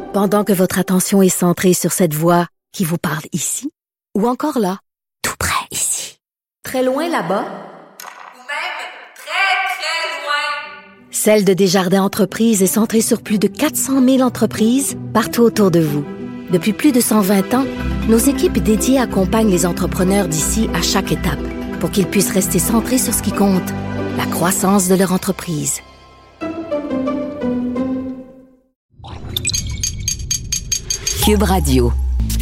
Pendant que votre attention est centrée sur cette voix qui vous parle ici, ou encore là, tout près ici, très loin là-bas, ou même très, très loin. Celle de Desjardins Entreprises est centrée sur plus de 400 000 entreprises partout autour de vous. Depuis plus de 120 ans, nos équipes dédiées accompagnent les entrepreneurs d'ici à chaque étape pour qu'ils puissent rester centrés sur ce qui compte, la croissance de leur entreprise. Cube Radio.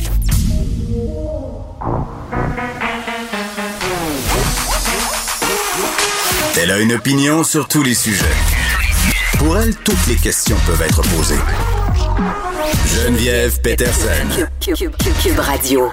Elle a une opinion sur tous les sujets. Pour elle, toutes les questions peuvent être posées. Geneviève Peterson. Cube Radio.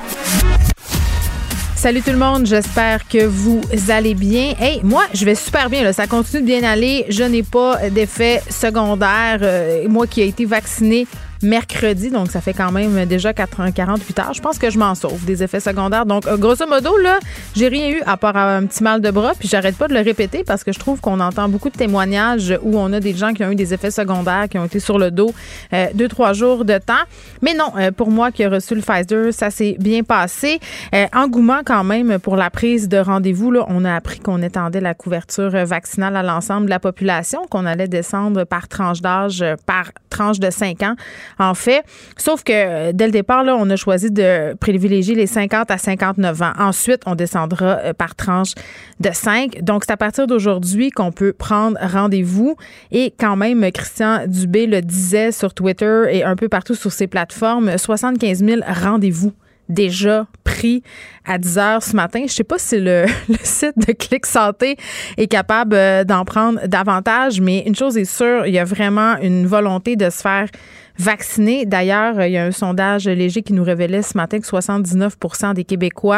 Salut tout le monde, j'espère que vous allez bien. Hey, moi, je vais super bien, là. Ça continue de bien aller. Je n'ai pas d'effet secondaire. Moi qui ai été vaccinée mercredi, donc ça fait quand même déjà 48 heures. Je pense que je m'en sauve des effets secondaires. Donc, grosso modo, là, j'ai rien eu à part un petit mal de bras, puis j'arrête pas de le répéter parce que je trouve qu'on entend beaucoup de témoignages où on a des gens qui ont eu des effets secondaires, qui ont été sur le dos 2-3 jours de temps. Mais non, pour moi qui ai reçu le Pfizer, ça s'est bien passé. Engouement quand même pour la prise de rendez-vous. Là, on a appris qu'on étendait la couverture vaccinale à l'ensemble de la population, qu'on allait descendre par tranche d'âge, par tranche de 5 ans. En fait, sauf que dès le départ, là, on a choisi de privilégier les 50 à 59 ans. Ensuite, on descendra par tranche de 5. Donc, c'est à partir d'aujourd'hui qu'on peut prendre rendez-vous. Et quand même, Christian Dubé le disait sur Twitter et un peu partout sur ses plateformes, 75 000 rendez-vous déjà pris à 10 heures ce matin. Je sais pas si le site de Clic Santé est capable d'en prendre davantage, mais une chose est sûre, il y a vraiment une volonté de se faire vacciner. D'ailleurs, il y a un sondage léger qui nous révélait ce matin que 79% des Québécois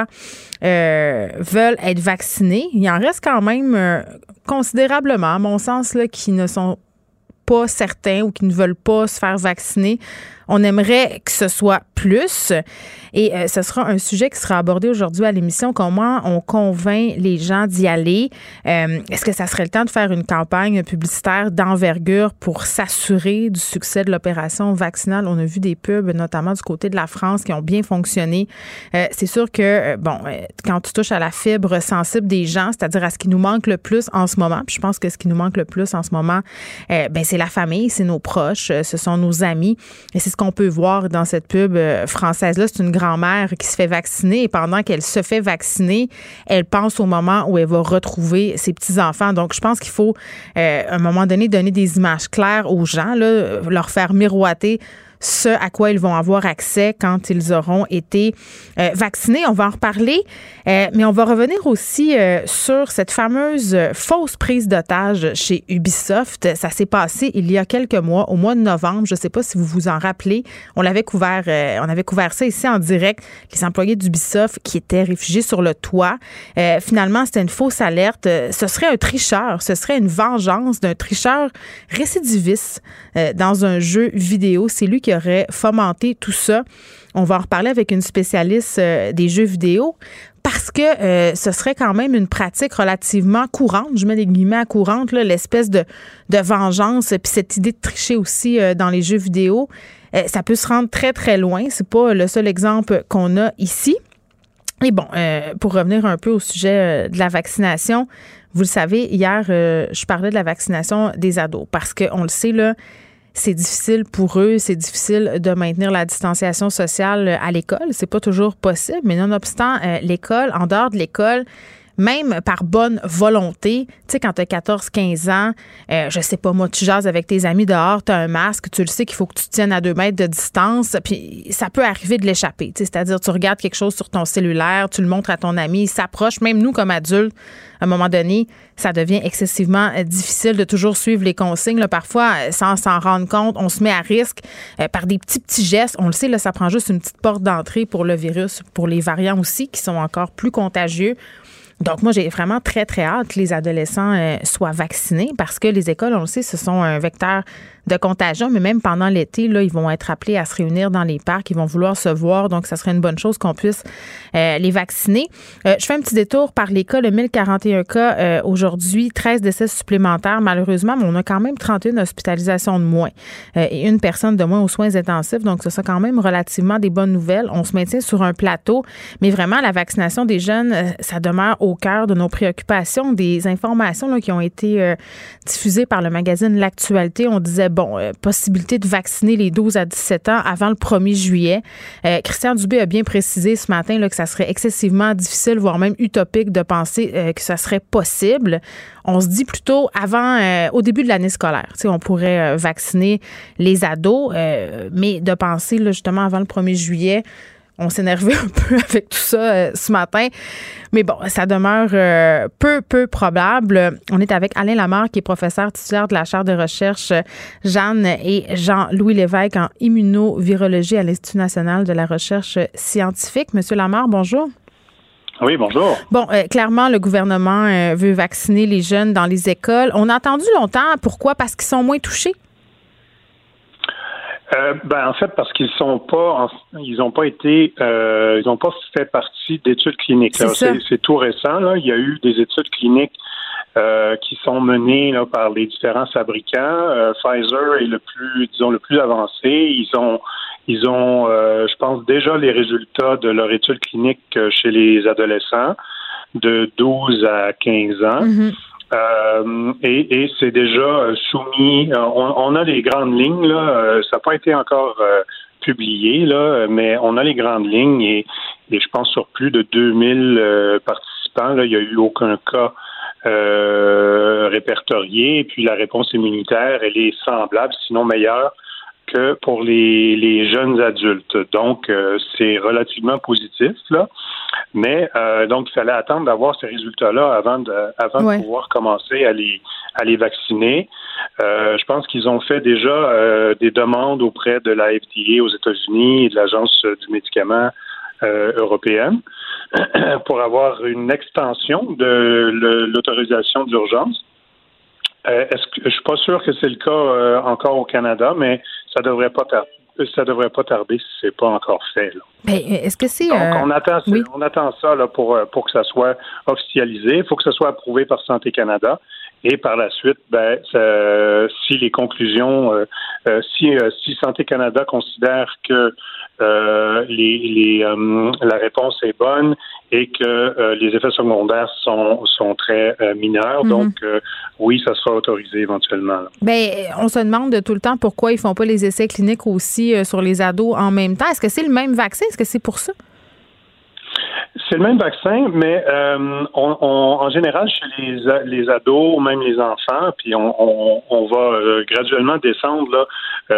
veulent être vaccinés. Il en reste quand même considérablement, à mon sens, là, qui ne sont pas certains ou qui ne veulent pas se faire vacciner. On aimerait que ce soit plus. Et ce sera un sujet qui sera abordé aujourd'hui à l'émission. Comment on convainc les gens d'y aller? Est-ce que ça serait le temps de faire une campagne publicitaire d'envergure pour s'assurer du succès de l'opération vaccinale? On a vu des pubs, notamment du côté de la France, qui ont bien fonctionné. C'est sûr que, quand tu touches à la fibre sensible des gens, c'est-à-dire à ce qui nous manque le plus en ce moment, puis je pense que ce qui nous manque le plus en ce moment, c'est la famille, c'est nos proches, ce sont nos amis. Et c'est ce qu'on peut voir dans cette pub française-là. C'est une grand-mère qui se fait vacciner et pendant qu'elle se fait vacciner, elle pense au moment où elle va retrouver ses petits-enfants. Donc, je pense qu'il faut, à un moment donné, donner des images claires aux gens, là, leur faire miroiter ce à quoi ils vont avoir accès quand ils auront été vaccinés. On va en reparler, mais on va revenir aussi sur cette fameuse fausse prise d'otage chez Ubisoft. Ça s'est passé il y a quelques mois, au mois de novembre. Je ne sais pas si vous vous en rappelez. On avait couvert ça ici en direct. Les employés d'Ubisoft qui étaient réfugiés sur le toit. Finalement, c'était une fausse alerte. Ce serait un tricheur. Ce serait une vengeance d'un tricheur récidiviste dans un jeu vidéo. C'est lui qui aurait fomenté tout ça. On va en reparler avec une spécialiste des jeux vidéo parce que ce serait quand même une pratique relativement courante. Je mets des guillemets à courante, là, l'espèce de vengeance puis cette idée de tricher aussi dans les jeux vidéo. Ça peut se rendre très, très loin. C'est pas le seul exemple qu'on a ici. Et bon, pour revenir un peu au sujet de la vaccination, vous le savez, hier, je parlais de la vaccination des ados parce qu'on le sait, là, c'est difficile pour eux, c'est difficile de maintenir la distanciation sociale à l'école. C'est pas toujours possible, mais nonobstant l'école, en dehors de l'école, même par bonne volonté, tu sais, quand tu as 14-15 ans, je sais pas, moi, tu jases avec tes amis dehors, tu as un masque, tu le sais qu'il faut que tu te tiennes à 2 mètres de distance, puis ça peut arriver de l'échapper. C'est-à-dire, tu regardes quelque chose sur ton cellulaire, tu le montres à ton ami, il s'approche, même nous, comme adultes, à un moment donné, ça devient excessivement difficile de toujours suivre les consignes. Là, parfois, sans s'en rendre compte, on se met à risque par des petits gestes. On le sait, là, ça prend juste une petite porte d'entrée pour le virus, pour les variants aussi, qui sont encore plus contagieux. Donc, moi, j'ai vraiment très, très hâte que les adolescents soient vaccinés parce que les écoles, on le sait, ce sont un vecteur de contagion, mais même pendant l'été, là, ils vont être appelés à se réunir dans les parcs, ils vont vouloir se voir, donc ça serait une bonne chose qu'on puisse les vacciner. Je fais un petit détour par les cas, le 1041 cas aujourd'hui, 13 décès supplémentaires malheureusement, mais on a quand même 31 hospitalisations de moins et une personne de moins aux soins intensifs, donc ce sont quand même relativement des bonnes nouvelles. On se maintient sur un plateau, mais vraiment la vaccination des jeunes, ça demeure au cœur de nos préoccupations. Des informations là, qui ont été diffusées par le magazine L'Actualité, on disait, possibilité de vacciner les 12 à 17 ans avant le 1er juillet. Christian Dubé a bien précisé ce matin là, que ça serait excessivement difficile, voire même utopique de penser que ça serait possible. On se dit plutôt au début de l'année scolaire, on pourrait vacciner les ados, mais de penser là, justement avant le 1er juillet, on s'énervait un peu avec tout ça ce matin. Mais bon, ça demeure peu probable. On est avec Alain Lamarre, qui est professeur titulaire de la chaire de recherche Jeanne et Jean-Louis Lévesque en immunovirologie à l'Institut national de la recherche scientifique. Monsieur Lamarre, bonjour. Oui, bonjour. Bon, clairement, le gouvernement veut vacciner les jeunes dans les écoles. On a entendu longtemps. Pourquoi? Parce qu'ils sont moins touchés? En fait, parce qu'ils n'ont pas fait partie d'études cliniques. C'est tout récent. Là. Il y a eu des études cliniques qui sont menées là, par les différents fabricants. Pfizer est le plus avancé. Ils ont, je pense, déjà les résultats de leur étude clinique chez les adolescents de 12 à 15 ans. Mm-hmm. Et c'est déjà soumis. On a les grandes lignes là. Ça n'a pas été encore publié là, mais on a les grandes lignes et je pense sur plus de 2000 participants là, il n'y a eu aucun cas répertorié. Et puis la réponse immunitaire, elle est semblable, sinon meilleure que pour les jeunes adultes. Donc c'est relativement positif là. Mais donc, il fallait attendre d'avoir ces résultats-là avant de pouvoir commencer à les vacciner. Je pense qu'ils ont fait déjà des demandes auprès de la FDA aux États-Unis et de l'Agence du médicament européenne pour avoir une extension de l'autorisation d'urgence. Je suis pas sûr que c'est le cas encore au Canada, mais ça devrait pas tarder si c'est pas encore fait. Là. Mais est-ce que c'est... Donc, on attend ça là, pour que ça soit officialisé. Il faut que ça soit approuvé par Santé Canada. Et par la suite, si les conclusions... si Santé Canada considère que la réponse est bonne et que les effets secondaires sont très mineurs, donc oui, ça sera autorisé éventuellement. Là. On se demande tout le temps pourquoi ils font pas les essais cliniques aussi sur les ados en même temps. Est-ce que c'est le même vaccin? Est-ce que c'est pour ça? C'est le même vaccin, mais en général, chez les ados, même les enfants, puis on va graduellement descendre là,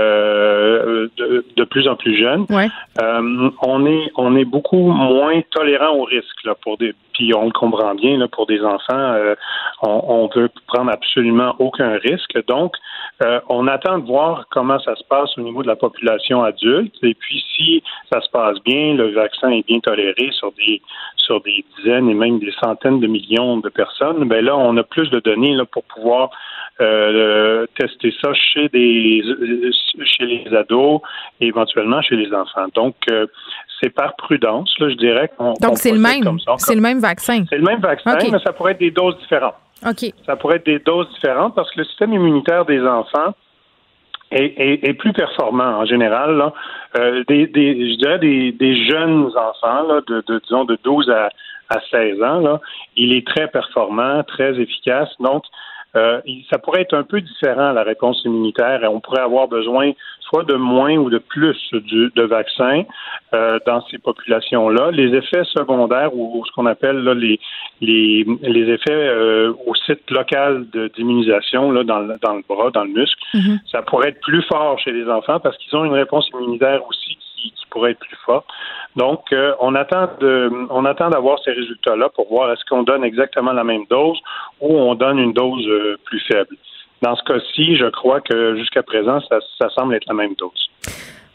de plus en plus jeunes. Ouais. On est beaucoup moins tolérant au risque là, puis on le comprend bien là, pour des enfants, on veut prendre absolument aucun risque. Donc, on attend de voir comment ça se passe au niveau de la population adulte. Et puis, si ça se passe bien, le vaccin est bien toléré sur des dizaines et même des centaines de millions de personnes, ben là, on a plus de données là, pour pouvoir tester ça chez les ados et éventuellement chez les enfants. Donc, c'est par prudence, là, je dirais. Donc, c'est le même. C'est le même vaccin. C'est le même vaccin, okay. Mais ça pourrait être des doses différentes. OK. Ça pourrait être des doses différentes parce que le système immunitaire des enfants est plus performant en général. Là. Je dirais des jeunes enfants, là, disons de 12 à 16 ans, là, il est très performant, très efficace. Donc, ça pourrait être un peu différent, la réponse immunitaire. On pourrait avoir besoin soit de moins ou de plus de vaccins dans ces populations-là. Les effets secondaires ou ce qu'on appelle là, les effets au site local d'immunisation là, dans le bras, dans le muscle, ça pourrait être plus fort chez les enfants parce qu'ils ont une réponse immunitaire aussi qui pourrait être plus forte. Donc, on attend d'avoir ces résultats-là pour voir est-ce qu'on donne exactement la même dose ou on donne une dose plus faible. Dans ce cas-ci, je crois que jusqu'à présent, ça semble être la même dose.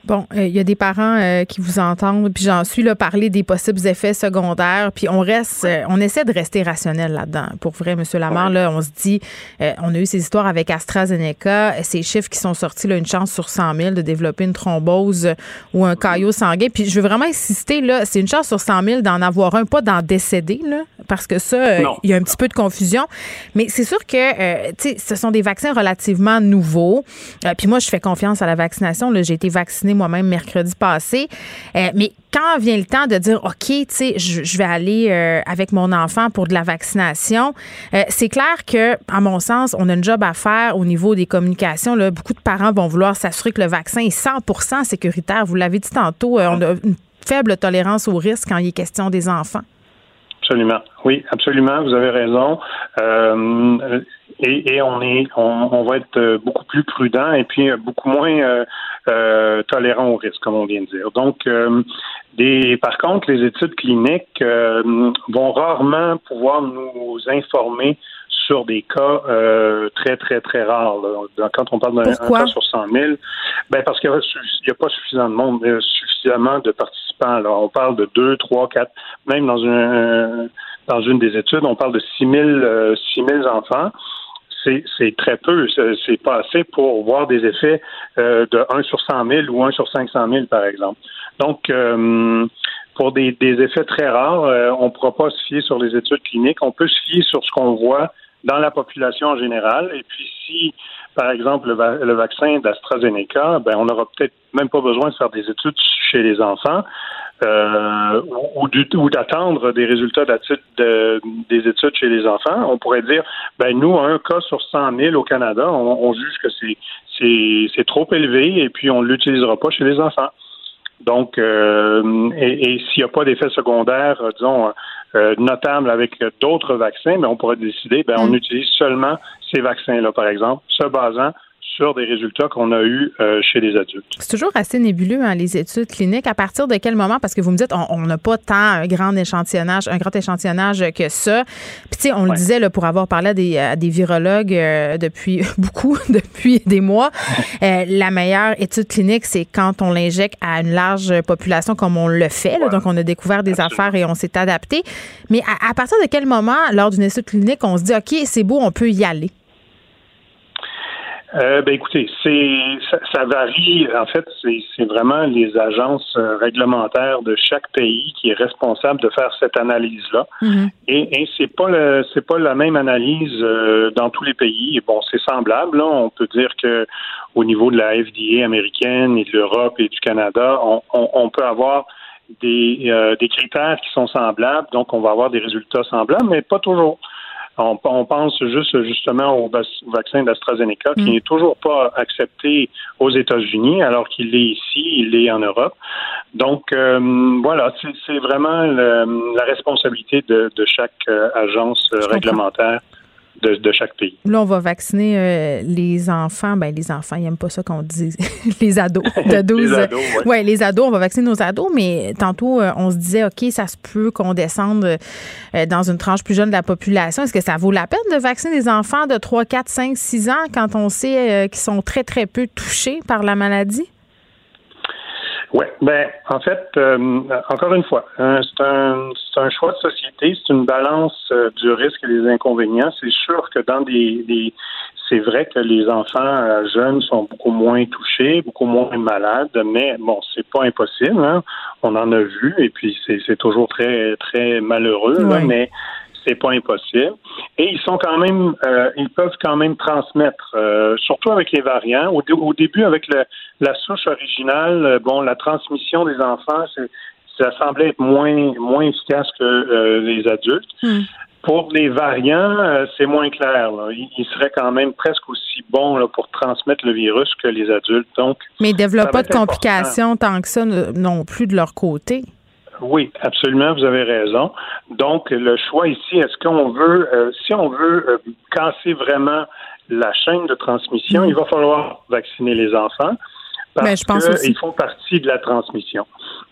Bon, il y a des parents qui vous entendent, puis j'en suis là parler des possibles effets secondaires, puis on essaie de rester rationnel là-dedans. Pour vrai, M. Lamarre, là, on se dit, on a eu ces histoires avec AstraZeneca, ces chiffres qui sont sortis, là, une chance sur 100 000 de développer une thrombose ou un caillot sanguin. Puis je veux vraiment insister, là, c'est une chance sur 100 000 d'en avoir un, pas d'en décéder, là, parce que ça, il y a un petit peu de confusion. Mais c'est sûr que, tu sais, ce sont des vaccins relativement nouveaux. Puis moi, je fais confiance à la vaccination. Là, j'ai été vaccinée moi-même mercredi passé. Mais quand vient le temps de dire, OK, tu sais, je vais aller avec mon enfant pour de la vaccination, c'est clair que, à mon sens, on a une job à faire au niveau des communications. Là. Beaucoup de parents vont vouloir s'assurer que le vaccin est 100% sécuritaire. Vous l'avez dit tantôt, on a une faible tolérance au risque quand il est question des enfants. Absolument. Oui, absolument. Vous avez raison. Et on va être beaucoup plus prudent et puis beaucoup moins tolérant au risque, comme on vient de dire. Donc, par contre, les études cliniques vont rarement pouvoir nous informer sur des cas très, très, très rares. Là. Quand on parle d'un cas sur 100 000, parce qu'il n'y a pas suffisamment de monde, suffisamment de participants. Là. On parle de 2, 3, 4, même dans une des études, on parle de 6 000 enfants. C'est très peu. C'est pas assez pour voir des effets de 1 sur 100 000 ou 1 sur 500 000, par exemple. Donc, pour des effets très rares, on ne pourra pas se fier sur les études cliniques. On peut se fier sur ce qu'on voit dans la population en général. Et puis, si, par exemple, le vaccin d'AstraZeneca, on n'aura peut-être même pas besoin de faire des études chez les enfants. Ou d'attendre des résultats des études chez les enfants. On pourrait dire, nous, un cas sur 100 000 au Canada, on juge que c'est trop élevé et puis on ne l'utilisera pas chez les enfants. Donc, et s'il n'y a pas d'effet secondaire, disons, notable avec d'autres vaccins, on pourrait décider, on utilise seulement ces vaccins-là, par exemple, se basant sur des résultats qu'on a eus chez les adultes. C'est toujours assez nébuleux, hein, les études cliniques. À partir de quel moment? Parce que vous me dites, on n'a pas tant un grand échantillonnage que ça. Puis, tu sais, on le disait, là, pour avoir parlé à des virologues depuis des mois, la meilleure étude clinique, c'est quand on l'injecte à une large population comme on le fait. Là, donc, on a découvert des affaires et on s'est adapté. Mais à partir de quel moment, lors d'une étude clinique, on se dit, OK, c'est beau, on peut y aller? Écoutez, ça varie. En fait, c'est vraiment les agences réglementaires de chaque pays qui est responsable de faire cette analyse-là. Mm-hmm. Et c'est pas la même analyse dans tous les pays. Bon, c'est semblable. Là. On peut dire que au niveau de la FDA américaine et de l'Europe et du Canada, on peut avoir des critères qui sont semblables. Donc, on va avoir des résultats semblables, mais pas toujours. On pense justement au vaccin d'AstraZeneca qui n'est toujours pas accepté aux États-Unis alors qu'il l'est ici, il l'est en Europe. Donc, voilà, c'est vraiment la responsabilité de chaque agence réglementaire de chaque pays. Là, on va vacciner les enfants. Les enfants, ils n'aiment pas ça qu'on dise. Les ados de 12. Les ados, oui. Oui, les ados, on va vacciner nos ados, mais tantôt, on se disait, OK, ça se peut qu'on descende dans une tranche plus jeune de la population. Est-ce que ça vaut la peine de vacciner des enfants de 3, 4, 5, 6 ans quand on sait qu'ils sont très, très peu touchés par la maladie? Oui, en fait, encore une fois, c'est un choix de société, c'est une balance du risque et des inconvénients. C'est sûr que dans c'est vrai que les enfants jeunes sont beaucoup moins touchés, beaucoup moins malades, mais bon, c'est pas impossible, hein. On en a vu, et puis c'est toujours très, très malheureux, là, mais c'est pas impossible. Et ils sont quand même, ils peuvent quand même transmettre, surtout avec les variants. Au début, avec la souche originale, la transmission des enfants, ça semblait être moins efficace que les adultes. Pour les variants, c'est moins clair. Là. Ils seraient quand même presque aussi bons là, pour transmettre le virus que les adultes. Donc, mais ils ne développent pas de complications tant que ça non plus de leur côté. Oui, absolument, vous avez raison. Donc, le choix ici, est-ce qu'on veut, si on veut casser vraiment la chaîne de transmission, il va falloir vacciner les enfants parce qu'ils font partie de la transmission.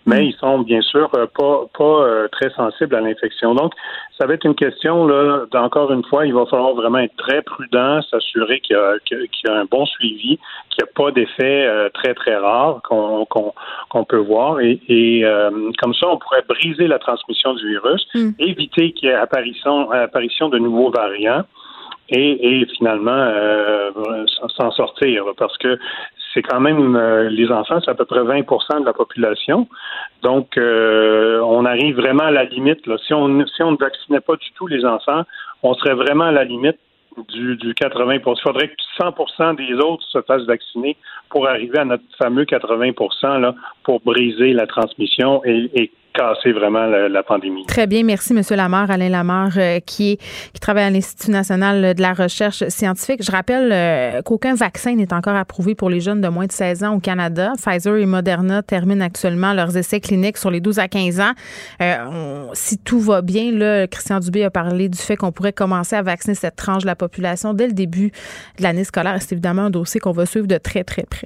mais ils sont bien sûr pas très sensibles à l'infection. Donc, ça va être une question, là, encore une fois, il va falloir vraiment être très prudent, s'assurer qu'il y a un bon suivi, qu'il n'y a pas d'effets très, très rares qu'on peut voir. Et comme ça, on pourrait briser la transmission du virus, éviter qu'il y ait apparition de nouveaux variants et finalement s'en sortir. Parce que c'est quand même, les enfants, c'est à peu près 20% de la population. Donc, on arrive vraiment à la limite. Là. Si on ne vaccinait pas du tout les enfants, on serait vraiment à la limite du 80%. Il faudrait que 100% des autres se fassent vacciner pour arriver à notre fameux 80% là, pour briser la transmission et casser vraiment la pandémie. Très bien, merci M. Lamarre, Alain Lamarre, qui travaille à l'Institut national de la recherche scientifique. Je rappelle qu'aucun vaccin n'est encore approuvé pour les jeunes de moins de 16 ans au Canada. Pfizer et Moderna terminent actuellement leurs essais cliniques sur les 12 à 15 ans. Si tout va bien, là, Christian Dubé a parlé du fait qu'on pourrait commencer à vacciner cette tranche de la population dès le début de l'année scolaire. C'est évidemment un dossier qu'on va suivre de très, très près.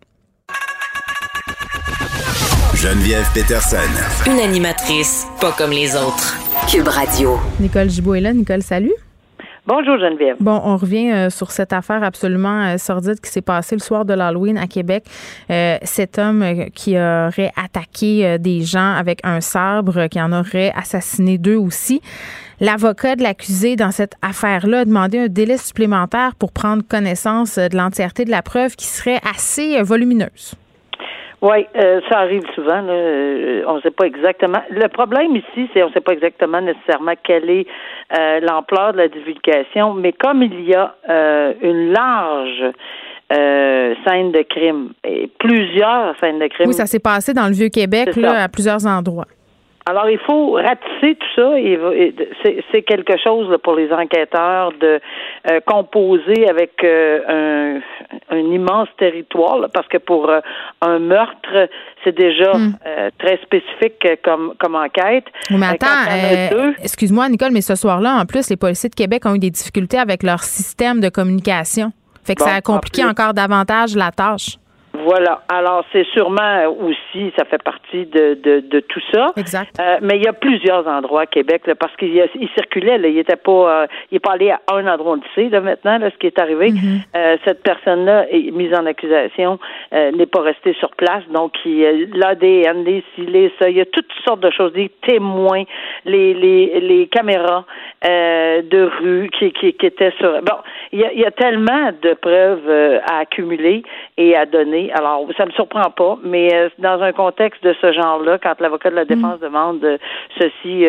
Geneviève Peterson. Une animatrice pas comme les autres. Cube Radio. Nicole Gibault est là. Nicole, salut. Bonjour Geneviève. Bon, on revient sur cette affaire absolument sordide qui s'est passée le soir de l'Halloween à Québec. Cet homme qui aurait attaqué des gens avec un sabre, qui en aurait assassiné 2 aussi. L'avocat de l'accusé dans cette affaire-là a demandé un délai supplémentaire pour prendre connaissance de l'entièreté de la preuve qui serait assez volumineuse. Oui, ça arrive souvent. Là. On ne sait pas exactement. Le problème ici, c'est qu'on ne sait pas exactement nécessairement quelle est l'ampleur de la divulgation, mais comme il y a une large scène de crime, et plusieurs scènes de crime. Oui, ça s'est passé dans le Vieux-Québec, là, à plusieurs endroits. Alors, il faut ratisser tout ça. C'est quelque chose là, pour les enquêteurs de composer avec un immense territoire, là, parce que pour un meurtre, c'est déjà très spécifique comme enquête. Oui, mais attends, excuse-moi, Nicole, mais ce soir-là, en plus, les policiers de Québec ont eu des difficultés avec leur système de communication. Fait que ça a compliqué encore davantage la tâche. Voilà. Alors, c'est sûrement aussi, ça fait partie de tout ça. Exact. Mais il y a plusieurs endroits à Québec, là, parce qu'il circulait, là, il est pas allé à un endroit, on le sait, là, maintenant, là, ce qui est arrivé. Cette personne-là est mise en accusation, n'est pas restée sur place, donc l'ADN, les scellés, ça, il y a toutes sortes de choses, des témoins, les caméras de rue qui étaient sur... Bon, il y a tellement de preuves à accumuler et à donner. Alors, ça me surprend pas, mais dans un contexte de ce genre-là, quand l'avocat de la défense demande ceci,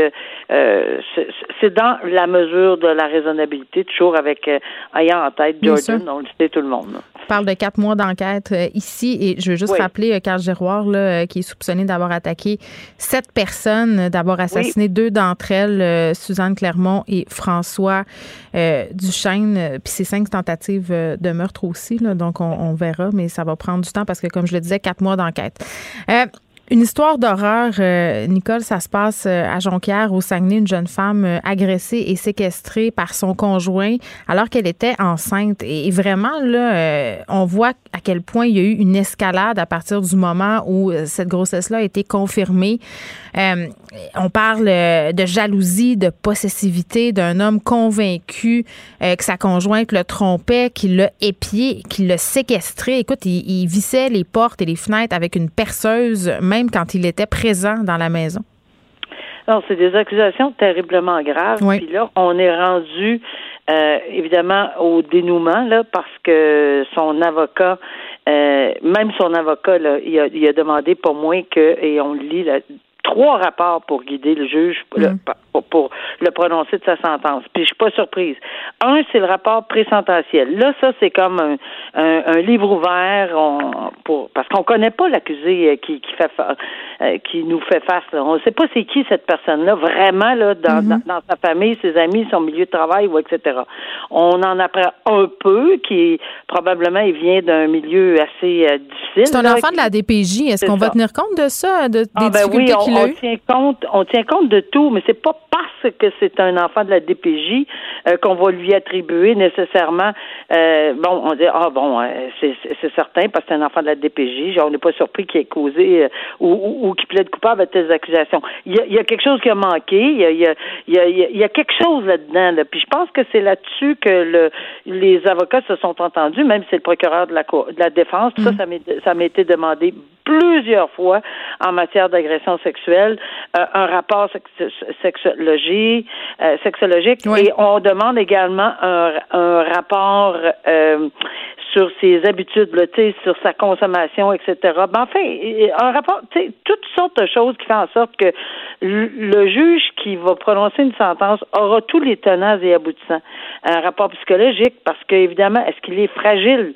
c'est dans la mesure de la raisonnabilité, toujours avec ayant en tête Jordan, on le sait tout le monde. Là. On parle de 4 mois d'enquête ici, et je veux juste rappeler Carl Giroir, là, qui est soupçonné d'avoir attaqué 7 personnes, d'avoir assassiné 2 d'entre elles, Suzanne Clermont et François Duchesne, puis c'est 5 tentatives de meurtre aussi, là, donc on verra, mais ça va prendre du temps parce que, comme je le disais, 4 mois d'enquête. Une histoire d'horreur, Nicole, ça se passe à Jonquière, au Saguenay, une jeune femme agressée et séquestrée par son conjoint alors qu'elle était enceinte. Et vraiment, là, on voit à quel point il y a eu une escalade à partir du moment où cette grossesse-là a été confirmée. On parle de jalousie, de possessivité, d'un homme convaincu que sa conjointe le trompait, qu'il l'a épié, qu'il l'a séquestré. Écoute, il vissait les portes et les fenêtres avec une perceuse, même quand il était présent dans la maison. Non, c'est des accusations terriblement graves. Oui. Puis là, on est rendu évidemment au dénouement là, parce que son avocat, même son avocat, là, il a demandé pas moins que, et on le lit là, 3 rapports pour guider le juge pour le prononcer de sa sentence. Puis je suis pas surprise. Un, c'est le rapport présententiel. Là, ça, c'est comme un livre ouvert parce qu'on connaît pas l'accusé qui nous fait face. Là. On sait pas c'est qui cette personne-là, vraiment, là, dans sa famille, ses amis, son milieu de travail, ou etc. On en apprend un peu, qui probablement il vient d'un milieu assez difficile. C'est un enfant de la DPJ. Est-ce qu'on va tenir compte de ça, des difficultés qu'il a eues? On tient compte de tout, mais c'est pas parce que c'est un enfant de la DPJ qu'on va lui attribuer nécessairement. On dit c'est certain parce que c'est un enfant de la DPJ. On n'est pas surpris qu'il ait causé ou qu'il plaide coupable à telles accusations. Il y a quelque chose qui a manqué. Il y a quelque chose là-dedans. Là. Puis je pense que c'est là-dessus que les avocats se sont entendus, même si c'est le procureur de la défense. Ça m'a été demandé plusieurs fois en matière d'agression sexuelle, un rapport sexologique, et on demande également un rapport sur ses habitudes, là, sur sa consommation, etc. Ben, enfin, un rapport, toutes sortes de choses qui font en sorte que le juge qui va prononcer une sentence aura tous les tenants et aboutissants. Un rapport psychologique, parce que évidemment, est-ce qu'il est fragile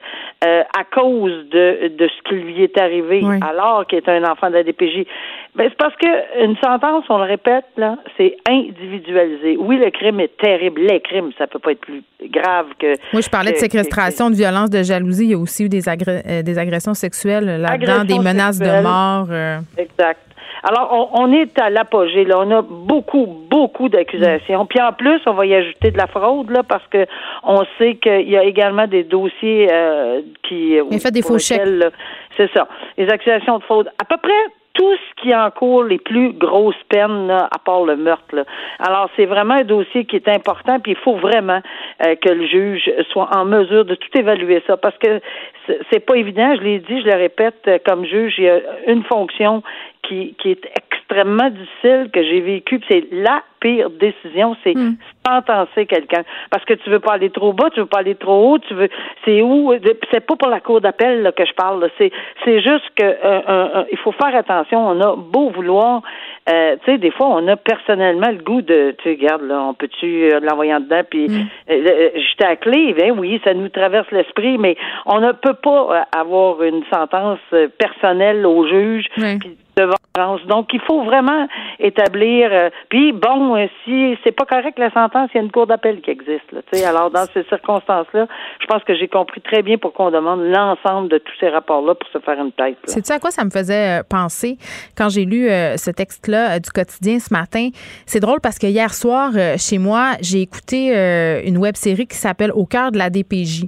à cause de ce qui lui est arrivé, alors qu'il est un enfant de la DPJ? Ben, c'est parce que une sentence, on le répète, là, c'est individualisé. Oui, le crime est terrible. Les crimes, ça peut pas être plus grave que... Oui, je parlais de séquestration, de violence, de jalousie. Il y a aussi eu des agressions sexuelles là-dedans, des menaces de mort. Exact. Alors, on est à l'apogée, là. On a beaucoup d'accusations. Puis en plus, on va y ajouter de la fraude, là, parce que on sait qu'il y a également des dossiers qui... Il fait des faux chèques. C'est ça. Les accusations de fraude. À peu près tout ce qui encourt les plus grosses peines, là, à part le meurtre. Là. Alors, c'est vraiment un dossier qui est important, puis il faut vraiment que le juge soit en mesure de tout évaluer ça, parce que c'est pas évident, je l'ai dit, je le répète, comme juge, il y a une fonction qui est extrêmement difficile que j'ai vécue, puis c'est la pire décision, c'est sentencer quelqu'un. Parce que tu veux pas aller trop bas, tu veux pas aller trop haut, c'est où, c'est pas pour la cour d'appel là, que je parle, là. C'est juste que il faut faire attention, on a beau vouloir, tu sais, des fois, on a personnellement le goût de, tu sais, regarde, là, on peut-tu l'envoyer en dedans, puis jeter à clé, ben oui, ça nous traverse l'esprit, mais on ne peut pas avoir une sentence personnelle au juge, puis de vengeance. Donc, il faut vraiment établir. Puis, bon, si c'est pas correct la sentence, il y a une cour d'appel qui existe. Là, alors, dans ces circonstances-là, je pense que j'ai compris très bien pourquoi on demande l'ensemble de tous ces rapports-là pour se faire une tête. Sais-tu à quoi ça me faisait penser quand j'ai lu ce texte-là du quotidien ce matin? C'est drôle parce que hier soir, chez moi, j'ai écouté une web-série qui s'appelle Au cœur de la DPJ.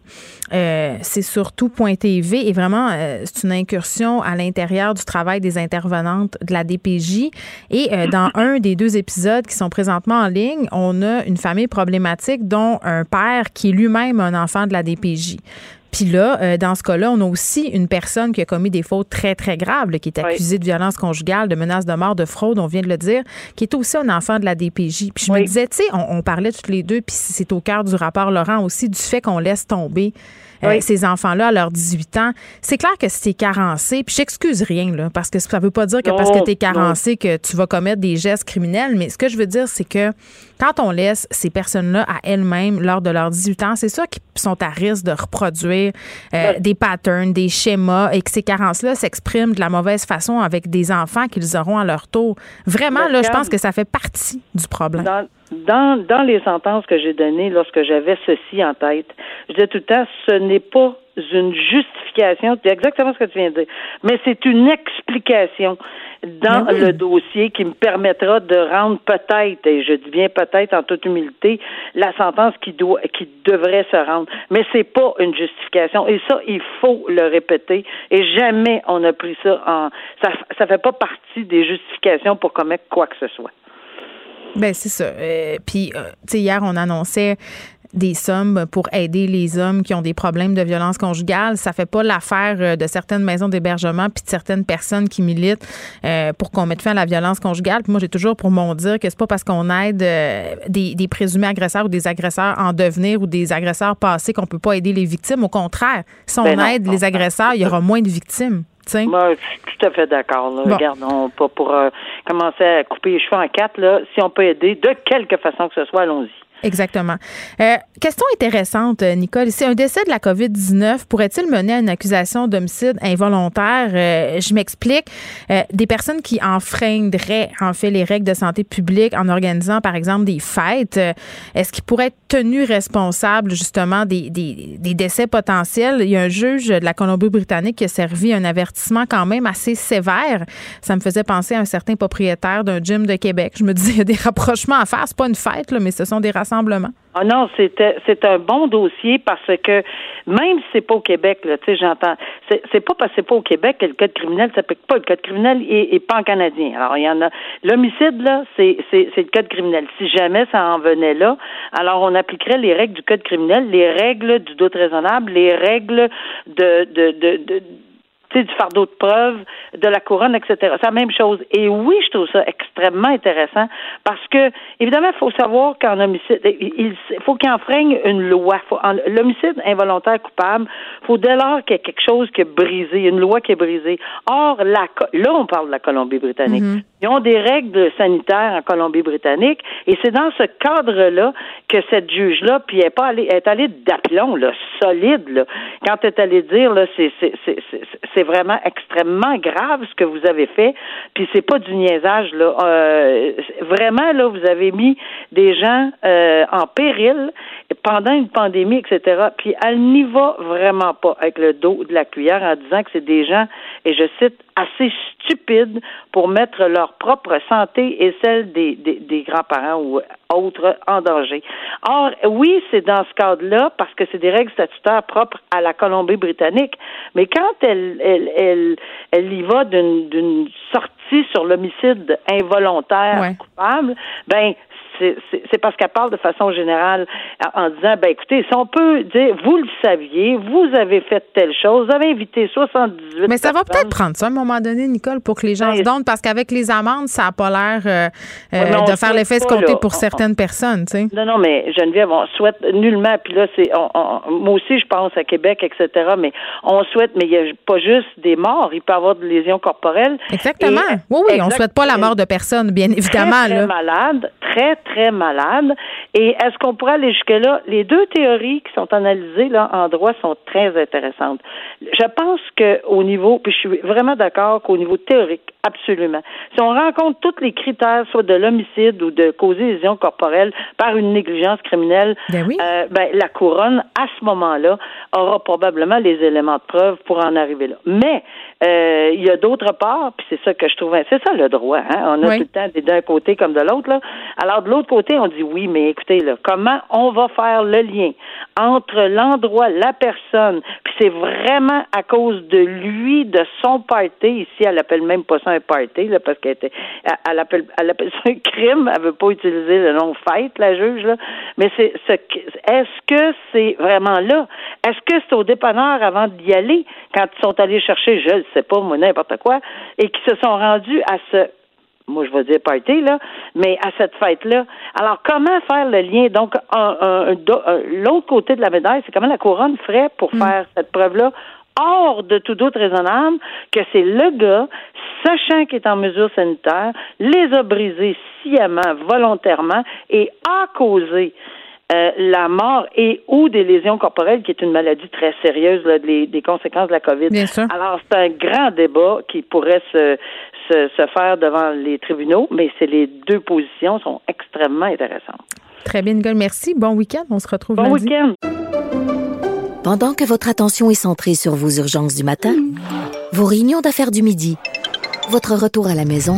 C'est sur tout.tv et vraiment, c'est une incursion à l'intérieur du travail des intervenantes de la DPJ. Et dans un des 2 épisodes qui sont présentement en ligne, on a une famille problématique dont un père qui est lui-même un enfant de la DPJ. Puis là, dans ce cas-là, on a aussi une personne qui a commis des fautes très, très graves, là, qui est accusée de violence conjugale, de menace de mort, de fraude, on vient de le dire, qui est aussi un enfant de la DPJ. Puis je me disais, tu sais, on parlait toutes les deux, puis c'est au cœur du rapport Laurent aussi, du fait qu'on laisse tomber ces enfants-là à leurs 18 ans. C'est clair que si t'es carencé, puis j'excuse rien, là, parce que ça veut pas dire que parce que t'es carencé que tu vas commettre des gestes criminels, mais ce que je veux dire, c'est que quand on laisse ces personnes-là à elles-mêmes lors de leurs 18 ans, c'est sûr qu'ils sont à risque de reproduire des patterns, des schémas, et que ces carences-là s'expriment de la mauvaise façon avec des enfants qu'ils auront à leur tour. Vraiment, là, je pense que ça fait partie du problème. Dans les sentences que j'ai données lorsque j'avais ceci en tête, je disais tout le temps, ce n'est pas une justification, c'est exactement ce que tu viens de dire, mais c'est une explication dans le dossier qui me permettra de rendre peut-être, et je dis bien peut-être en toute humilité, la sentence qui devrait se rendre. Mais c'est pas une justification. Et ça, il faut le répéter. Et jamais on a pris ça ça fait pas partie des justifications pour commettre quoi que ce soit. Ben c'est ça. Puis, tu sais, hier, on annonçait des sommes pour aider les hommes qui ont des problèmes de violence conjugale. Ça fait pas l'affaire de certaines maisons d'hébergement puis de certaines personnes qui militent pour qu'on mette fin à la violence conjugale. Puis moi, j'ai toujours pour mon dire que c'est pas parce qu'on aide des présumés agresseurs ou des agresseurs en devenir ou des agresseurs passés qu'on peut pas aider les victimes. Au contraire, si on aide les agresseurs, il y aura moins de victimes. Moi, je suis tout à fait d'accord. Là. Bon. Regarde, pas pour commencer à couper les cheveux en 4, là, si on peut aider de quelque façon que ce soit, allons-y. Exactement. Question intéressante, Nicole. Si un décès de la COVID-19 pourrait-il mener à une accusation d'homicide involontaire? Je m'explique. Des personnes qui enfreindraient, en fait, les règles de santé publique en organisant, par exemple, des fêtes, est-ce qu'ils pourraient être tenus responsables, justement, des décès potentiels? Il y a un juge de la Colombie-Britannique qui a servi un avertissement quand même assez sévère. Ça me faisait penser à un certain propriétaire d'un gym de Québec. Je me disais, il y a des rapprochements à faire. C'est pas une fête, là, mais ce sont des rassemblements. Ah non, c'est un bon dossier parce que même si c'est pas au Québec, là, tu sais, j'entends, c'est pas parce que c'est pas au Québec que le code criminel s'applique pas. Le code criminel est pas en canadien. Alors il y en a, l'homicide là, c'est le code criminel. Si jamais ça en venait là, alors on appliquerait les règles du code criminel, les règles du doute raisonnable, les règles du fardeau de preuve, de la couronne, etc. C'est la même chose. Et oui, je trouve ça extrêmement intéressant parce que, évidemment, il faut savoir qu'en homicide, il faut qu'il enfreigne une loi. L'homicide involontaire coupable, il faut dès lors qu'il y ait quelque chose qui est brisé, une loi qui est brisée. Or, là, on parle de la Colombie-Britannique. Mm-hmm. Ils ont des règles sanitaires en Colombie-Britannique et c'est dans ce cadre-là que cette juge-là, puis elle est allée d'aplomb, là, solide, là. Quand elle est allée dire, là, c'est vraiment extrêmement grave ce que vous avez fait, puis c'est pas du niaisage, là. Vraiment, là, vous avez mis des gens en péril pendant une pandémie, etc. Puis elle n'y va vraiment pas avec le dos de la cuillère en disant que c'est des gens, et je cite, assez stupides pour mettre leur propre santé et celle des grands-parents ou autres en danger. Or, oui, c'est dans ce cadre-là, parce que c'est des règles statutaires propres à la Colombie-Britannique, mais quand elle y va d'une sortie sur l'homicide involontaire coupable, ben c'est parce qu'elle parle de façon générale en disant, ben écoutez, si on peut dire, vous le saviez, vous avez fait telle chose, vous avez invité 78 Mais ça personnes. va peut-être prendre ça à un moment donné, Nicole, pour que les gens se donnent, parce qu'avec les amendes, ça n'a pas l'air de faire l'effet escompté pour certaines personnes, tu sais. Non, mais Geneviève, on souhaite nullement, puis là, moi aussi, je pense à Québec, etc., mais on souhaite, mais il n'y a pas juste des morts, il peut y avoir des lésions corporelles. Exactement. Oui, on ne souhaite pas la mort de personne, bien évidemment. Très malade, très malade. Et est-ce qu'on pourrait aller jusque-là? Les deux théories qui sont analysées là en droit sont très intéressantes. Je pense qu'au niveau, puis je suis vraiment d'accord qu'au niveau théorique, absolument. Si on rencontre tous les critères, soit de l'homicide ou de causer des lésions corporelles par une négligence criminelle, la couronne, à ce moment-là, aura probablement les éléments de preuve pour en arriver là. Mais il y a d'autre part, puis c'est ça que je trouve, c'est ça le droit, hein? On a tout le temps d'un côté comme de l'autre, là. Alors, de l'autre côté, on dit oui, mais écoutez, là, comment on va faire le lien entre l'endroit, la personne, puis c'est vraiment à cause de lui, de son party, ici, elle appelle même pas ça un party, là, parce qu'elle appelle ça un crime, elle veut pas utiliser le nom fête, la juge, là, mais est-ce que c'est vraiment là? Est-ce que c'est au dépanneur avant d'y aller, quand ils sont allés chercher, je ne sais pas, moi, n'importe quoi, et qui se sont rendus à moi je vais dire party, là, mais à cette fête-là. Alors, comment faire le lien? Donc, l'autre côté de la médaille, c'est comment la couronne ferait pour faire cette preuve-là, hors de tout doute raisonnable, que c'est le gars, sachant qu'il est en mesure sanitaire, les a brisés sciemment, volontairement, et a causé la mort et ou des lésions corporelles, qui est une maladie très sérieuse, là, des conséquences de la COVID. Bien sûr. Alors, c'est un grand débat qui pourrait se faire devant les tribunaux, mais les deux positions sont extrêmement intéressantes. Très bien, Nicole. Merci. Bon week-end. On se retrouve lundi. Bon week-end. Pendant que votre attention est centrée sur vos urgences du matin, vos réunions d'affaires du midi, votre retour à la maison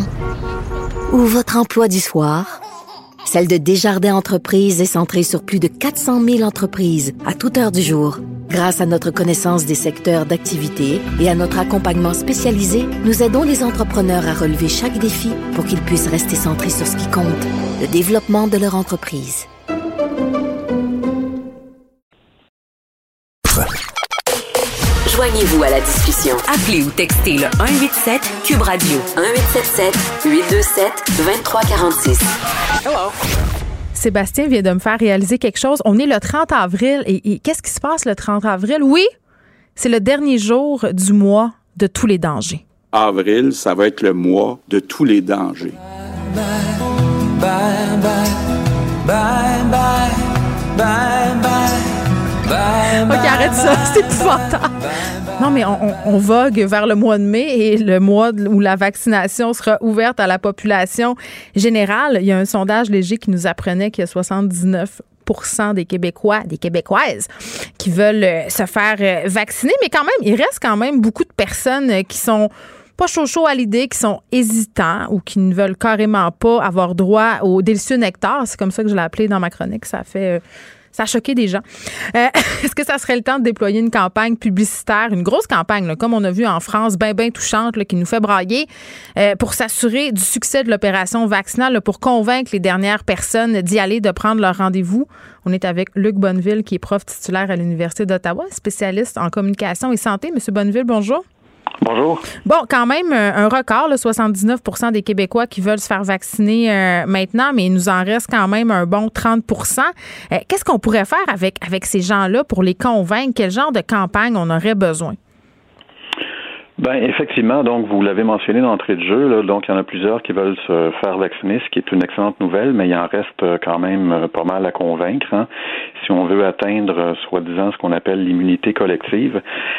ou votre emploi du soir, celle de Desjardins Entreprises est centrée sur plus de 400 000 entreprises à toute heure du jour. Grâce à notre connaissance des secteurs d'activité et à notre accompagnement spécialisé, nous aidons les entrepreneurs à relever chaque défi pour qu'ils puissent rester centrés sur ce qui compte, le développement de leur entreprise. Joignez-vous à la discussion. Appelez ou textez le 187 Cube Radio 1877 827 2346. Hello. Sébastien vient de me faire réaliser quelque chose. On est le 30 avril et qu'est-ce qui se passe le 30 avril? Oui, c'est le dernier jour du mois de tous les dangers. Avril, ça va être le mois de tous les dangers. Bye bye, bye bye, bye bye. OK, arrête ça, c'est épouvantable. Non, mais on vogue vers le mois de mai et le mois où la vaccination sera ouverte à la population générale. Il y a un sondage léger qui nous apprenait qu'il y a 79% des Québécois, des Québécoises qui veulent se faire vacciner, mais quand même, il reste quand même beaucoup de personnes qui sont pas chaud à l'idée, qui sont hésitants ou qui ne veulent carrément pas avoir droit au délicieux nectar. C'est comme ça que je l'ai appelé dans ma chronique. Ça a choqué des gens. Est-ce que ça serait le temps de déployer une campagne publicitaire, une grosse campagne, là, comme on a vu en France, bien touchante, là, qui nous fait brailler, pour s'assurer du succès de l'opération vaccinale, là, pour convaincre les dernières personnes d'y aller, de prendre leur rendez-vous? On est avec Luc Bonneville, qui est prof titulaire à l'Université d'Ottawa, spécialiste en communication et santé. Monsieur Bonneville, bonjour. Bonjour. Bon, quand même, un record, là, 79% des Québécois qui veulent se faire vacciner maintenant, mais il nous en reste quand même un bon 30%. Qu'est-ce qu'on pourrait faire avec ces gens-là pour les convaincre? Quel genre de campagne on aurait besoin? Ben effectivement, donc vous l'avez mentionné d'entrée de jeu, là, donc il y en a plusieurs qui veulent se faire vacciner, ce qui est une excellente nouvelle, mais il en reste quand même pas mal à convaincre, hein, si on veut atteindre soi-disant ce qu'on appelle l'immunité collective.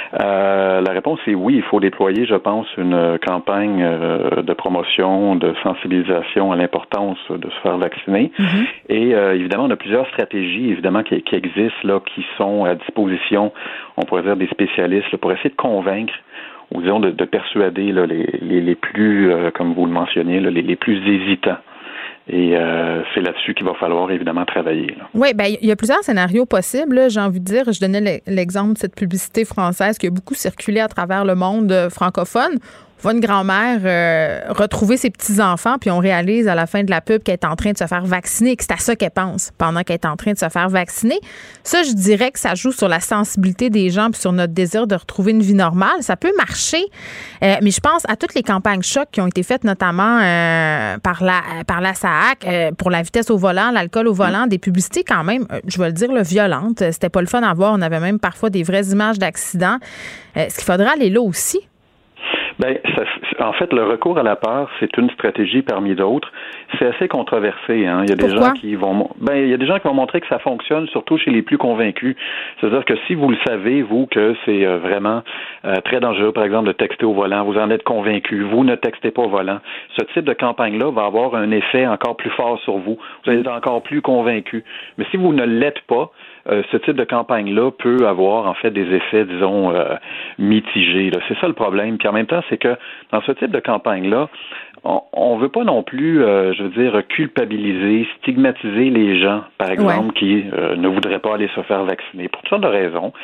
La réponse est oui, il faut déployer, je pense, une campagne de promotion, de sensibilisation à l'importance de se faire vacciner. Mm-hmm. Et évidemment, on a plusieurs stratégies, évidemment, qui existent, là, qui sont à disposition, on pourrait dire, des spécialistes, là, pour essayer de convaincre, ou disons de persuader là, les plus, comme vous le mentionniez, là, les plus hésitants. Et c'est là-dessus qu'il va falloir évidemment travailler. Là. Oui, bien, il y a plusieurs scénarios possibles. Là, j'ai envie de dire, je donnais l'exemple de cette publicité française qui a beaucoup circulé à travers le monde francophone. On voit une grand-mère retrouver ses petits-enfants, puis on réalise à la fin de la pub qu'elle est en train de se faire vacciner, que c'est à ça qu'elle pense pendant qu'elle est en train de se faire vacciner. Ça, je dirais que ça joue sur la sensibilité des gens puis sur notre désir de retrouver une vie normale. Ça peut marcher, mais je pense à toutes les campagnes choc qui ont été faites notamment par la SAAC pour la vitesse au volant, l'alcool au volant, des publicités quand même, je vais le dire, là, violentes. C'était pas le fun à voir. On avait même parfois des vraies images d'accidents. Est-ce qu'il faudra aller là aussi? Ben, en fait, le recours à la peur, c'est une stratégie parmi d'autres. C'est assez controversé, hein. Il y a des gens qui vont, il y a des gens qui vont montrer que ça fonctionne, surtout chez les plus convaincus. C'est-à-dire que si vous le savez, vous, que c'est vraiment très dangereux, par exemple, de texter au volant, vous en êtes convaincu, vous ne textez pas au volant. Ce type de campagne-là va avoir un effet encore plus fort sur vous. Vous allez être encore plus convaincu. Mais si vous ne l'êtes pas, ce type de campagne-là peut avoir, en fait, des effets, disons, mitigés, là. C'est ça le problème. Puis en même temps, c'est que dans ce type de campagne-là, on veut pas non plus, je veux dire, culpabiliser, stigmatiser les gens, par exemple, qui ne voudraient pas aller se faire vacciner. Pour toutes sortes de raisons.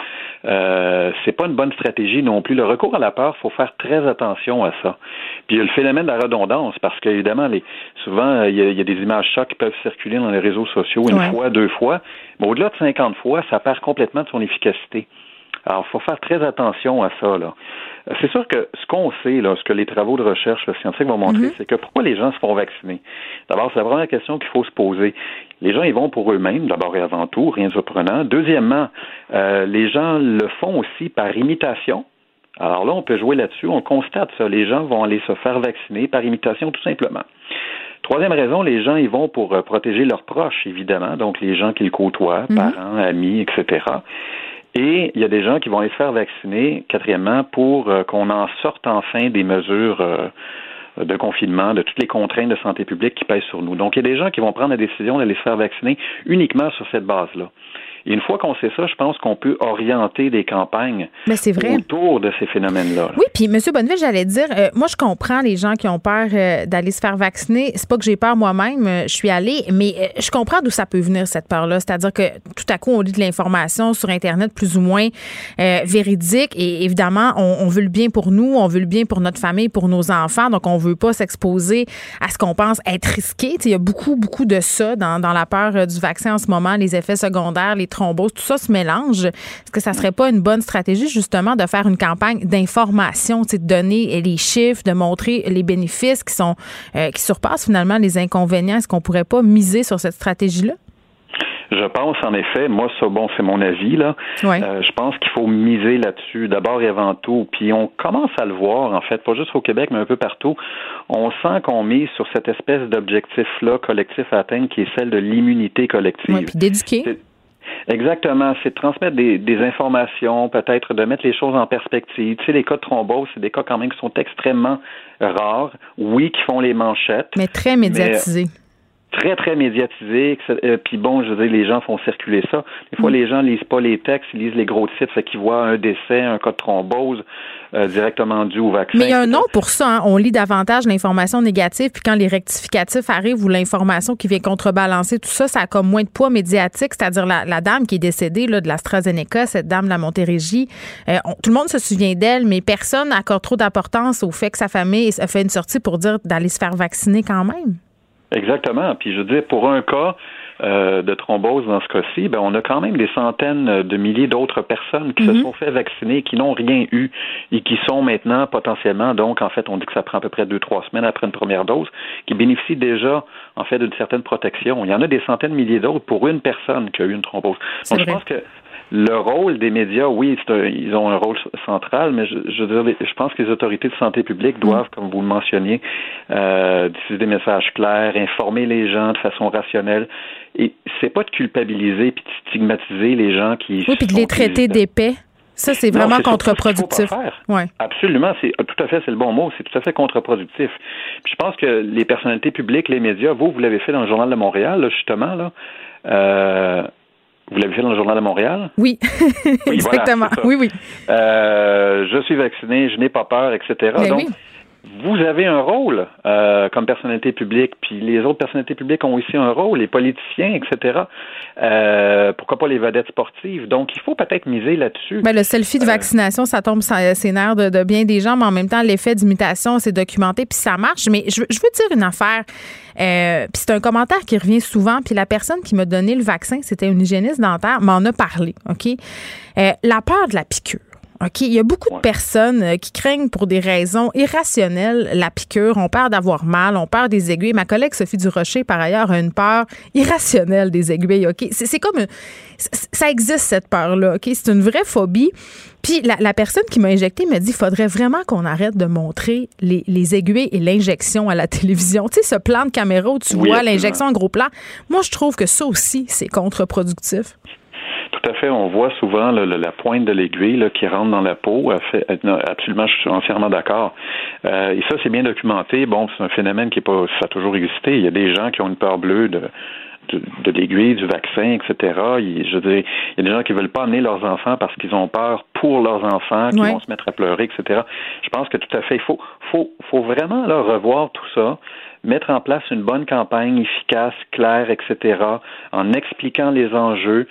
C'est pas une bonne stratégie non plus. Le recours à la peur, faut faire très attention à ça. Puis il y a le phénomène de la redondance, parce qu'évidemment, souvent, il y a des images chocs qui peuvent circuler dans les réseaux sociaux une fois, 2 fois, mais au-delà de 50 fois, ça perd complètement de son efficacité. Alors, il faut faire très attention à ça, là. C'est sûr que ce qu'on sait, là, ce que les travaux de recherche scientifique vont montrer, c'est que pourquoi les gens se font vacciner? D'abord, c'est la première question qu'il faut se poser. Les gens, ils vont pour eux-mêmes, d'abord et avant tout, rien de surprenant. Deuxièmement, les gens le font aussi par imitation. Alors là, on peut jouer là-dessus, on constate ça. Les gens vont aller se faire vacciner par imitation, tout simplement. Troisième raison, les gens, ils vont pour protéger leurs proches, évidemment, donc les gens qu'ils côtoient, parents, amis, etc., et il y a des gens qui vont aller se faire vacciner, quatrièmement, pour qu'on en sorte enfin des mesures de confinement, de toutes les contraintes de santé publique qui pèsent sur nous. Donc, il y a des gens qui vont prendre la décision d'aller se faire vacciner uniquement sur cette base-là. Et une fois qu'on sait ça, je pense qu'on peut orienter des campagnes autour de ces phénomènes-là. Oui, puis M. Bonneville, j'allais dire, moi, je comprends les gens qui ont peur d'aller se faire vacciner. C'est pas que j'ai peur moi-même, je suis allée, mais je comprends d'où ça peut venir, cette peur-là. C'est-à-dire que tout à coup, on lit de l'information sur Internet plus ou moins véridique et évidemment, on veut le bien pour nous, on veut le bien pour notre famille, pour nos enfants, donc on veut pas s'exposer à ce qu'on pense être risqué. Il y a beaucoup de ça dans la peur du vaccin en ce moment, les effets secondaires, les thromboses, tout ça se mélange. Est-ce que ça serait pas une bonne stratégie, justement, de faire une campagne d'information, de donner les chiffres, de montrer les bénéfices qui surpassent finalement les inconvénients? Est-ce qu'on pourrait pas miser sur cette stratégie-là? Je pense, en effet, moi, ça, c'est mon avis, là. Ouais. Je pense qu'il faut miser là-dessus, d'abord et avant tout. Puis on commence à le voir, en fait, pas juste au Québec, mais un peu partout. On sent qu'on mise sur cette espèce d'objectif-là collectif à atteindre, qui est celle de l'immunité collective. Oui, puis d'éduquer. Exactement, c'est de transmettre des informations, peut-être de mettre les choses en perspective. Tu sais, les cas de thrombose, c'est des cas quand même qui sont extrêmement rares, oui, qui font les manchettes. Mais très médiatisés. Très, très médiatisé. Puis bon, je veux dire, les gens font circuler ça. Des fois, les gens lisent pas les textes, ils lisent les gros titres, fait qu'ils voient un décès, un cas de thrombose directement dû au vaccin. Mais il y a un nom pour ça. Hein. On lit davantage l'information négative, puis quand les rectificatifs arrivent ou l'information qui vient contrebalancer tout ça, ça a comme moins de poids médiatique. C'est-à-dire la dame qui est décédée là, de l'AstraZeneca, cette dame de la Montérégie, tout le monde se souvient d'elle, mais personne n'accorde trop d'importance au fait que sa famille a fait une sortie pour dire d'aller se faire vacciner quand même. Exactement. Puis je veux dire, pour un cas de thrombose dans ce cas-ci, on a quand même des centaines de milliers d'autres personnes qui se sont fait vacciner, qui n'ont rien eu et qui sont maintenant potentiellement, donc en fait, on dit que ça prend à peu près 2-3 semaines après une première dose, qui bénéficient déjà en fait d'une certaine protection. Il y en a des centaines de milliers d'autres pour une personne qui a eu une thrombose. Donc je pense que le rôle des médias, oui, ils ont un rôle central, mais je pense que les autorités de santé publique doivent, comme vous le mentionniez, diffuser des messages clairs, informer les gens de façon rationnelle. Et c'est pas de culpabiliser puis de stigmatiser les gens qui... Oui, puis de les traiter d'épais. Ça, c'est vraiment contre-productif. Ouais. Absolument, tout à fait, c'est le bon mot, c'est tout à fait contre-productif. Puis je pense que les personnalités publiques, les médias, vous l'avez fait dans le Journal de Montréal, là, justement, là. Vous l'avez fait dans le Journal de Montréal? Oui, exactement. Voilà, oui. Je suis vacciné, je n'ai pas peur, etc. Mais donc, vous avez un rôle comme personnalité publique, puis les autres personnalités publiques ont aussi un rôle, les politiciens, etc. Pourquoi pas les vedettes sportives? Donc, il faut peut-être miser là-dessus. Le selfie de vaccination, ça tombe ses nerfs de bien des gens, mais en même temps, l'effet d'imitation, c'est documenté, puis ça marche. Mais je veux dire une affaire, puis c'est un commentaire qui revient souvent, puis la personne qui m'a donné le vaccin, c'était une hygiéniste dentaire, m'en a parlé, OK? La peur de la piqûre. OK, il y a beaucoup de personnes qui craignent pour des raisons irrationnelles la piqûre. On peur d'avoir mal, on peur des aiguilles. Ma collègue Sophie Durocher, par ailleurs, a une peur irrationnelle des aiguilles. OK, c'est comme ça existe cette peur-là. OK, c'est une vraie phobie. Puis la personne qui m'a injecté me dit, il faudrait vraiment qu'on arrête de montrer les aiguilles et l'injection à la télévision. Tu sais, ce plan de caméra où tu vois l'injection en gros plan. Moi, je trouve que ça aussi, c'est contre-productif. Tout à fait. On voit souvent la pointe de l'aiguille là, qui rentre dans la peau. Absolument, je suis entièrement d'accord. Et ça, c'est bien documenté. Bon, c'est un phénomène qui est pas, ça a toujours existé. Il y a des gens qui ont une peur bleue de l'aiguille, du vaccin, etc. Je veux dire, il y a des gens qui veulent pas amener leurs enfants parce qu'ils ont peur pour leurs enfants, qui vont se mettre à pleurer, etc. Je pense que tout à fait, il faut vraiment là, revoir tout ça, mettre en place une bonne campagne efficace, claire, etc., en expliquant les enjeux,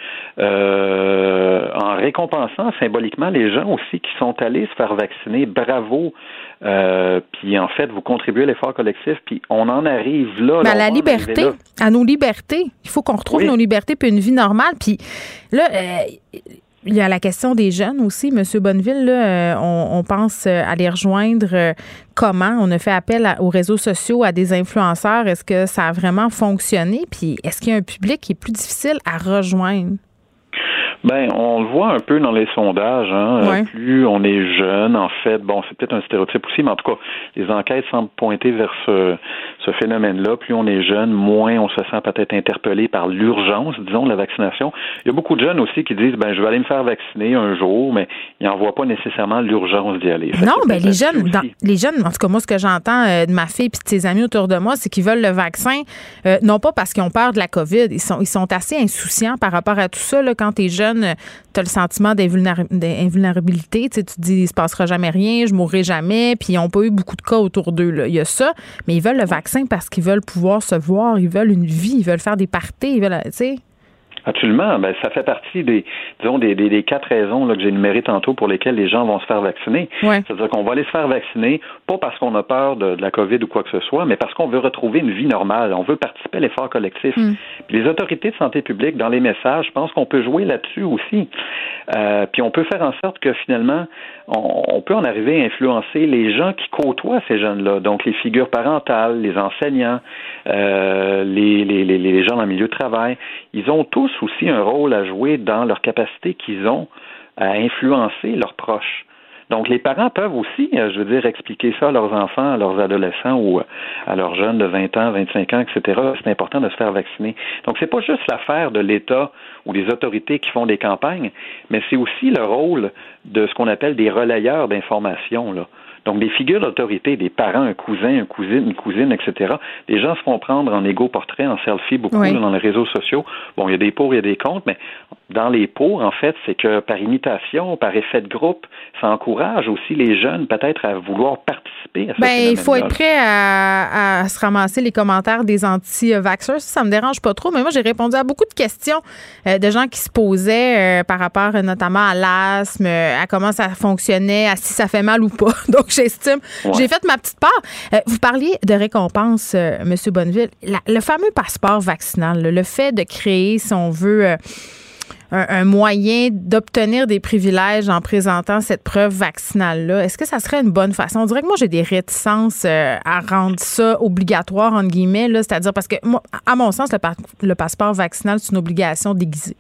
en récompensant symboliquement les gens aussi qui sont allés se faire vacciner. Bravo! Puis en fait, vous contribuez à l'effort collectif, puis on en arrive là. À la liberté, à nos libertés. Il faut qu'on retrouve nos libertés puis une vie normale. Puis là, il y a la question des jeunes aussi. Monsieur Bonneville, là, on pense à les rejoindre. Comment? On a fait appel aux réseaux sociaux, à des influenceurs. Est-ce que ça a vraiment fonctionné? Puis est-ce qu'il y a un public qui est plus difficile à rejoindre? On le voit un peu dans les sondages. Plus on est jeune, en fait, c'est peut-être un stéréotype aussi, mais en tout cas, les enquêtes semblent pointer vers ce phénomène-là. Plus on est jeune, moins on se sent peut-être interpellé par l'urgence, disons, de la vaccination. Il y a beaucoup de jeunes aussi qui disent, je vais aller me faire vacciner un jour, mais ils n'en voient pas nécessairement l'urgence d'y aller. Non, les jeunes, en tout cas, moi, ce que j'entends de ma fille et de ses amis autour de moi, c'est qu'ils veulent le vaccin, non pas parce qu'ils ont peur de la COVID. Ils sont assez insouciants par rapport à tout ça. Là, quand tu es jeune, tu as le sentiment d'invulnérabilité. Tu te dis, il se passera jamais rien, je mourrai jamais. Puis ils n'ont pas eu beaucoup de cas autour d'eux. Là. Il y a ça, mais ils veulent le vaccin parce qu'ils veulent pouvoir se voir, ils veulent une vie, ils veulent faire des parties, ils veulent, tu sais. Absolument. Ça fait partie des 4 raisons là, que j'ai énumérées tantôt pour lesquelles les gens vont se faire vacciner. C'est-à-dire qu'on va aller se faire vacciner, pas parce qu'on a peur de la COVID ou quoi que ce soit, mais parce qu'on veut retrouver une vie normale. On veut participer à l'effort collectif. Puis les autorités de santé publique, dans les messages, je pense qu'on peut jouer là-dessus aussi. Puis on peut faire en sorte que finalement, on peut en arriver à influencer les gens qui côtoient ces jeunes-là. Donc les figures parentales, les enseignants, les gens dans le milieu de travail. Ils ont tous aussi un rôle à jouer dans leur capacité qu'ils ont à influencer leurs proches. Donc, les parents peuvent aussi, expliquer ça à leurs enfants, à leurs adolescents ou à leurs jeunes de 20 ans, 25 ans, etc. C'est important de se faire vacciner. Donc, c'est pas juste l'affaire de l'État ou des autorités qui font des campagnes, mais c'est aussi le rôle de ce qu'on appelle des relayeurs d'informations, là. Donc, des figures d'autorité, des parents, un cousin, une cousine, etc. Les gens se font prendre en égo-portrait, en selfie beaucoup dans les réseaux sociaux. Bon, il y a des pour, il y a des contre, mais dans les pour, en fait, c'est que par imitation, par effet de groupe, ça encourage aussi les jeunes peut-être à vouloir participer à ce phénomène-là. Il faut être prêt à se ramasser les commentaires des anti-vaxxers. Ça me dérange pas trop, mais moi, j'ai répondu à beaucoup de questions de gens qui se posaient par rapport notamment à l'asthme, à comment ça fonctionnait, à si ça fait mal ou pas. Donc, j'estime. Ouais. J'ai fait ma petite part. Vous parliez de récompense, M. Bonneville. Le fameux passeport vaccinal, le fait de créer, si on veut, un moyen d'obtenir des privilèges en présentant cette preuve vaccinale-là, est-ce que ça serait une bonne façon? On dirait que moi, j'ai des réticences à rendre ça obligatoire, entre guillemets, là, c'est-à-dire parce que, moi, à mon sens, le passeport vaccinal, c'est une obligation déguisée.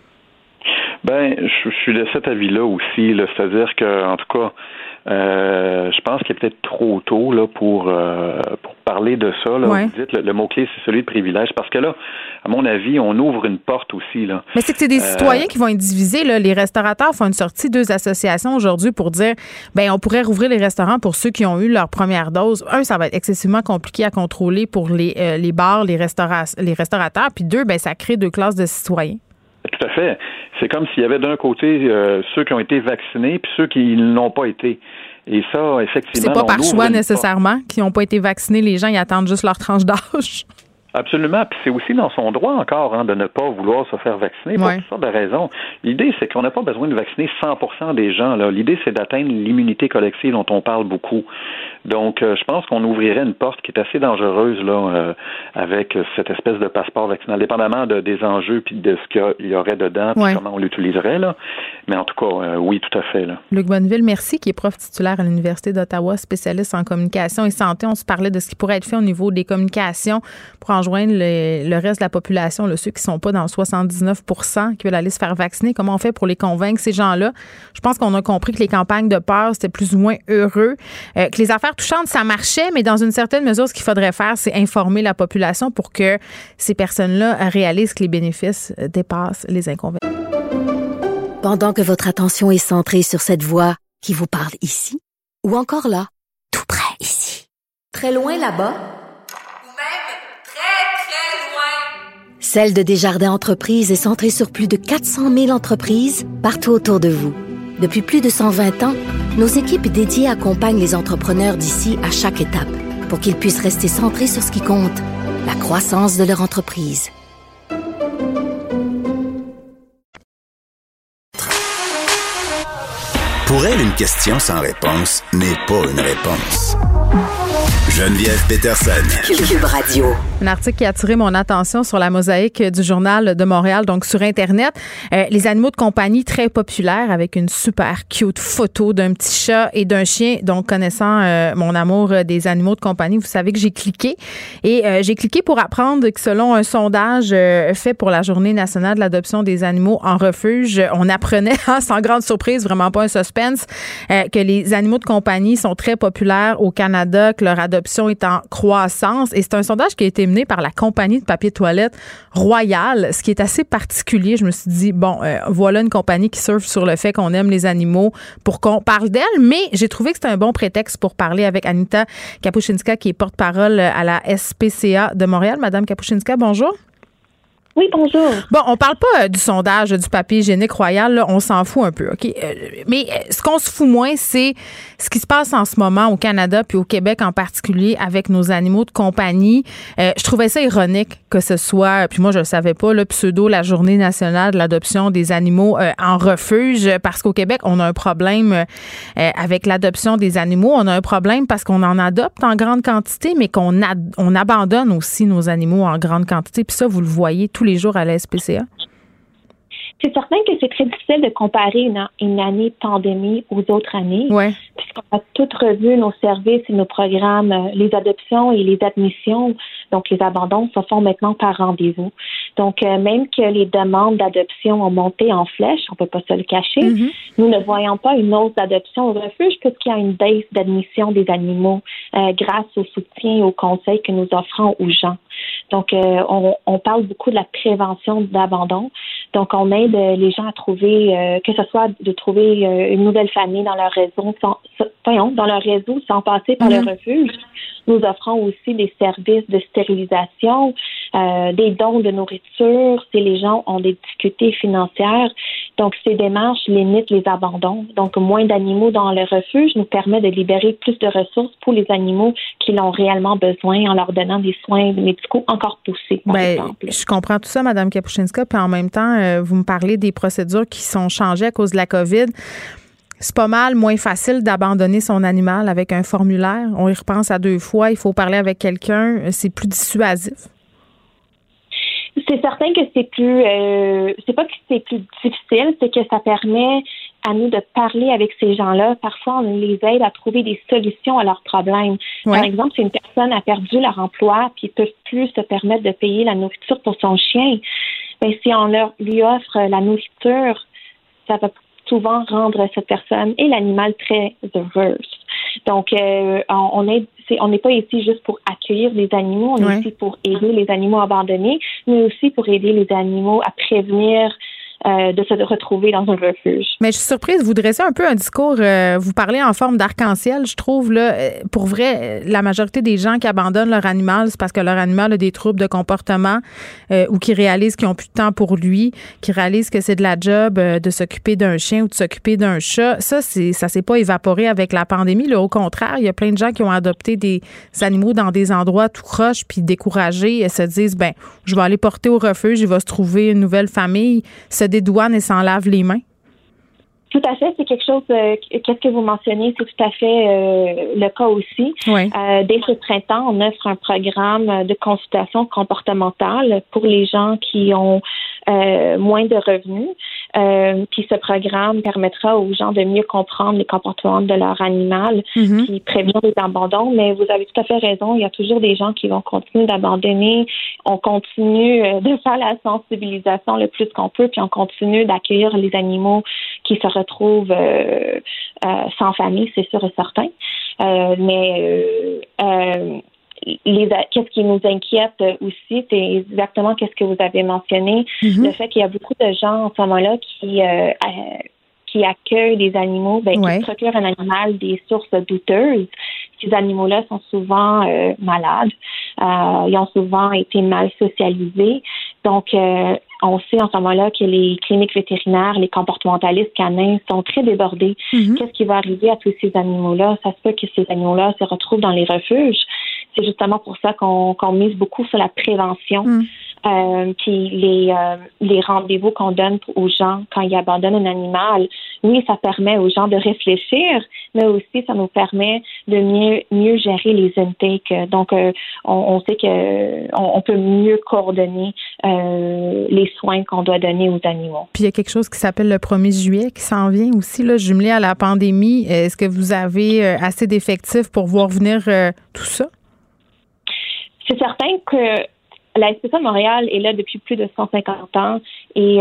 Je suis de cet avis-là aussi, là, c'est-à-dire que, en tout cas, je pense qu'il est peut-être trop tôt là pour parler de ça. Là. Ouais. Vous dites le mot-clé, c'est celui de privilège, parce que là, à mon avis, on ouvre une porte aussi. Là. Mais c'est que c'est des citoyens qui vont être divisés. Là. Les restaurateurs font une sortie, 2 associations aujourd'hui pour dire on pourrait rouvrir les restaurants pour ceux qui ont eu leur première dose. 1, ça va être excessivement compliqué à contrôler pour les bars, les restaurateurs. Puis 2, ça crée 2 classes de citoyens. Tout à fait. C'est comme s'il y avait d'un côté ceux qui ont été vaccinés puis ceux qui ne l'ont pas été. Et ça, effectivement... C'est pas par choix nécessairement qu'ils n'ont pas été vaccinés. Les gens, ils attendent juste leur tranche d'âge. Absolument. Puis c'est aussi dans son droit encore de ne pas vouloir se faire vacciner pour toutes sortes de raisons. L'idée, c'est qu'on n'a pas besoin de vacciner 100% des gens. Là. L'idée, c'est d'atteindre l'immunité collective dont on parle beaucoup. Donc, je pense qu'on ouvrirait une porte qui est assez dangereuse là avec cette espèce de passeport vaccinal, dépendamment des enjeux puis de ce qu'il y aurait dedans puis comment on l'utiliserait. Là. Mais en tout cas, oui, tout à fait. Là. Luc Bonneville, merci, qui est prof titulaire à l'Université d'Ottawa, spécialiste en communication et santé. On se parlait de ce qui pourrait être fait au niveau des communications pour enjoindre le reste de la population, là, ceux qui ne sont pas dans le 79% qui veulent aller se faire vacciner. Comment on fait pour les convaincre, ces gens-là? Je pense qu'on a compris que les campagnes de peur, c'était plus ou moins heureux. Que les affaires touchantes, ça marchait, mais dans une certaine mesure, ce qu'il faudrait faire, c'est informer la population pour que ces personnes-là réalisent que les bénéfices dépassent les inconvénients. Pendant que votre attention est centrée sur cette voix qui vous parle ici, ou encore là, tout près ici, très loin là-bas, Celle de Desjardins Entreprises est centrée sur plus de 400 000 entreprises partout autour de vous. Depuis plus de 120 ans, nos équipes dédiées accompagnent les entrepreneurs d'ici à chaque étape pour qu'ils puissent rester centrés sur ce qui compte, la croissance de leur entreprise. Pour elle, une question sans réponse n'est pas une réponse. Geneviève Peterson. Cube Radio. Un article qui a attiré mon attention sur la mosaïque du Journal de Montréal, donc sur Internet. Les animaux de compagnie très populaires avec une super cute photo d'un petit chat et d'un chien. Donc, connaissant mon amour des animaux de compagnie, vous savez que j'ai cliqué. Et j'ai cliqué pour apprendre que selon un sondage fait pour la Journée nationale de l'adoption des animaux en refuge, on apprenait, sans grande surprise, vraiment pas un suspense, que les animaux de compagnie sont très populaires au Canada, que leur adoption est en croissance. Et c'est un sondage qui a été mené par la compagnie de papier de toilette Royal, ce qui est assez particulier. Je me suis dit, voilà une compagnie qui surfe sur le fait qu'on aime les animaux pour qu'on parle d'elle, mais j'ai trouvé que c'était un bon prétexte pour parler avec Anita Kapuscinska, qui est porte-parole à la SPCA de Montréal. Madame Kapuscinska, bonjour. Oui, bonjour. Bon, on parle pas du sondage du papier hygiénique Royal, là, on s'en fout un peu, OK? Mais ce qu'on se fout moins, c'est ce qui se passe en ce moment au Canada puis au Québec en particulier avec nos animaux de compagnie. Je trouvais ça ironique que ce soit, puis moi je le savais pas, le pseudo la Journée nationale de l'adoption des animaux en refuge, parce qu'au Québec, on a un problème avec l'adoption des animaux. On a un problème parce qu'on en adopte en grande quantité, mais qu'on abandonne aussi nos animaux en grande quantité. Puis ça, vous le voyez tous les jours à la SPCA? C'est certain que c'est très difficile de comparer une année pandémie aux autres années, puisqu'on a toutes revu nos services et nos programmes, les adoptions et les admissions Donc, les abandons se font maintenant par rendez-vous. Donc, même que les demandes d'adoption ont monté en flèche, on ne peut pas se le cacher, nous ne voyons pas une hausse d'adoption au refuge puisqu'il y a une baisse d'admission des animaux grâce au soutien et aux conseils que nous offrons aux gens. Donc, on parle beaucoup de la prévention d'abandon. Donc, on aide les gens à trouver, que ce soit de trouver une nouvelle famille dans leur réseau, sans passer par le refuge. Nous offrons aussi des services de stérilisation, des dons de nourriture si les gens ont des difficultés financières. Donc, ces démarches limitent les abandons. Donc, moins d'animaux dans le refuge nous permet de libérer plus de ressources pour les animaux qui l'ont réellement besoin en leur donnant des soins médicaux encore poussés, par exemple. Je comprends tout ça, Mme Kapuscinska, puis en même temps, vous me parlez des procédures qui sont changées à cause de la COVID. C'est pas mal moins facile d'abandonner son animal avec un formulaire. On y repense à 2 fois. Il faut parler avec quelqu'un. C'est plus dissuasif. C'est certain que c'est plus... c'est pas que c'est plus difficile, c'est que ça permet à nous de parler avec ces gens-là. Parfois, on les aide à trouver des solutions à leurs problèmes. Ouais. Par exemple, si une personne a perdu leur emploi puis ils peuvent plus se permettre de payer la nourriture pour son chien, bien, si on lui offre la nourriture, ça va souvent rendre cette personne et l'animal très heureuse. Donc, on n'est pas ici juste pour accueillir des animaux, on est ici pour aider les animaux abandonnés, mais aussi pour aider les animaux à prévenir de se retrouver dans un refuge. Mais je suis surprise, vous dressez un peu un discours, vous parlez en forme d'arc-en-ciel, je trouve, là, pour vrai, la majorité des gens qui abandonnent leur animal, c'est parce que leur animal a des troubles de comportement ou qui réalisent qu'ils n'ont plus de temps pour lui, qui réalisent que c'est de la job de s'occuper d'un chien ou de s'occuper d'un chat. Ça s'est pas évaporé avec la pandémie. Là, au contraire, il y a plein de gens qui ont adopté des animaux dans des endroits tout croches puis découragés et se disent, ben, je vais aller porter au refuge, il va se trouver une nouvelle famille, se dédouane et s'en lave les mains? Tout à fait, c'est quelque chose, qu'est-ce que vous mentionnez, c'est tout à fait le cas aussi. Oui. Dès ce printemps, on offre un programme de consultation comportementale pour les gens qui ont moins de revenus. Puis ce programme permettra aux gens de mieux comprendre les comportements de leur animal, puis prévenir les abandons. Mais vous avez tout à fait raison, il y a toujours des gens qui vont continuer d'abandonner. On continue de faire la sensibilisation le plus qu'on peut, puis on continue d'accueillir les animaux qui se retrouvent sans famille, c'est sûr et certain. Qu'est-ce qui nous inquiète aussi, c'est exactement qu'est-ce que vous avez mentionné, le fait qu'il y a beaucoup de gens en ce moment-là qui accueillent des animaux, qui procurent un animal des sources douteuses. Ces animaux-là sont souvent malades, ils ont souvent été mal socialisés. Donc, on sait en ce moment-là que les cliniques vétérinaires, les comportementalistes canins sont très débordés. Qu'est-ce qui va arriver à tous ces animaux-là? Ça se peut que ces animaux-là se retrouvent dans les refuges. C'est justement pour ça qu'on mise beaucoup sur la prévention. Puis les rendez-vous qu'on donne aux gens quand ils abandonnent un animal, oui, ça permet aux gens de réfléchir, mais aussi ça nous permet de mieux gérer les intakes. Donc, on sait que on peut mieux coordonner les soins qu'on doit donner aux animaux. Puis il y a quelque chose qui s'appelle le 1er juillet qui s'en vient aussi, là, jumelé à la pandémie. Est-ce que vous avez assez d'effectifs pour voir venir tout ça? C'est certain que la SPCA de Montréal est là depuis plus de 150 ans et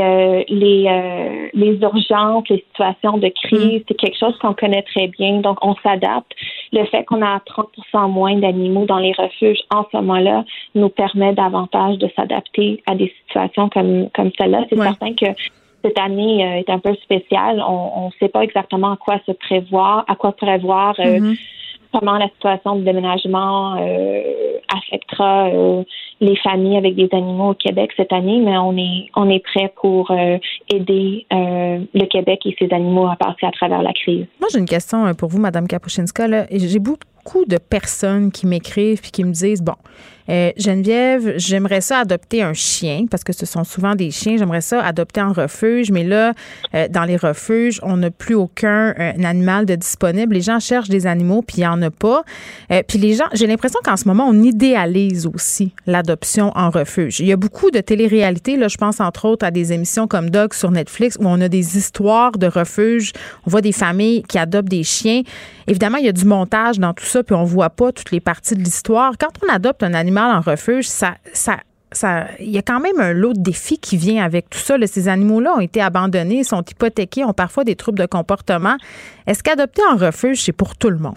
les urgences, les situations de crise, c'est quelque chose qu'on connaît très bien. Donc, on s'adapte. Le fait qu'on a 30% moins d'animaux dans les refuges en ce moment-là nous permet davantage de s'adapter à des situations comme celle-là. C'est certain que cette année est un peu spéciale. On ne sait pas exactement à quoi prévoir. Comment la situation de déménagement affectera les familles avec des animaux au Québec cette année, mais on est prêt pour aider le Québec et ses animaux à passer à travers la crise. Moi, j'ai une question pour vous, Mme Kapuscinska. Là. J'ai beaucoup de personnes qui m'écrivent et qui me disent, bon, Geneviève, j'aimerais ça adopter un chien, parce que ce sont souvent des chiens, j'aimerais ça adopter en refuge, mais là, dans les refuges, on n'a plus aucun animal de disponible. Les gens cherchent des animaux, puis il n'y en a pas. Puis les gens, j'ai l'impression qu'en ce moment, on idéalise aussi l'adoption en refuge. Il y a beaucoup de télé-réalités, là, je pense entre autres à des émissions comme Dog sur Netflix, où on a des histoires de refuges, on voit des familles qui adoptent des chiens. Évidemment, il y a du montage dans tout ça. ça, puis on voit pas toutes les parties de l'histoire. Quand on adopte un animal en refuge, il y a quand même un lot de défis qui vient avec tout ça. Là, ces animaux-là ont été abandonnés, sont hypothéqués, ont parfois des troubles de comportement. Est-ce qu'adopter en refuge, c'est pour tout le monde?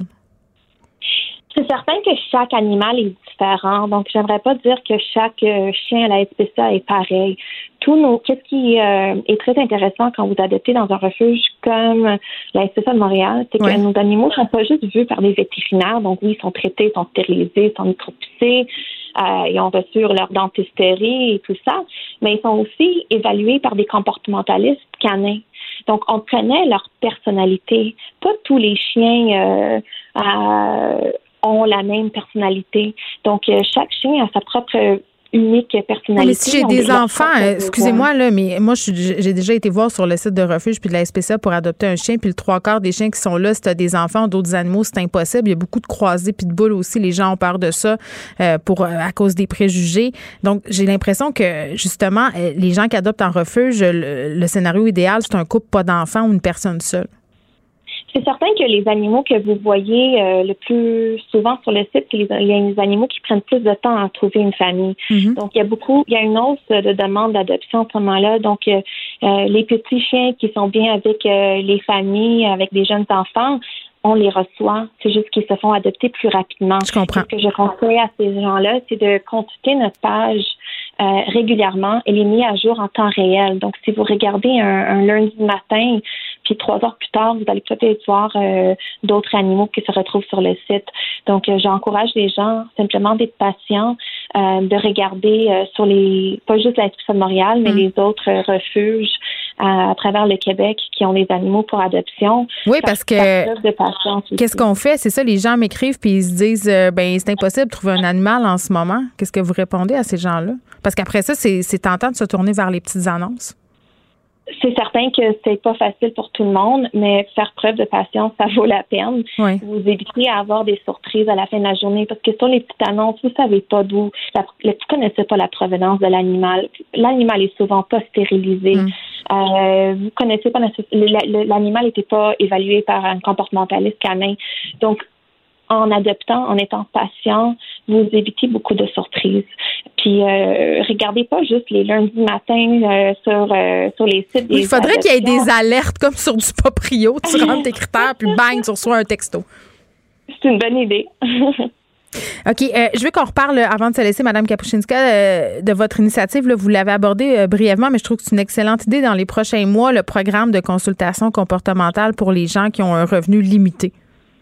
C'est certain que chaque animal est différent. Donc, j'aimerais pas dire que chaque chien à la SPCA est pareil. Qu'est-ce qui est très intéressant quand vous adoptez dans un refuge comme la SPCA de Montréal, c'est que nos animaux sont pas juste vus par des vétérinaires. Donc, oui, ils sont traités, ils sont stérilisés, ils sont micropicés, ils ont reçu leur dentisterie et tout ça, mais ils sont aussi évalués par des comportementalistes canins. Donc, on connaît leur personnalité. Pas tous les chiens ont la même personnalité. Donc, chaque chien a sa propre unique personnalité. Mais si j'ai des enfants, excusez-moi, là, mais moi, j'ai déjà été voir sur le site de refuge puis de la SPCA pour adopter un chien, puis le 3/4 des chiens qui sont là, si tu as des enfants ou d'autres animaux, c'est impossible. Il y a beaucoup de croisés puis de boules aussi. Les gens ont peur de ça à cause des préjugés. Donc, j'ai l'impression que, justement, les gens qui adoptent en refuge, le scénario idéal, c'est un couple pas d'enfants ou une personne seule. C'est certain que les animaux que vous voyez le plus souvent sur le site, il y a des animaux qui prennent plus de temps à trouver une famille. Mm-hmm. Donc, il y a une hausse de demandes d'adoption en ce moment-là. Donc, les petits chiens qui sont bien avec les familles, avec des jeunes enfants, on les reçoit. C'est juste qu'ils se font adopter plus rapidement. Je comprends. Ce que je conseille à ces gens-là, c'est de consulter notre page régulièrement. Elle est mise à jour en temps réel. Donc, si vous regardez un lundi matin, puis 3 heures plus tard, vous allez peut-être voir d'autres animaux qui se retrouvent sur le site. Donc, j'encourage les gens simplement d'être patients, de regarder pas juste la SPCA de Montréal, mais les autres refuges à travers le Québec qui ont des animaux pour adoption. Oui, parce que qu'est-ce qu'on fait? C'est ça, les gens m'écrivent puis ils se disent c'est impossible de trouver un animal en ce moment. Qu'est-ce que vous répondez à ces gens-là? Parce qu'après ça, c'est tentant de se tourner vers les petites annonces. C'est certain que c'est pas facile pour tout le monde, mais faire preuve de patience, ça vaut la peine. Oui. Vous évitez à avoir des surprises à la fin de la journée parce que sur les petites annonces, vous savez pas d'où. Vous connaissez pas la provenance de l'animal. L'animal est souvent pas stérilisé. Vous connaissez pas l'animal n'était pas évalué par un comportementaliste canin. Donc, en adoptant, en étant patient, vous évitez beaucoup de surprises. Puis, regardez pas juste les lundis matins sur les sites. Il faudrait qu'il y ait des alertes comme sur du Poprio. Tu rentres tes critères, puis bang, tu reçois un texto. C'est une bonne idée. OK. Je veux qu'on reparle, avant de se laisser, Mme Kapuscinska, de votre initiative. Là, vous l'avez abordée brièvement, mais je trouve que c'est une excellente idée dans les prochains mois, le programme de consultation comportementale pour les gens qui ont un revenu limité.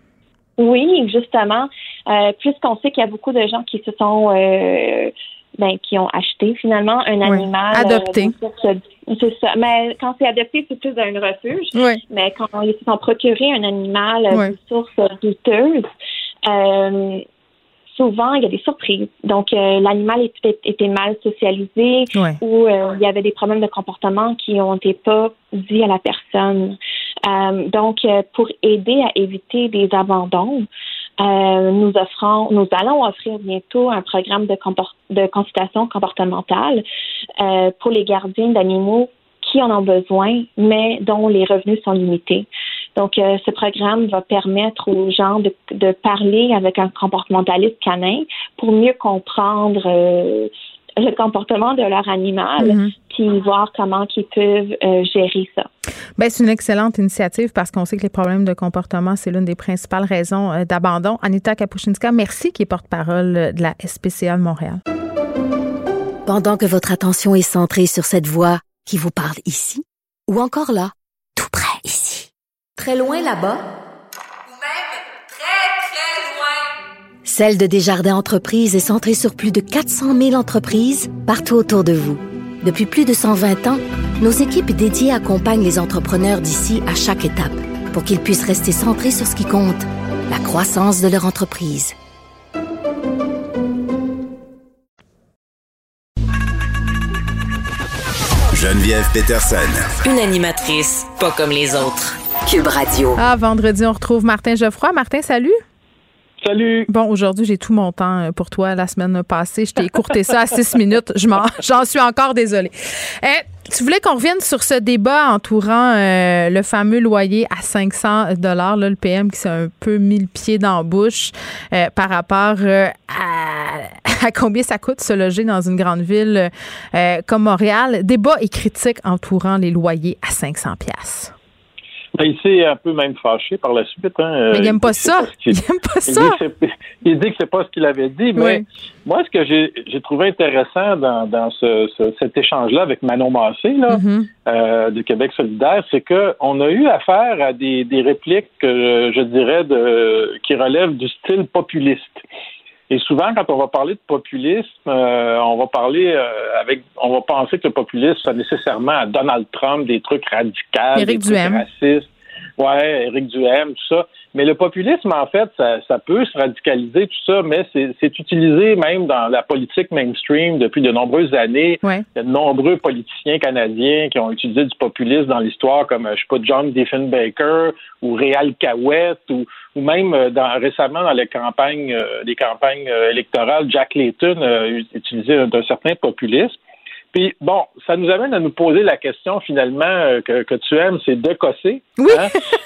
Oui, justement. Puisqu'on sait qu'il y a beaucoup de gens qui se sont qui ont acheté finalement un animal. Adopté. C'est ça. Mais quand c'est adopté, c'est plus un refuge. Oui. Mais quand ils se sont procurés un animal de source douteuse, souvent, il y a des surprises. Donc, l'animal était mal socialisé ou il y avait des problèmes de comportement qui n'ont été pas dits à la personne. Donc, pour aider à éviter des abandons, nous allons offrir bientôt un programme de consultation comportementale pour les gardiens d'animaux qui en ont besoin, mais dont les revenus sont limités. Donc, ce programme va permettre aux gens de parler avec un comportementaliste canin pour mieux comprendre le comportement de leur animal, puis voir comment ils peuvent gérer ça. Bien, c'est une excellente initiative parce qu'on sait que les problèmes de comportement, c'est l'une des principales raisons d'abandon. Anita Kapuscinska, merci, qui est porte-parole de la SPCA de Montréal. Pendant que votre attention est centrée sur cette voix qui vous parle ici, ou encore là, tout près ici, très loin là-bas, ou même très, très loin. Celle de Desjardins Entreprises est centrée sur plus de 400 000 entreprises partout autour de vous. Depuis plus de 120 ans, nos équipes dédiées accompagnent les entrepreneurs d'ici à chaque étape pour qu'ils puissent rester centrés sur ce qui compte, la croissance de leur entreprise. Geneviève Peterson. Une animatrice pas comme les autres. Cube Radio. Vendredi, on retrouve Martin Geoffroy. Martin, salut. Salut! Bon, aujourd'hui, j'ai tout mon temps pour toi. La semaine passée, je t'ai écourté ça à 6 minutes. J'en suis encore désolée. Tu voulais qu'on revienne sur ce débat entourant le fameux loyer à 500 $, là, le PM qui s'est un peu mis le pied dans la bouche par rapport à combien ça coûte se loger dans une grande ville comme Montréal. Débat et critique entourant les loyers à 500 $. Ben, il s'est un peu même fâché par la suite. Mais il n'aime pas ça. Il dit que c'est pas ce qu'il avait dit. Mais moi, ce que j'ai trouvé intéressant dans cet échange-là avec Manon Massé de Québec solidaire, c'est qu'on a eu affaire à des répliques, je dirais, qui relèvent du style populiste. Et souvent, quand on va parler de populisme, on va penser que le populisme, c'est nécessairement à Donald Trump, des trucs radicaux, Éric Duhaime. Racistes. Ouais, Éric Duhaime, tout ça. Mais le populisme, en fait, ça peut se radicaliser, tout ça, mais c'est utilisé même dans la politique mainstream depuis de nombreuses années. Ouais. Il y a de nombreux politiciens canadiens qui ont utilisé du populisme dans l'histoire, comme, je sais pas, John Diefenbaker ou Réal Cahouette, ou même récemment dans les campagnes électorales, Jack Layton a utilisé un certain populisme. Puis, bon, ça nous amène à nous poser la question, finalement, que tu aimes, c'est de Cossé. Oui, hein?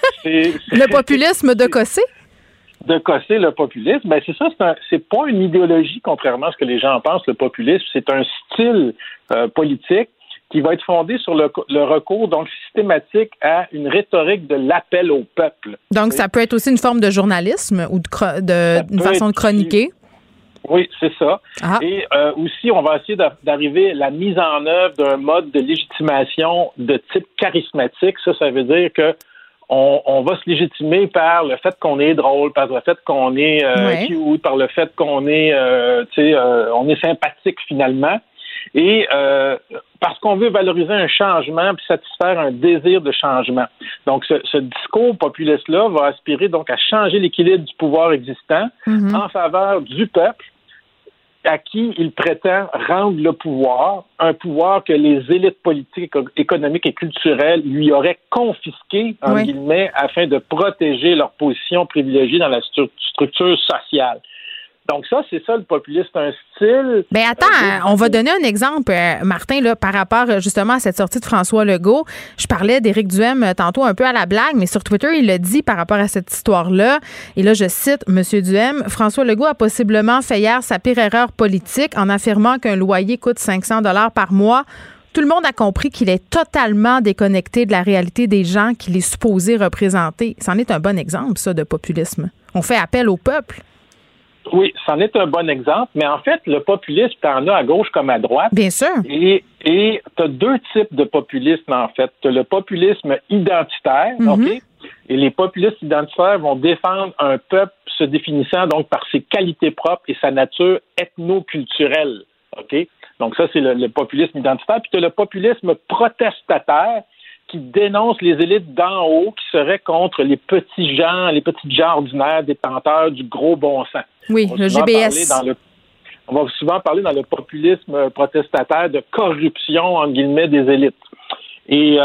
Le populisme de Cossé. De Cossé, le populisme, ben c'est ça, c'est pas une idéologie, contrairement à ce que les gens pensent, le populisme, c'est un style politique qui va être fondé sur le recours, donc, systématique à une rhétorique de l'appel au peuple. Donc, ça peut être aussi une forme de journalisme ou une façon de chroniquer. Oui, c'est ça. Ah. Et aussi, on va essayer d'arriver à la mise en œuvre d'un mode de légitimation de type charismatique. Ça veut dire que on va se légitimer par le fait qu'on est drôle, par le fait qu'on est cute, par le fait qu'on est, on est sympathique finalement. Et parce qu'on veut valoriser un changement puis satisfaire un désir de changement. Donc, ce discours populiste-là va aspirer donc à changer l'équilibre du pouvoir existant en faveur du peuple à qui il prétend rendre le pouvoir, un pouvoir que les élites politiques, économiques et culturelles lui auraient confisqué, en guillemets, afin de protéger leur position privilégiée dans la structure sociale. Donc ça, c'est ça le populisme, un style. Ben attends, on va donner un exemple, Martin, là, par rapport justement à cette sortie de François Legault. Je parlais d'Éric Duhaime tantôt un peu à la blague, mais sur Twitter, il l'a dit par rapport à cette histoire-là. Et là, je cite M. Duhaime, « François Legault a possiblement fait hier sa pire erreur politique en affirmant qu'un loyer coûte 500 $ par mois. Tout le monde a compris qu'il est totalement déconnecté de la réalité des gens qu'il est supposé représenter. » C'en est un bon exemple, ça, de populisme. On fait appel au peuple. Oui, c'en est un bon exemple, mais en fait, le populisme, t'en as à gauche comme à droite. Bien sûr. Et t'as deux types de populisme, en fait. T'as le populisme identitaire, OK? Et les populistes identitaires vont défendre un peuple se définissant donc par ses qualités propres et sa nature ethno-culturelle, OK? Donc ça, c'est le populisme identitaire. Puis t'as le populisme protestataire qui dénonce les élites d'en haut qui seraient contre les petits gens ordinaires détenteurs du gros bon sens. Oui, le GBS. On va souvent parler dans le populisme protestataire de corruption, entre guillemets, des élites. Et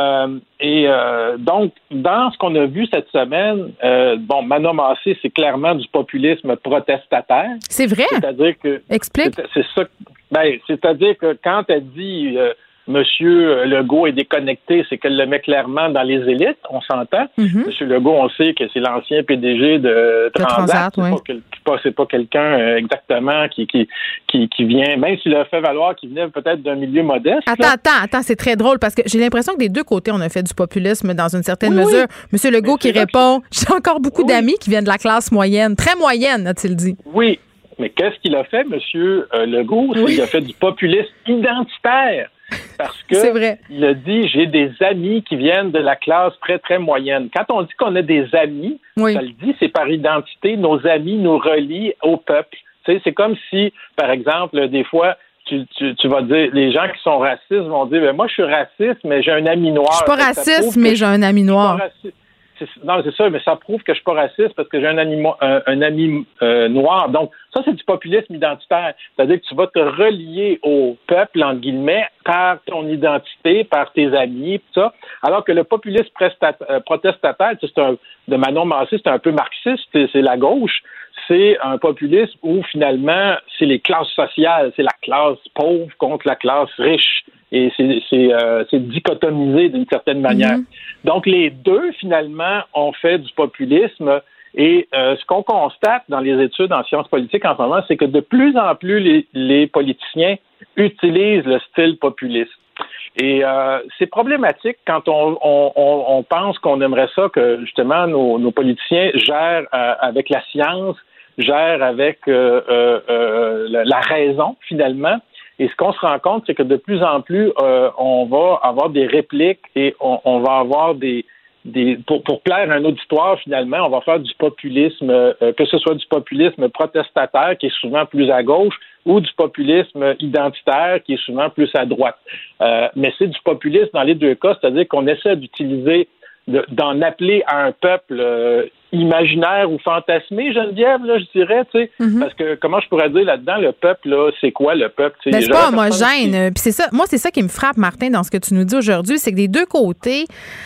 donc, dans ce qu'on a vu cette semaine, Manon Massé, c'est clairement du populisme protestataire. C'est vrai? C'est-à-dire que... Explique. C'est ça. C'est-à-dire que quand elle dit... Monsieur Legault est déconnecté, c'est qu'elle le met clairement dans les élites, on s'entend. Monsieur Legault, on sait que c'est l'ancien PDG de Transat. C'est pas quelqu'un exactement qui vient, même s'il a fait valoir qu'il venait peut-être d'un milieu modeste. Attends, c'est très drôle parce que j'ai l'impression que des deux côtés, on a fait du populisme dans une certaine mesure. Monsieur Legault qui répond, j'ai encore beaucoup d'amis qui viennent de la classe moyenne, très moyenne, a-t-il dit. Oui, mais qu'est-ce qu'il a fait, Monsieur Legault? Il a fait du populisme identitaire. Parce que c'est vrai. Il a dit, j'ai des amis qui viennent de la classe très, très moyenne. Quand on dit qu'on a des amis, ça le dit, c'est par identité, nos amis nous relient au peuple. Tu sais, c'est comme si, par exemple, des fois, tu vas dire, les gens qui sont racistes vont dire, ben moi, je suis raciste, mais j'ai un ami noir. Je suis pas raciste, mais j'ai un ami noir. Non, c'est ça, mais ça prouve que je suis pas raciste parce que j'ai un ami noir. Donc, ça, c'est du populisme identitaire. C'est-à-dire que tu vas te relier au peuple, entre guillemets, par ton identité, par tes amis, tout ça. Alors que le populisme protestataire, de Manon Massé, c'est un peu marxiste, c'est la gauche. c'est un populisme où finalement c'est les classes sociales, c'est la classe pauvre contre la classe riche. Et c'est dichotomisé d'une certaine manière. Donc les deux, finalement, ont fait du populisme. Et ce qu'on constate dans les études en sciences politiques en ce moment, c'est que de plus en plus les politiciens utilisent le style populiste. Et c'est problématique quand on pense qu'on aimerait ça que justement nos politiciens gèrent avec la science, gèrent avec la raison finalement. Et ce qu'on se rend compte, c'est que de plus en plus, on va avoir des répliques et on va avoir pour plaire à un auditoire, finalement, on va faire du populisme, que ce soit du populisme protestataire, qui est souvent plus à gauche, ou du populisme identitaire, qui est souvent plus à droite. Mais c'est du populisme dans les deux cas, c'est-à-dire qu'on essaie d'en appeler à un peuple imaginaire ou fantasmé, Geneviève, là, je dirais, tu sais, parce que comment je pourrais dire là-dedans, le peuple, là, c'est quoi le peuple? Ben, c'est pas homogène. Puis c'est ça, moi, c'est ça qui me frappe, Martin, dans ce que tu nous dis aujourd'hui, c'est que des deux côtés,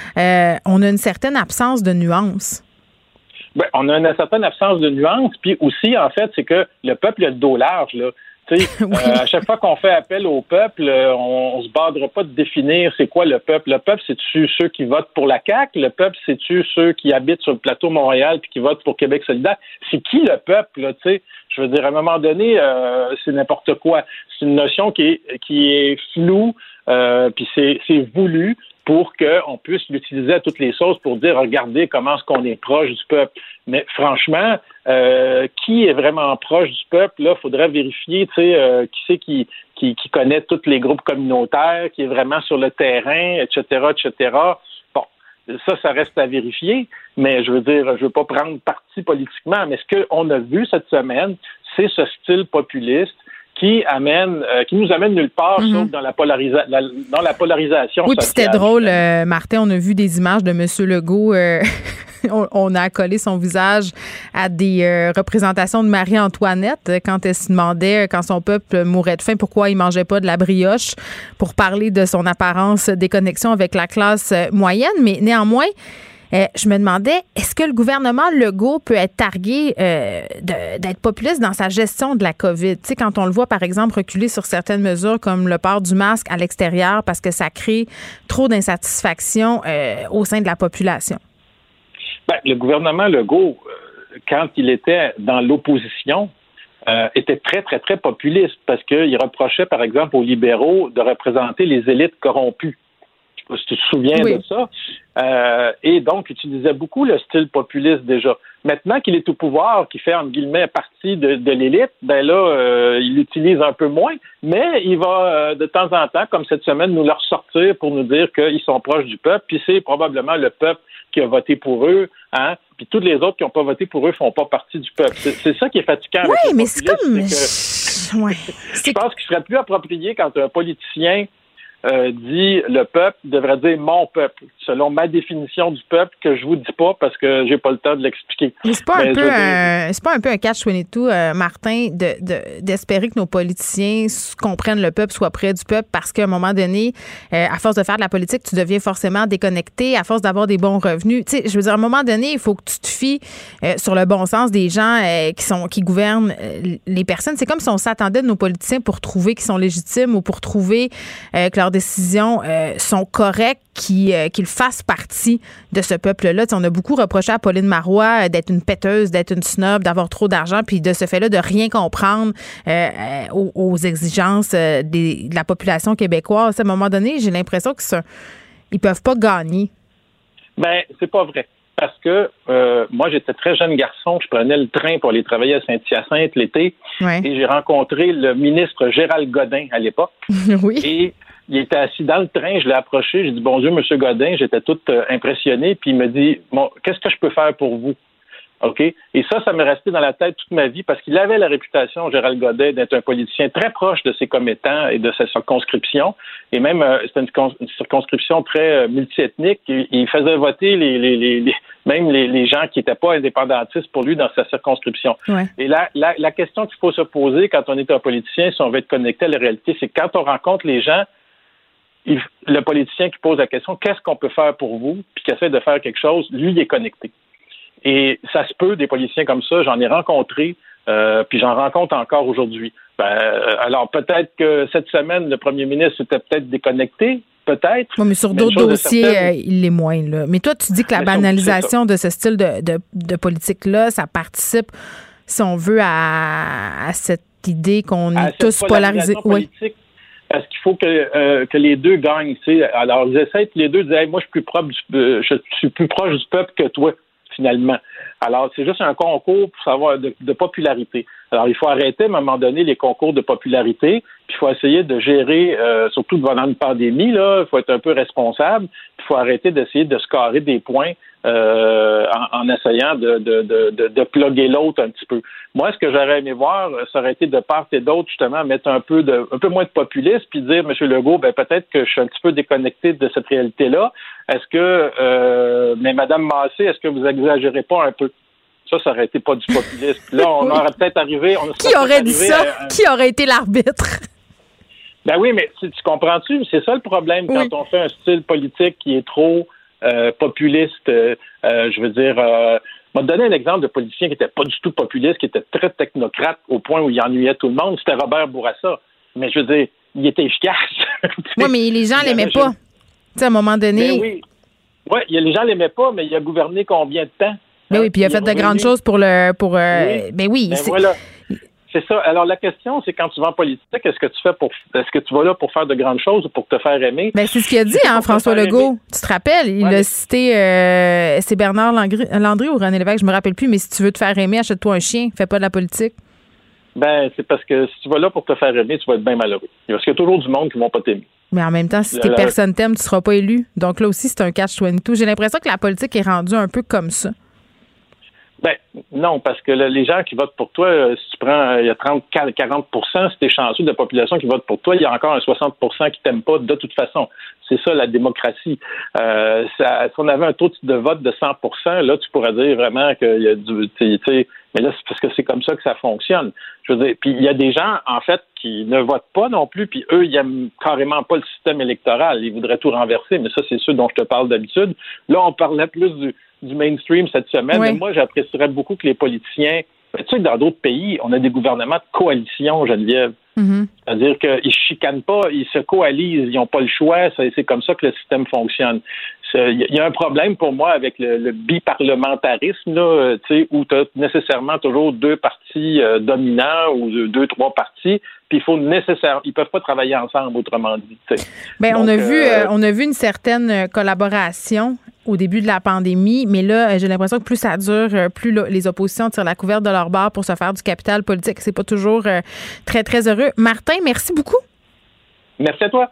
on a une certaine absence de nuance. Ben, on a une certaine absence de nuance, puis aussi, en fait, c'est que le peuple a le dos large, là. Oui. À chaque fois qu'on fait appel au peuple, on se bardera pas de définir c'est quoi le peuple. Le peuple, c'est-tu ceux qui votent pour la CAQ? Le peuple, c'est-tu ceux qui habitent sur le plateau Montréal puis qui votent pour Québec solidaire? C'est qui le peuple, là, tu sais? Je veux dire, à un moment donné, c'est n'importe quoi. C'est une notion qui est floue, puis c'est voulu pour qu'on puisse l'utiliser à toutes les sauces pour dire, regardez comment est-ce qu'on est proche du peuple. Mais franchement, qui est vraiment proche du peuple, là, faudrait vérifier, tu sais, qui c'est qui connaît tous les groupes communautaires, qui est vraiment sur le terrain, etc., etc. Bon, ça reste à vérifier, mais je veux dire, je veux pas prendre parti politiquement, mais ce qu'on a vu cette semaine, c'est ce style populiste qui nous amène nulle part, sauf dans la polarisation oui, sociale. Puis c'était drôle, Martin, on a vu des images de M. Legault, on a accolé son visage à des représentations de Marie-Antoinette quand elle se demandait, quand son peuple mourait de faim, pourquoi il mangeait pas de la brioche, pour parler de son apparence déconnexion avec la classe moyenne, mais néanmoins, je me demandais, est-ce que le gouvernement Legault peut être targué d'être populiste dans sa gestion de la COVID? Tu sais, quand on le voit, par exemple, reculer sur certaines mesures comme le port du masque à l'extérieur parce que ça crée trop d'insatisfaction au sein de la population. Ben, le gouvernement Legault, quand il était dans l'opposition, était très, très, très populiste parce qu'il reprochait, par exemple, aux libéraux de représenter les élites corrompues. Je sais pas si tu te souviens de ça. Et donc, utilisait beaucoup le style populiste déjà. Maintenant qu'il est au pouvoir, qu'il fait, entre guillemets, partie de l'élite, ben là, il l'utilise un peu moins, mais il va, de temps en temps, comme cette semaine, nous le ressortir pour nous dire qu'ils sont proches du peuple, puis c'est probablement le peuple qui a voté pour eux, hein, puis tous les autres qui n'ont pas voté pour eux font pas partie du peuple. C'est ça qui est fatigant. Oui, mais c'est comme... Je pense qu'il serait plus approprié quand un politicien dit le peuple devrait dire mon peuple, selon ma définition du peuple que je vous dis pas parce que j'ai pas le temps de l'expliquer. Mais c'est pas un peu un catch-22, Martin, d'espérer que nos politiciens comprennent le peuple, soient près du peuple, parce qu'à un moment donné, à force de faire de la politique, tu deviens forcément déconnecté, à force d'avoir des bons revenus. Tu sais, je veux dire, à un moment donné, il faut que tu te fies sur le bon sens des gens qui gouvernent les personnes. C'est comme si on s'attendait de nos politiciens pour trouver qu'ils sont légitimes ou pour trouver que leurs décisions sont correctes, qu'ils fassent partie de ce peuple-là. T'sais, on a beaucoup reproché à Pauline Marois d'être une péteuse, d'être une snob, d'avoir trop d'argent, puis de ce fait-là, de rien comprendre aux exigences de la population québécoise. À un moment donné, j'ai l'impression qu'ils peuvent pas gagner. Ben, c'est pas vrai. Parce que moi, j'étais très jeune garçon, je prenais le train pour aller travailler à Saint-Hyacinthe l'été, et j'ai rencontré le ministre Gérald Godin à l'époque. Oui. Et il était assis dans le train, je l'ai approché, j'ai dit « Bonjour, M. Godin », j'étais toute impressionnée, puis il me dit « Bon, qu'est-ce que je peux faire pour vous? » OK? Et ça m'est resté dans la tête toute ma vie parce qu'il avait la réputation, Gérald Godin, d'être un politicien très proche de ses commettants et de sa circonscription. Et même, c'était une circonscription très multiethnique. Il faisait voter même les gens qui n'étaient pas indépendantistes pour lui dans sa circonscription. Ouais. Et la question qu'il faut se poser quand on est un politicien, si on veut être connecté à la réalité, c'est quand on rencontre les gens, le politicien qui pose la question « Qu'est-ce qu'on peut faire pour vous? » puis qui essaie de faire quelque chose, lui, il est connecté. Et ça se peut, des politiciens comme ça, j'en ai rencontré, puis j'en rencontre encore aujourd'hui. Alors peut-être que cette semaine, le premier ministre était peut-être déconnecté, peut-être. Oui, mais sur d'autres dossiers, il l'est moins, là. Mais toi, tu dis que la banalisation de ce style de politique-là, ça participe, si on veut, à cette idée qu'on est tous polarisés. Oui. Parce qu'il faut que les deux gagnent, tu sais. Alors, ils essaient les deux de dire, hey, moi, je suis plus proche du peuple que toi, finalement. Alors, c'est juste un concours pour savoir de popularité. Alors, il faut arrêter, à un moment donné, les concours de popularité, puis il faut essayer de gérer, surtout devant une pandémie, là, il faut être un peu responsable, puis il faut arrêter d'essayer de scorer des points en essayant de plugger l'autre un petit peu. Moi, ce que j'aurais aimé voir, ça aurait été de part et d'autre, justement, mettre un peu moins de populisme, puis dire, M. Legault, peut-être que je suis un petit peu déconnecté de cette réalité-là. Est-ce que, mais Mme Massé, est-ce que vous exagérez pas un peu? Ça aurait été pas du populisme. Là, on aurait peut-être arrivé... Qui aurait dit ça? Qui aurait été l'arbitre? Ben oui, mais tu comprends-tu? C'est ça le problème quand on fait un style politique qui est trop populiste. Je veux dire... Je vais te donner un exemple de politicien qui n'était pas du tout populiste, qui était très technocrate au point où il ennuyait tout le monde. C'était Robert Bourassa. Mais je veux dire, il était efficace. Oui, mais les gens l'aimaient pas. Tu sais, à un moment donné... Ben oui, les gens l'aimaient pas, mais il a gouverné combien de temps? Ben oui, puis il a fait de grandes choses pour ben oui. Voilà. C'est ça. Alors, la question, c'est quand tu vas en politique, est-ce que tu vas là pour faire de grandes choses ou pour te faire aimer? Ben, c'est ce qu'il a dit, François Legault. Tu te rappelles? Il a cité, c'est Bernard Landry ou René Lévesque, je me rappelle plus, mais si tu veux te faire aimer, achète-toi un chien, fais pas de la politique. Ben, c'est parce que si tu vas là pour te faire aimer, tu vas être bien malheureux. Parce qu'il y a toujours du monde qui vont pas t'aimer. Mais en même temps, si tes personnes t'aiment, tu seras pas élu. Donc là aussi, c'est un catch-22. J'ai l'impression que la politique est rendue un peu comme ça. Ben, non, parce que les gens qui votent pour toi, si tu prends, il y a 30-40%, si t'es chanceux de la population qui vote pour toi, il y a encore un 60% qui t'aiment pas de toute façon. C'est ça, la démocratie. Si on avait un taux de vote de 100%, là, tu pourrais dire vraiment qu'il y a du, tu sais, mais là, c'est parce que c'est comme ça que ça fonctionne. Je veux dire, puis il y a des gens, en fait, qui ne votent pas non plus, puis eux, ils aiment carrément pas le système électoral. Ils voudraient tout renverser, mais ça, c'est ceux dont je te parle d'habitude. Là, on parlait plus du mainstream cette semaine, mais moi, j'apprécierais beaucoup que les politiciens... Tu sais que dans d'autres pays, on a des gouvernements de coalition, Geneviève. Mm-hmm. C'est-à-dire qu'ils ne chicanent pas, ils se coalisent, ils n'ont pas le choix, c'est comme ça que le système fonctionne. Il y a un problème pour moi avec le biparlementarisme, là, où tu as nécessairement toujours deux partis dominants ou deux, trois partis, puis ils peuvent pas travailler ensemble, autrement dit. Ben, donc, on a vu une certaine collaboration au début de la pandémie, mais là, j'ai l'impression que plus ça dure, plus les oppositions tirent la couverte de leur bord pour se faire du capital politique. C'est pas toujours très, très heureux. Martin, merci beaucoup. Merci à toi.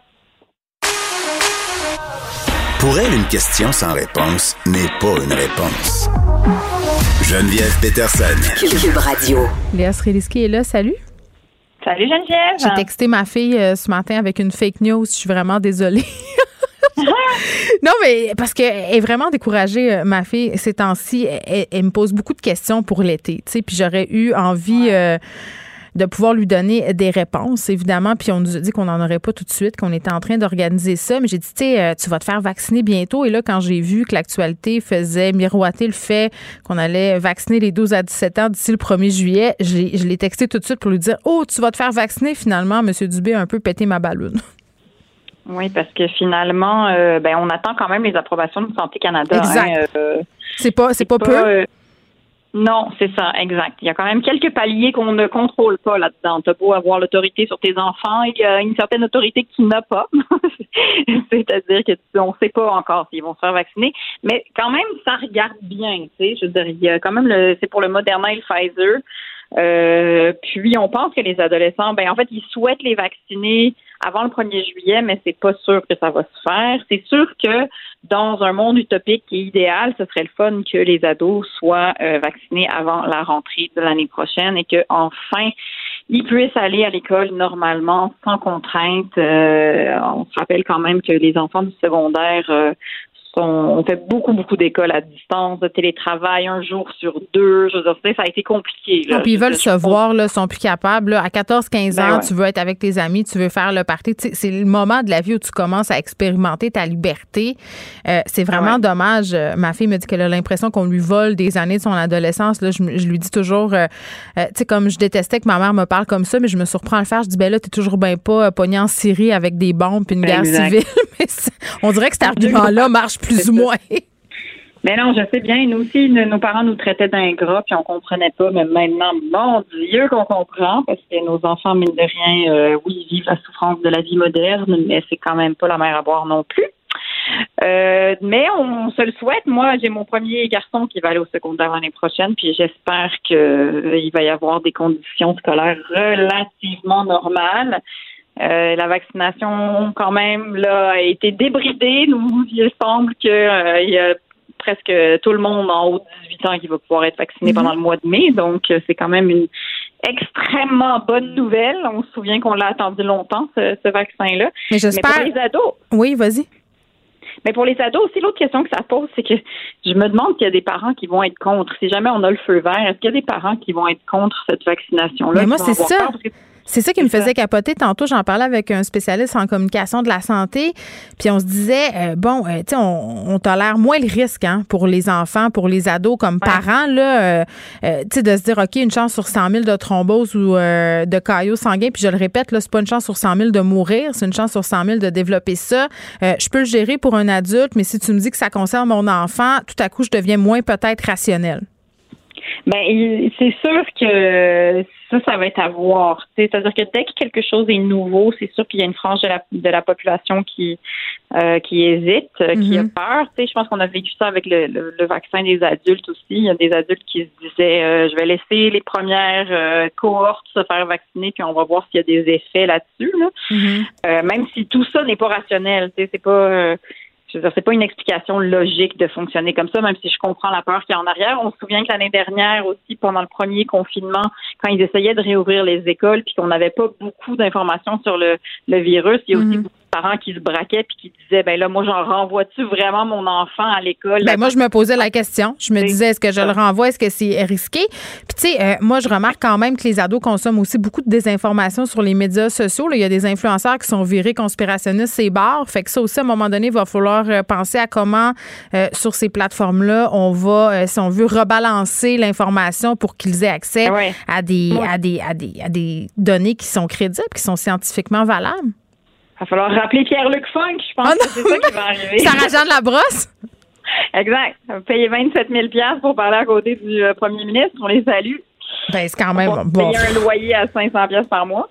Pour elle, une question sans réponse n'est pas une réponse. Geneviève Peterson. Cube Radio. Léa Sreliski est là. Salut. Salut Geneviève. J'ai texté ma fille ce matin avec une fake news. Je suis vraiment désolée. Non, mais parce qu'elle est vraiment découragée, ma fille, ces temps-ci. Elle me pose beaucoup de questions pour l'été, tu sais, puis j'aurais eu envie de pouvoir lui donner des réponses, évidemment, puis on nous a dit qu'on n'en aurait pas tout de suite, qu'on était en train d'organiser ça, mais j'ai dit, tu sais, tu vas te faire vacciner bientôt, et là, quand j'ai vu que l'actualité faisait miroiter le fait qu'on allait vacciner les 12 à 17 ans d'ici le 1er juillet, je l'ai texté tout de suite pour lui dire, oh, tu vas te faire vacciner, finalement, M. Dubé a un peu pété ma balloune. Oui, parce que finalement, on attend quand même les approbations de Santé Canada. Exact. C'est pas peu. Non, c'est ça, exact. Il y a quand même quelques paliers qu'on ne contrôle pas là-dedans. T'as beau avoir l'autorité sur tes enfants, il y a une certaine autorité que tu n'as pas. C'est-à-dire que on ne sait pas encore s'ils vont se faire vacciner, mais quand même, ça regarde bien. Tu sais, je veux dire, il y a quand même c'est pour le Moderna et le Pfizer. Puis on pense que les adolescents, en fait, ils souhaitent les vacciner avant le 1er juillet, mais c'est pas sûr que ça va se faire. C'est sûr que dans un monde utopique et idéal, ce serait le fun que les ados soient vaccinés avant la rentrée de l'année prochaine et que enfin ils puissent aller à l'école normalement, sans contrainte. On se rappelle quand même que les enfants du secondaire On fait beaucoup d'écoles à distance, de télétravail, 1 jour sur 2. Je veux dire, ça a été compliqué. Là. Puis ils veulent se voir, là, sont plus capables. Là. À 14-15 ans, ouais. Tu veux être avec tes amis, tu veux faire le party. Tu sais, c'est le moment de la vie où tu commences à expérimenter ta liberté. C'est vraiment dommage. Ma fille me dit qu'elle a l'impression qu'on lui vole des années de son adolescence. Là, je lui dis toujours, tu sais, comme je détestais que ma mère me parle comme ça, mais je me surprends à le faire. Je dis, ben là, t'es toujours bien pas pogné en Syrie avec des bombes puis une guerre civile. Mais on dirait que cet argument-là marche plus ou moins. Mais non, je sais bien. Nous aussi, nos parents nous traitaient d'ingrats, puis on comprenait pas. Mais maintenant, mon Dieu, qu'on comprend, parce que nos enfants, mine de rien, oui, vivent la souffrance de la vie moderne, mais c'est quand même pas la mer à boire non plus. Mais on se le souhaite. Moi, j'ai mon premier garçon qui va aller au secondaire l'année prochaine, puis j'espère qu'il va y avoir des conditions scolaires relativement normales. La vaccination, quand même, là, a été débridée. Il semble que il y a presque tout le monde en haut de 18 ans qui va pouvoir être vacciné pendant le mois de mai. Donc, c'est quand même une extrêmement bonne nouvelle. On se souvient qu'on l'a attendu longtemps, ce vaccin-là. Mais j'espère... Mais pour les ados... Oui, vas-y. Mais pour les ados aussi, l'autre question que ça pose, c'est que je me demande s'il y a des parents qui vont être contre. Si jamais on a le feu vert, est-ce qu'il y a des parents qui vont être contre cette vaccination-là? Mais moi, c'est ça. C'est ça qui me faisait capoter. Tantôt, j'en parlais avec un spécialiste en communication de la santé, puis on se disait, tu sais, on tolère moins le risque pour les enfants, pour les ados comme parents, là, tu sais, de se dire, OK, une chance sur 100 000 de thrombose ou de caillots sanguins, puis je le répète, là, c'est pas une chance sur 100 000 de mourir, c'est une chance sur 100 000 de développer ça. Je peux le gérer pour un adulte, mais si tu me dis que ça concerne mon enfant, tout à coup, je deviens moins peut-être rationnelle. Ben, c'est sûr que ça va être à voir. C'est-à-dire que dès que quelque chose est nouveau, c'est sûr qu'il y a une frange de la population qui hésite, qui a peur. Je pense qu'on a vécu ça avec le vaccin des adultes aussi. Il y a des adultes qui se disaient je vais laisser les premières cohortes se faire vacciner, puis on va voir s'il y a des effets là-dessus. Là. Même si tout ça n'est pas rationnel, c'est pas... Je veux dire, c'est pas une explication logique de fonctionner comme ça, même si je comprends la peur qu'il y a en arrière. On se souvient que l'année dernière aussi, pendant le premier confinement, quand ils essayaient de réouvrir les écoles puis qu'on n'avait pas beaucoup d'informations sur le virus, il y a aussi beaucoup de parents qui se braquaient puis qui disaient, ben là, moi, j'en renvoie-tu vraiment mon enfant à l'école? Ben moi, je me posais la question. Je me disais, est-ce que je le renvoie? Est-ce que c'est risqué? Puis tu sais, moi, je remarque quand même que les ados consomment aussi beaucoup de désinformation sur les médias sociaux. Là, il y a des influenceurs qui sont virés conspirationnistes, c'est barre. Fait que ça aussi, à un moment donné, il va falloir penser à comment, sur ces plateformes-là, on va, si on veut, rebalancer l'information pour qu'ils aient accès à des données qui sont crédibles, qui sont scientifiquement valables. Il va falloir rappeler Pierre-Luc Funk, je pense que c'est ça qui va arriver. Sarah-Jeanne Labrosse? Exact. Payer 27 000 $ pour parler à côté du premier ministre, on les salue. Ben, c'est quand même bon. Payer un loyer à 500 $ par mois.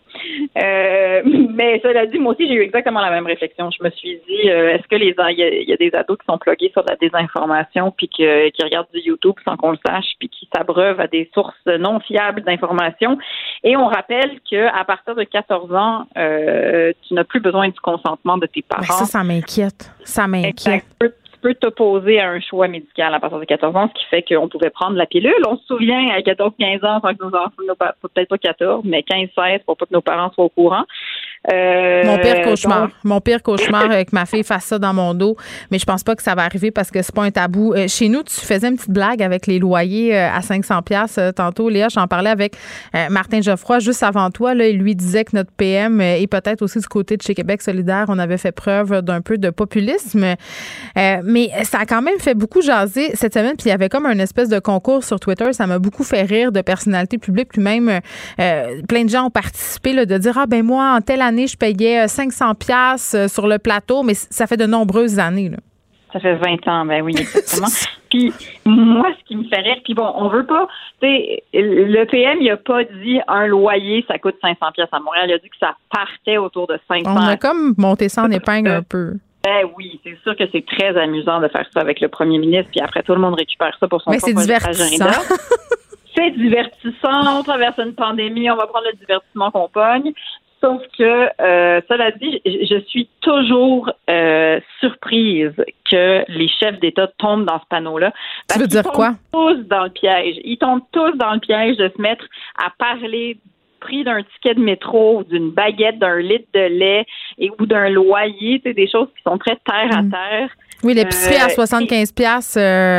Mais cela dit, moi aussi, j'ai eu exactement la même réflexion. Je me suis dit, est-ce que il y a des ados qui sont plugués sur la désinformation puis qui regardent du YouTube sans qu'on le sache puis qui s'abreuvent à des sources non fiables d'informations? Et on rappelle qu'à partir de 14 ans, tu n'as plus besoin du consentement de tes parents. Ben ça m'inquiète. Ça m'inquiète. Tu peux t'opposer à un choix médical à partir de 14 ans, ce qui fait qu'on pouvait prendre la pilule. On se souvient, à 14-15 ans, sans que nos enfants, peut-être pas 14, mais 15-16, pour pas que nos parents soient au courant. Mon pire cauchemar. Mon pire cauchemar que ma fille fasse ça dans mon dos. Mais je pense pas que ça va arriver parce que c'est pas un tabou. Chez nous, tu faisais une petite blague avec les loyers à 500$ tantôt. Léa, j'en parlais avec Martin Geoffroy juste avant toi. Là, il lui disait que notre PM et peut-être aussi du côté de chez Québec solidaire, on avait fait preuve d'un peu de populisme. Mais ça a quand même fait beaucoup jaser cette semaine. Puis il y avait comme un espèce de concours sur Twitter. Ça m'a beaucoup fait rire de personnalités publiques. Puis même plein de gens ont participé là, de dire ben moi, en telle année, je payais 500$ sur le plateau, mais ça fait de nombreuses années. Là. Ça fait 20 ans, ben oui, exactement. Puis moi, ce qui me fait rire, puis bon, on veut pas, tu sais, le PM, il a pas dit un loyer, ça coûte 500$ à Montréal. Il a dit que ça partait autour de 500$. On a comme monté ça en épingle un peu. Ben oui, c'est sûr que c'est très amusant de faire ça avec le premier ministre, puis après, tout le monde récupère ça pour son propre agenda. Mais c'est divertissant. C'est divertissant. On traverse une pandémie, on va prendre le divertissement qu'on pogne. Sauf que, cela dit, je suis toujours surprise que les chefs d'État tombent dans ce panneau-là. Tu veux dire quoi? Ils tombent tous dans le piège. Ils tombent tous dans le piège de se mettre à parler prix d'un ticket de métro, d'une baguette, d'un litre de lait ou d'un loyer, tu sais, des choses qui sont très terre à terre. Oui, l'épicerie à 75$,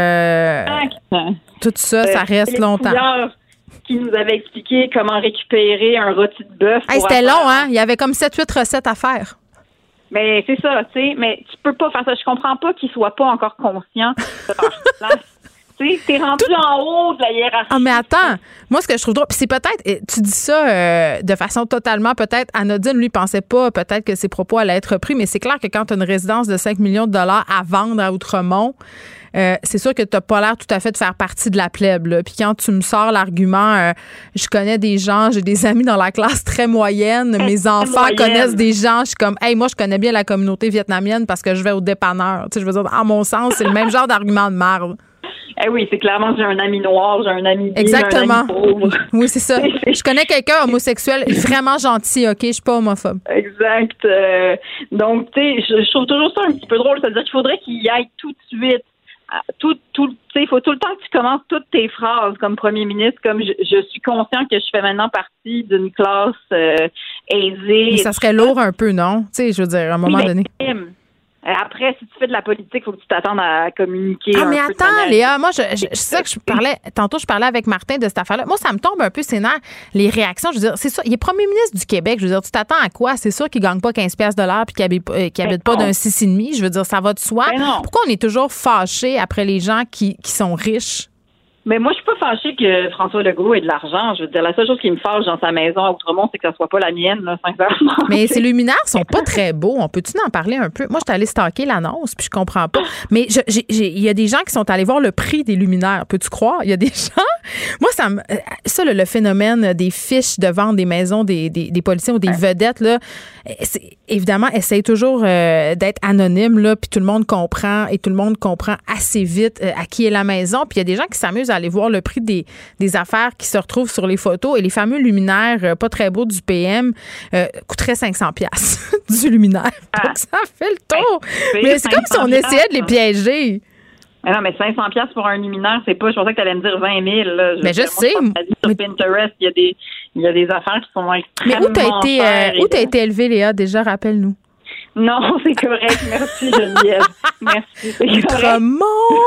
tout ça, ça reste longtemps. Qui nous avait expliqué comment récupérer un rôti de bœuf. C'était long, hein? Il y avait comme 7-8 recettes à faire. Mais c'est ça, tu sais, mais tu peux pas faire ça. Je comprends pas qu'ils soient pas encore conscients de leur place. Tu sais, t'es rendu en haut de la hiérarchie. Ah, mais attends, moi, ce que je trouve drôle, puis c'est peut-être, tu dis ça de façon totalement peut-être anodine, lui, il pensait pas peut-être que ses propos allaient être repris, mais c'est clair que quand tu as une résidence de 5 millions de dollars à vendre à Outremont, c'est sûr que tu n'as pas l'air tout à fait de faire partie de la plèbe. Là. Puis quand tu me sors l'argument, je connais des gens, j'ai des amis dans la classe très moyenne, mes enfants connaissent des gens, je suis comme, hey, moi, je connais bien la communauté vietnamienne parce que je vais au dépanneur. Tu sais, je veux dire, à mon sens, c'est le même genre d'argument de marde. Eh oui, c'est clairement, j'ai un ami noir, j'ai un ami gay, exactement. J'ai un ami pauvre. Oui, c'est ça. Je connais quelqu'un homosexuel vraiment gentil, OK? Je suis pas homophobe. Exact. Donc, tu sais, je trouve toujours ça un petit peu drôle. C'est-à-dire qu'il faudrait qu'il y aille tout de suite. Il faut tout le temps que tu commences toutes tes phrases comme premier ministre, comme je suis conscient que je fais maintenant partie d'une classe aisée. Mais ça serait lourd un peu, non? Tu sais, je veux dire, à un moment donné. Après, si tu fais de la politique, il faut que tu t'attendes à communiquer. Ah, mais attends, Léa, moi, c'est ça que je parlais. Tantôt, je parlais avec Martin de cette affaire-là. Moi, ça me tombe un peu ses nerfs, les réactions. Je veux dire, c'est ça. Il est premier ministre du Québec. Je veux dire, tu t'attends à quoi? C'est sûr qu'il ne gagne pas 15$ de l'heure puis qu'il habite pas d'un 6,5. Je veux dire, ça va de soi. Pourquoi on est toujours fâché après les gens qui sont riches? Mais moi, je suis pas fâchée que François Legault ait de l'argent. Je veux dire, la seule chose qui me fâche dans sa maison à Outremont, c'est que ça soit pas la mienne, là, sincèrement. Mais ces luminaires sont pas très beaux. On peut-tu en parler un peu? Moi, je suis allée stalker l'annonce, puis je comprends pas. Mais il y a des gens qui sont allés voir le prix des luminaires. Peux-tu croire? Il y a des gens... Moi, le phénomène des fiches de vente des maisons des policiers ou des vedettes, là, évidemment, essaye toujours d'être anonyme, là, puis tout le monde comprend, et tout le monde comprend assez vite à qui est la maison. Puis il y a des gens qui s'amusent à aller voir le prix des affaires qui se retrouvent sur les photos. Et les fameux luminaires pas très beaux du PM coûteraient 500$ du luminaire. Donc, ça fait le tour. Mais c'est comme si on essayait de les piéger. Mais non, mais 500$ pour un luminaire, c'est pas... Je pensais que tu allais me dire 20 000. Là. Mais je sais. Sur Pinterest, il y a des affaires qui sont extrêmement chères. Où t'as été élevée, Léa? Déjà, rappelle-nous. Non, c'est correct. Merci, Geneviève. Merci. Outremont.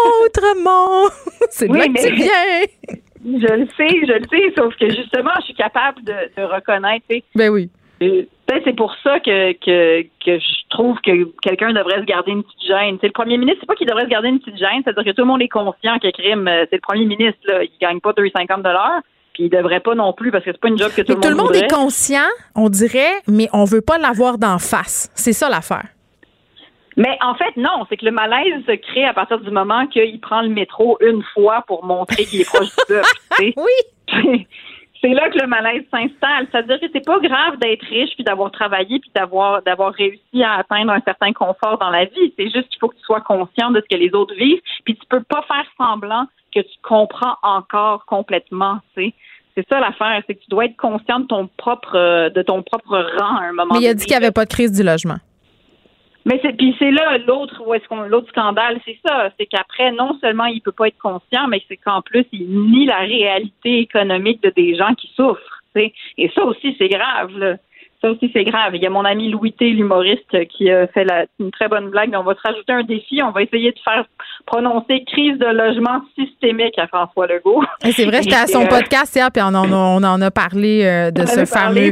C'est de là que tu viens. Je le sais, sauf que justement, je suis capable de reconnaître. Ben oui. Peut-être c'est pour ça que je trouve que quelqu'un devrait se garder une petite gêne. Le premier ministre, c'est pas qu'il devrait se garder une petite gêne, c'est-à-dire que tout le monde est conscient que crime, c'est le premier ministre, là, il gagne pas 2,50$, puis il devrait pas non plus, parce que c'est pas une job que tout le monde voudrait. Est conscient, on dirait, mais on veut pas l'avoir d'en face. C'est ça l'affaire. Mais en fait, non, c'est que le malaise se crée à partir du moment qu'il prend le métro une fois pour montrer qu'il est proche du peuple. Oui. C'est là que le malaise s'installe. C'est-à-dire que c'est pas grave d'être riche puis d'avoir travaillé puis d'avoir réussi à atteindre un certain confort dans la vie. C'est juste qu'il faut que tu sois conscient de ce que les autres vivent puis tu peux pas faire semblant que tu comprends encore complètement, tu sais. C'est ça l'affaire, c'est que tu dois être conscient de ton propre rang à un moment donné. Mais il a dit qu'il n'y avait pas de crise du logement. Mais c'est là l'autre scandale, c'est ça, c'est qu'après non seulement il peut pas être conscient, mais c'est qu'en plus il nie la réalité économique de des gens qui souffrent, tu sais. Et ça aussi c'est grave, là. Ça aussi c'est grave. Il y a mon ami Louis T, l'humoriste, qui a fait une très bonne blague. On va se rajouter un défi, on va essayer de faire prononcer crise de logement systémique à François Legault. Et c'est vrai, j'étais à son podcast hier, puis on en a parlé de ce fameux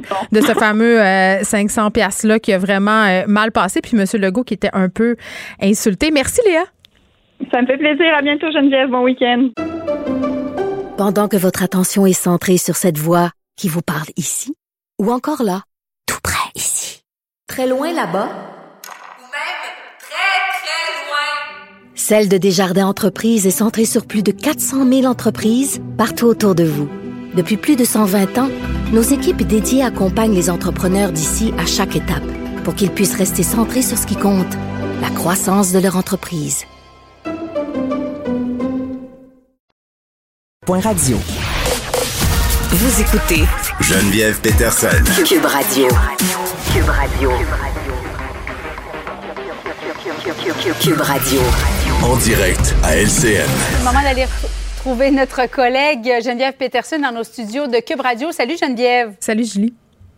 500$ là qui a vraiment mal passé, puis M. Legault qui était un peu insulté. Merci Léa. Ça me fait plaisir. À bientôt Geneviève. Bon week-end. Pendant que votre attention est centrée sur cette voix qui vous parle ici, ou encore là, tout près ici, très loin là-bas, ou même très, très loin. Celle de Desjardins Entreprises est centrée sur plus de 400 000 entreprises partout autour de vous. Depuis plus de 120 ans, nos équipes dédiées accompagnent les entrepreneurs d'ici à chaque étape pour qu'ils puissent rester centrés sur ce qui compte, la croissance de leur entreprise. Point Radio. Vous écoutez Geneviève Peterson. Cube Radio. Cube Radio. Cube Radio. En direct à LCN. C'est le moment d'aller retrouver notre collègue Geneviève Peterson dans nos studios de Cube Radio. Salut Geneviève. Salut Julie.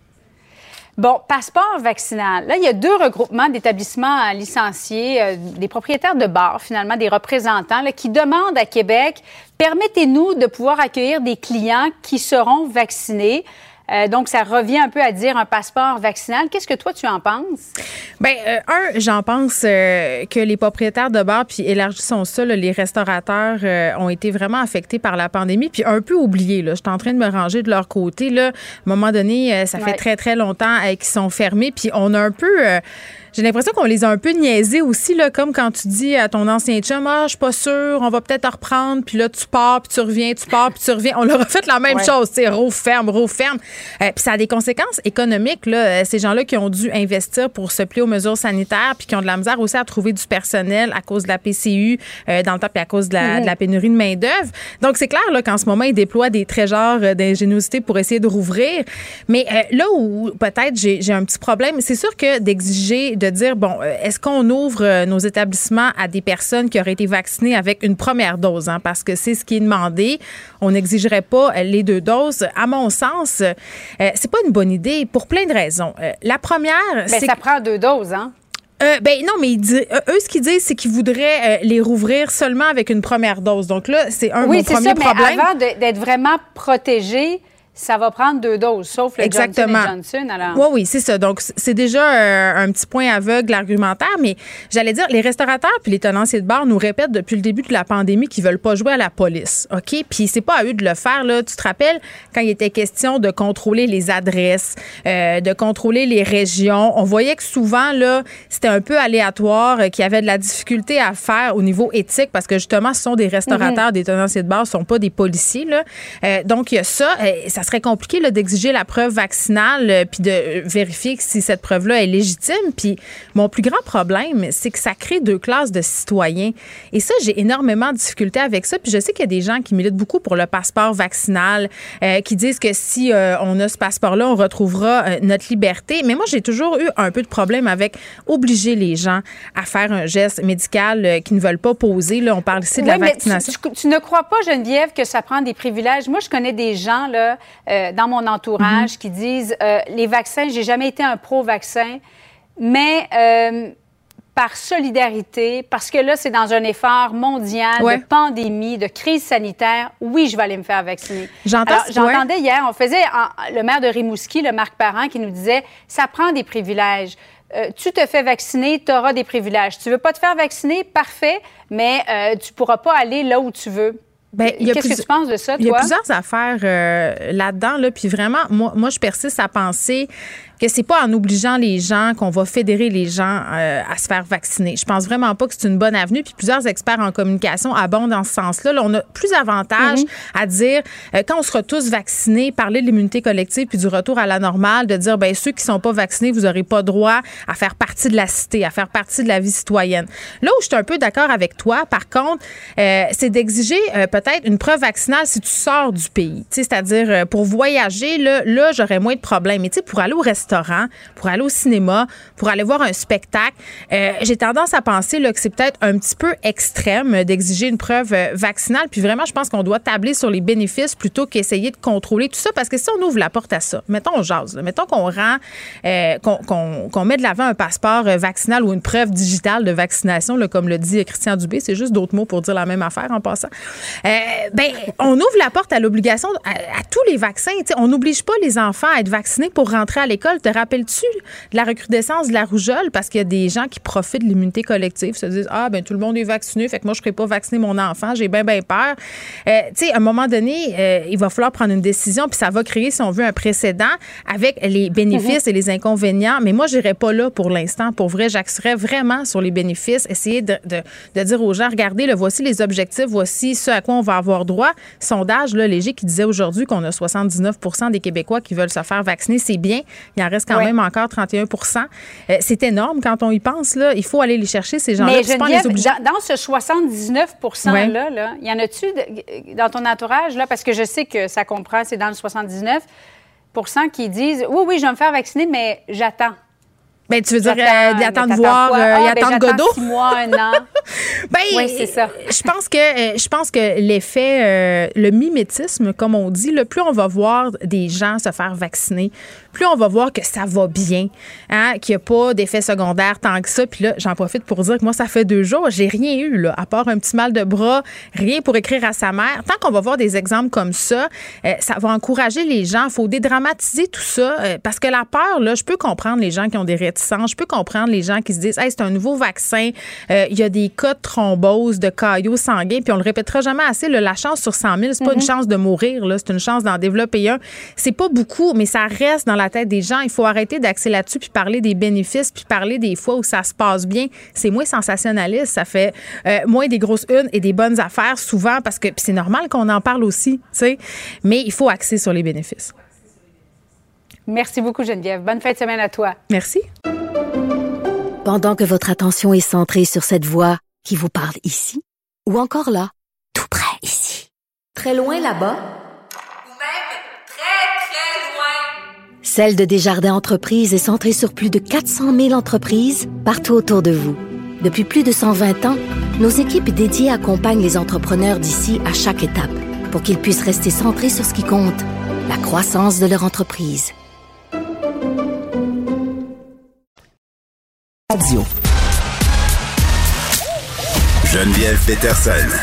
Bon, passeport vaccinal. Là, il y a 2 regroupements d'établissements licenciés, des propriétaires de bars, finalement, des représentants là, qui demandent à Québec, permettez-nous de pouvoir accueillir des clients qui seront vaccinés. Donc, ça revient un peu à dire un passeport vaccinal. Qu'est-ce que toi, tu en penses? Bien, j'en pense que les propriétaires de bars, puis élargissons ça, là, les restaurateurs ont été vraiment affectés par la pandémie, puis un peu oubliés. Là. Je suis en train de me ranger de leur côté. Là. À un moment donné, ça fait très, très longtemps qu'ils sont fermés, puis on a un peu... j'ai l'impression qu'on les a un peu niaisés aussi, là, comme quand tu dis à ton ancien chum, je suis pas sûre, on va peut-être reprendre, puis là, tu pars, puis tu reviens, tu pars, puis tu reviens. On leur a fait la même chose, tu sais, rouvre-ferme. Puis ça a des conséquences économiques, là. Ces gens-là qui ont dû investir pour se plier aux mesures sanitaires, puis qui ont de la misère aussi à trouver du personnel à cause de la PCU, dans le temps, puis à cause de la pénurie de main-d'œuvre. Donc, c'est clair, là, qu'en ce moment, ils déploient des trésors d'ingéniosité pour essayer de rouvrir. Mais là où peut-être j'ai un petit problème, c'est sûr que d'exiger de dire, bon, est-ce qu'on ouvre nos établissements à des personnes qui auraient été vaccinées avec une première dose, hein, parce que c'est ce qui est demandé. On n'exigerait pas les 2 doses. À mon sens, c'est pas une bonne idée pour plein de raisons. La première, c'est... ça prend 2 doses, hein? Non, mais eux, ce qu'ils disent, c'est qu'ils voudraient les rouvrir seulement avec une première dose. Donc là, c'est mon premier problème. Mais avant d'être vraiment protégé, ça va prendre 2 doses, sauf le Johnson & Johnson. Alors. Oui, c'est ça. Donc, c'est déjà un petit point aveugle argumentaire, mais j'allais dire, les restaurateurs puis les tenanciers de bar nous répètent depuis le début de la pandémie qu'ils veulent pas jouer à la police, OK? Puis c'est pas à eux de le faire, là. Tu te rappelles quand il était question de contrôler les adresses, de contrôler les régions, on voyait que souvent, là, c'était un peu aléatoire, qu'il y avait de la difficulté à faire au niveau éthique, parce que justement, ce sont des restaurateurs, des tenanciers de bar, ce sont pas des policiers, là. Donc, il y a ça. Ça serait compliqué là, d'exiger la preuve vaccinale puis de vérifier si cette preuve-là est légitime. Puis mon plus grand problème, c'est que ça crée 2 classes de citoyens. Et ça, j'ai énormément de difficultés avec ça. Puis je sais qu'il y a des gens qui militent beaucoup pour le passeport vaccinal, qui disent que si on a ce passeport-là, on retrouvera notre liberté. Mais moi, j'ai toujours eu un peu de problème avec obliger les gens à faire un geste médical qu'ils ne veulent pas poser. Là, on parle ici de la vaccination. Tu ne crois pas, Geneviève, que ça prend des privilèges? Moi, je connais des gens là, dans mon entourage qui disent les vaccins, j'ai jamais été un pro-vaccin, mais par solidarité, parce que là, c'est dans un effort mondial de pandémie, de crise sanitaire, oui, je vais aller me faire vacciner. J'entendais hier, on faisait le maire de Rimouski, le Marc Parent, qui nous disait, ça prend des privilèges. Tu te fais vacciner, tu auras des privilèges. Tu veux pas te faire vacciner, parfait, mais tu pourras pas aller là où tu veux. Qu'est-ce que tu penses de ça, toi? Il y a plusieurs affaires là-dedans, là, puis vraiment, moi, je persiste à penser que c'est pas en obligeant les gens qu'on va fédérer les gens à se faire vacciner. Je pense vraiment pas que c'est une bonne avenue. Puis plusieurs experts en communication abondent dans ce sens-là. Là, on a plus avantage à dire, quand on sera tous vaccinés, parler de l'immunité collective puis du retour à la normale, de dire, ceux qui sont pas vaccinés, vous aurez pas droit à faire partie de la cité, à faire partie de la vie citoyenne. Là où je suis un peu d'accord avec toi, par contre, c'est d'exiger peut-être une preuve vaccinale si tu sors du pays. C'est-à-dire, pour voyager, là j'aurais moins de problèmes. Mais pour aller au restaurant, pour aller au cinéma, pour aller voir un spectacle, j'ai tendance à penser là, que c'est peut-être un petit peu extrême d'exiger une preuve vaccinale. Puis vraiment, je pense qu'on doit tabler sur les bénéfices plutôt qu'essayer de contrôler tout ça. Parce que si on ouvre la porte à ça, mettons on jase, là, mettons qu'on rend, qu'on met de l'avant un passeport vaccinal ou une preuve digitale de vaccination, là, comme le dit Christian Dubé, c'est juste d'autres mots pour dire la même affaire en passant. On ouvre la porte à l'obligation à tous les vaccins. T'sais, on n'oblige pas les enfants à être vaccinés pour rentrer à l'école. Te rappelles-tu de la recrudescence de la rougeole? Parce qu'il y a des gens qui profitent de l'immunité collective, se disent tout le monde est vacciné, fait que moi, je ne ferai pas vacciner mon enfant, j'ai bien peur. À un moment donné, il va falloir prendre une décision, puis ça va créer, si on veut, un précédent avec les bénéfices et les inconvénients. Mais moi, je n'irai pas là pour l'instant. Pour vrai, j'axerais vraiment sur les bénéfices, essayer de dire aux gens, regardez, là, voici les objectifs, voici ce à quoi on va avoir droit. Sondage là, léger qui disait aujourd'hui qu'on a 79 % des Québécois qui veulent se faire vacciner. C'est bien. Il en reste quand même encore 31 %. C'est énorme quand on y pense. Là. Il faut aller les chercher, ces gens-là. Mais Geneviève, dans ce 79 %-là, là, y en a-tu dans ton entourage? Là, parce que je sais que ça comprend, c'est dans le 79 % qui disent « Oui, je vais me faire vacciner, mais j'attends. » Tu veux dire, ils attendent voir, ils attendent Godot? 6 mois, 1 an. Oui, c'est ça. Je pense que l'effet, le mimétisme, comme on dit, plus on va voir des gens se faire vacciner, plus on va voir que ça va bien, qu'il n'y a pas d'effet secondaire tant que ça. Puis là, j'en profite pour dire que moi, ça fait 2 jours, j'ai rien eu, là, à part un petit mal de bras, rien pour écrire à sa mère. Tant qu'on va voir des exemples comme ça, ça va encourager les gens. Il faut dédramatiser tout ça, parce que la peur, là, je peux comprendre les gens qui ont des réticences, je peux comprendre les gens qui se disent « Hey, c'est un nouveau vaccin, il y a des cas de thrombose, de caillots sanguins, puis on le répétera jamais assez, là, la chance sur 100 000, c'est pas une chance de mourir, là, c'est une chance d'en développer un. C'est pas beaucoup, mais ça reste dans la tête des gens. Il faut arrêter d'axer là-dessus puis parler des bénéfices puis parler des fois où ça se passe bien. C'est moins sensationnaliste. Ça fait moins des grosses unes et des bonnes affaires souvent parce que c'est normal qu'on en parle aussi, tu sais. Mais il faut axer sur les bénéfices. Merci beaucoup, Geneviève. Bonne fin de semaine à toi. Merci. Pendant que votre attention est centrée sur cette voix qui vous parle ici ou encore là, tout près ici, très loin là-bas, Celle de Desjardins Entreprises est centrée sur plus de 400 000 entreprises partout autour de vous. Depuis plus de 120 ans, nos équipes dédiées accompagnent les entrepreneurs d'ici à chaque étape pour qu'ils puissent rester centrés sur ce qui compte, la croissance de leur entreprise. Radio. Geneviève Peterson.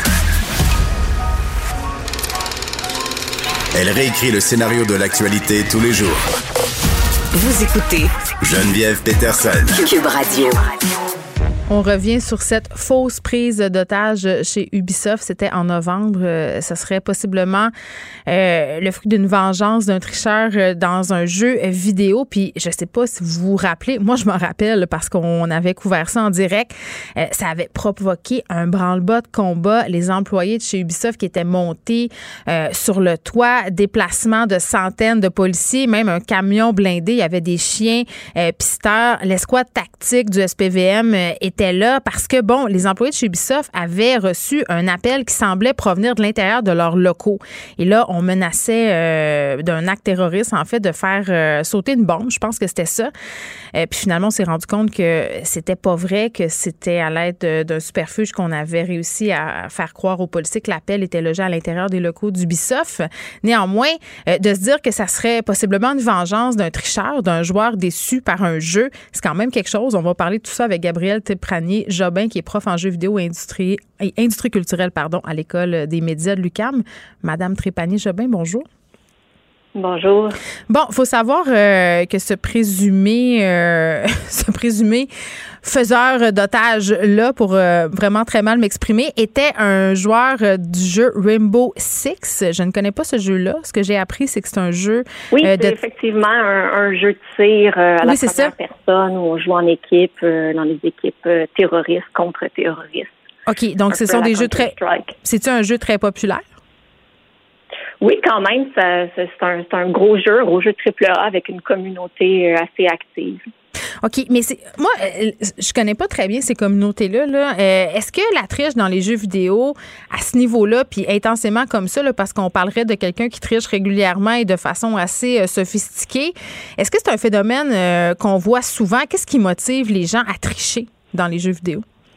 Elle réécrit le scénario de l'actualité tous les jours. Vous écoutez Geneviève Peterson. Cube Radio. On revient sur cette fausse prise d'otage chez Ubisoft. C'était en novembre. Ça serait possiblement le fruit d'une vengeance d'un tricheur dans un jeu vidéo. Puis je sais pas si vous vous rappelez. Moi, je m'en rappelle parce qu'on avait couvert ça en direct. Ça avait provoqué un branle-bas de combat. Les employés de chez Ubisoft qui étaient montés sur le toit, déplacement de centaines de policiers, même un camion blindé. Il y avait des chiens pisteurs. L'escouade tactique du SPVM était là parce que, bon, les employés de chez Ubisoft avaient reçu un appel qui semblait provenir de l'intérieur de leurs locaux. Et là, on menaçait d'un acte terroriste, en fait, de faire sauter une bombe. Je pense que c'était ça. Puis finalement, on s'est rendu compte que c'était pas vrai, que c'était à l'aide d'un superfuge qu'on avait réussi à faire croire aux policiers que l'appel était logé à l'intérieur des locaux d'Ubisoft. Néanmoins, de se dire que ça serait possiblement une vengeance d'un tricheur, d'un joueur déçu par un jeu, c'est quand même quelque chose. On va parler de tout ça avec Gabrielle Pranier-Jobin, qui est prof en jeux vidéo et industrie culturelle à l'École des médias de l'UQAM. Madame Trépanier-Jobin, bonjour. Bonjour. Bon, il faut savoir que ce présumé faiseur d'otages-là, pour vraiment très mal m'exprimer, était un joueur du jeu Rainbow Six. Je ne connais pas ce jeu-là. Ce que j'ai appris, c'est que c'est un jeu... Oui, c'est effectivement un jeu de tir à la première personne où on joue en équipe, dans les équipes terroristes contre terroristes. OK, donc ce sont des jeux très... C'est-tu un jeu très populaire? Oui, quand même, c'est un gros jeu AAA avec une communauté assez active. OK, mais moi, je connais pas très bien ces communautés-là. Là. Est-ce que la triche dans les jeux vidéo, à ce niveau-là, puis intensément comme ça, là, parce qu'on parlerait de quelqu'un qui triche régulièrement et de façon assez sophistiquée, est-ce que c'est un phénomène qu'on voit souvent? Qu'est-ce qui motive les gens à tricher dans les jeux vidéo?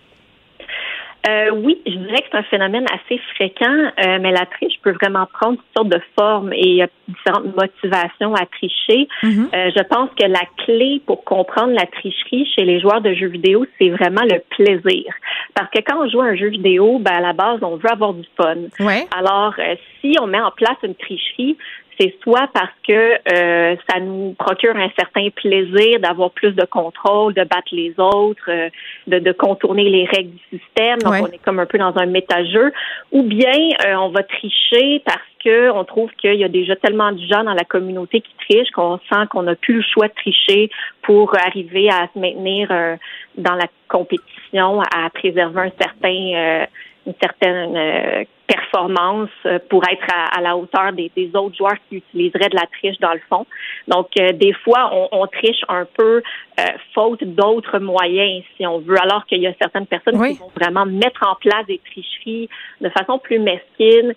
Oui, je dirais que c'est un phénomène assez fréquent, mais la triche peut vraiment prendre toutes sortes de formes et il y a différentes motivations à tricher. Je pense que la clé pour comprendre la tricherie chez les joueurs de jeux vidéo, c'est vraiment le plaisir. Parce que quand on joue à un jeu vidéo, à la base, on veut avoir du fun. Ouais. Alors, si on met en place une tricherie, c'est soit parce que ça nous procure un certain plaisir d'avoir plus de contrôle, de battre les autres, de contourner les règles du système. Donc, on est comme un peu dans un méta-jeu. Ou bien, on va tricher parce que on trouve qu'il y a déjà tellement de gens dans la communauté qui trichent qu'on sent qu'on n'a plus le choix de tricher pour arriver à se maintenir dans la compétition, à préserver une certaine performance pour être à la hauteur des autres joueurs qui utiliseraient de la triche dans le fond. Donc, des fois, on triche un peu faute d'autres moyens, si on veut, alors qu'il y a certaines personnes qui vont vraiment mettre en place des tricheries de façon plus mesquine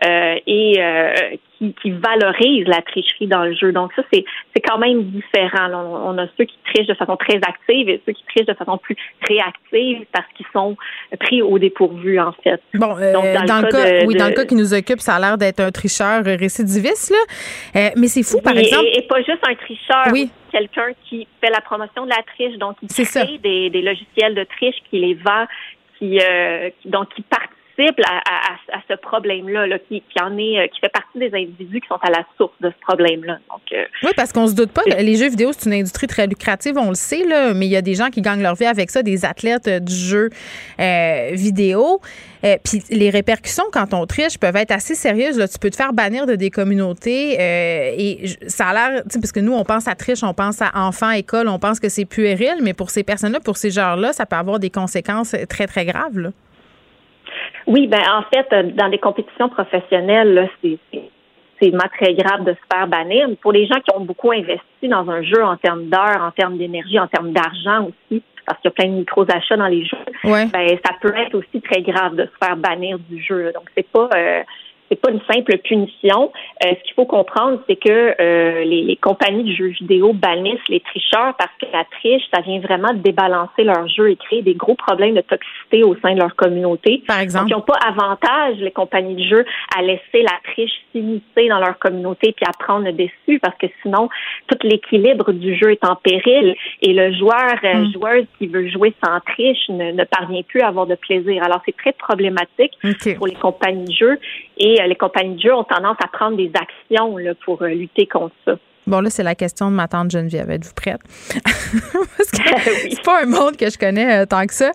et qui valorisent la tricherie dans le jeu. Donc ça, c'est quand même différent. Là, on a ceux qui trichent de façon très active et ceux qui trichent de façon plus réactive parce qu'ils sont pris au dépourvu, en fait. Bon, donc, dans le cas qui nous occupe, ça a l'air d'être un tricheur récidiviste, là. Mais c'est fou, par exemple. Et pas juste un tricheur, quelqu'un qui fait la promotion de la triche, donc qui crée des logiciels de triche, qui les vend, qui participe à ce problème-là, là, qui fait partie des individus qui sont à la source de ce problème-là. Donc, oui, parce qu'on se doute pas, les jeux vidéo, c'est une industrie très lucrative, on le sait, là, mais il y a des gens qui gagnent leur vie avec ça, des athlètes du jeu vidéo. Puis les répercussions quand on triche peuvent être assez sérieuses. Là. Tu peux te faire bannir de des communautés et ça a l'air, parce que nous, on pense à triche, on pense à enfants, école, on pense que c'est puéril, mais pour ces personnes-là, pour ces genres-là, ça peut avoir des conséquences très, très graves, là. Oui, en fait, dans des compétitions professionnelles, là, c'est vraiment très grave de se faire bannir. Mais pour les gens qui ont beaucoup investi dans un jeu en termes d'heures, en termes d'énergie, en termes d'argent aussi, parce qu'il y a plein de micro-achats dans les jeux, ça peut être aussi très grave de se faire bannir du jeu. Donc, c'est pas une simple punition. Ce qu'il faut comprendre, c'est que les compagnies de jeux vidéo bannissent les tricheurs parce que la triche, ça vient vraiment débalancer leur jeu et créer des gros problèmes de toxicité au sein de leur communauté. Par exemple. Donc, ils n'ont pas avantage, les compagnies de jeux, à laisser la triche s'immiscer dans leur communauté puis à prendre le dessus parce que sinon, tout l'équilibre du jeu est en péril et le joueuse qui veut jouer sans triche ne parvient plus à avoir de plaisir. Alors, c'est très problématique pour les compagnies de jeux et les compagnies de jeux ont tendance à prendre des actions là, pour lutter contre ça. Bon, là, c'est la question de ma tante Geneviève. Êtes-vous prête? Parce que c'est pas un monde que je connais tant que ça.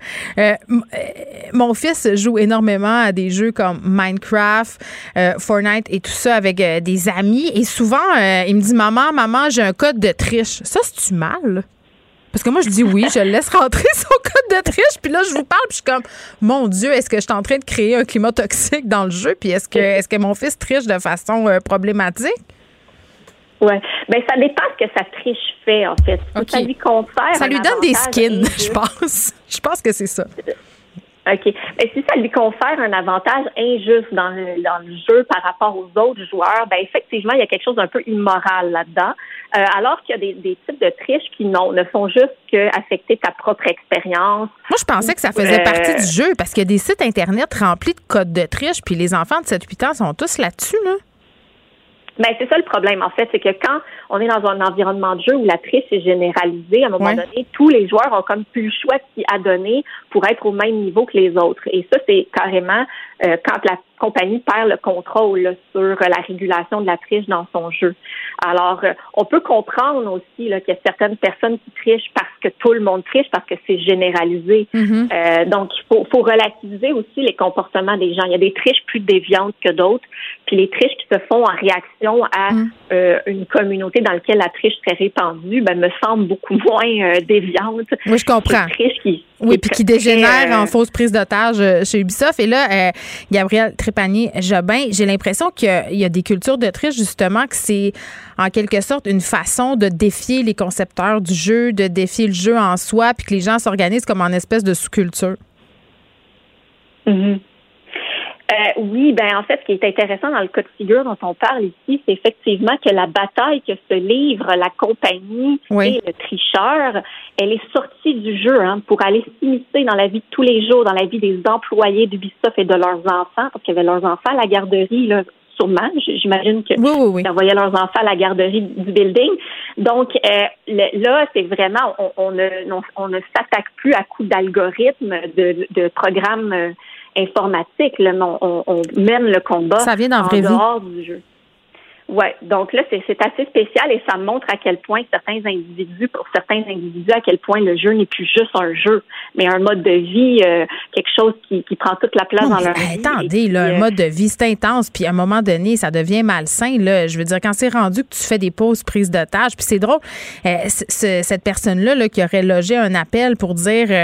Mon fils joue énormément à des jeux comme Minecraft, Fortnite et tout ça avec des amis. Et souvent, il me dit, maman, j'ai un code de triche. Ça, c'est-tu mal? Parce que moi, je dis oui, je le laisse rentrer son code de triche. Puis là, je vous parle, puis je suis comme, mon Dieu, est-ce que je suis en train de créer un climat toxique dans le jeu? Puis est-ce que mon fils triche de façon problématique? Oui. Bien, ça dépend ce que sa triche fait, en fait. Ça lui confère. Ça lui donne des skins, je pense. Je pense que c'est ça. OK. Mais si ça lui confère un avantage injuste dans le jeu par rapport aux autres joueurs, ben effectivement, il y a quelque chose d'un peu immoral là-dedans. Alors qu'il y a des types de triches qui ne font juste qu'affecter ta propre expérience. Moi, je pensais que ça faisait partie du jeu parce qu'il y a des sites Internet remplis de codes de triche, puis les enfants de 7-8 ans sont tous là-dessus, là. Ben, c'est ça le problème, en fait, c'est que quand on est dans un environnement de jeu où la triche est généralisée, à un moment donné, tous les joueurs ont comme plus le choix à donner pour être au même niveau que les autres. Et ça, c'est carrément quand la compagnie perd le contrôle là, sur la régulation de la triche dans son jeu. Alors, on peut comprendre aussi là, qu'il y a certaines personnes qui trichent parce que tout le monde triche, parce que c'est généralisé. Donc, il faut relativiser aussi les comportements des gens. Il y a des triches plus déviantes que d'autres, puis les triches qui se font en réaction à une communauté dans laquelle la triche serait répandue, me semble beaucoup moins déviante. Oui, je comprends. Puis qui dégénère en fausse prise d'otage chez Ubisoft. Et là, Gabrielle Trépanier-Jobin, j'ai l'impression qu'il y a des cultures de triche, justement, que c'est en quelque sorte une façon de défier les concepteurs du jeu, de défier le jeu en soi, puis que les gens s'organisent comme en espèce de sous-culture. Oui, en fait, ce qui est intéressant dans le cas de figure dont on parle ici, c'est effectivement que la bataille que se livre la compagnie et le tricheur, elle est sortie du jeu pour aller s'immiscer dans la vie de tous les jours, dans la vie des employés d'Ubisoft et de leurs enfants, parce qu'il y avait leurs enfants à la garderie, là, sûrement. J'imagine qu'ils envoyaient leurs enfants à la garderie du building. Donc, là, c'est vraiment, on ne s'attaque plus à coups d'algorithmes, de programmes informatique, là, on mène le combat ça vient dans en dehors du jeu. Oui, donc là, c'est assez spécial et ça montre à quel point pour certains individus, à quel point le jeu n'est plus juste un jeu, mais un mode de vie, quelque chose qui prend toute la place dans leur vie. Attendez, un mode de vie, c'est intense, puis à un moment donné, ça devient malsain. Là. Je veux dire, quand c'est rendu que tu fais des pauses prises d'otages, puis c'est drôle, cette personne-là là, qui aurait logé un appel pour dire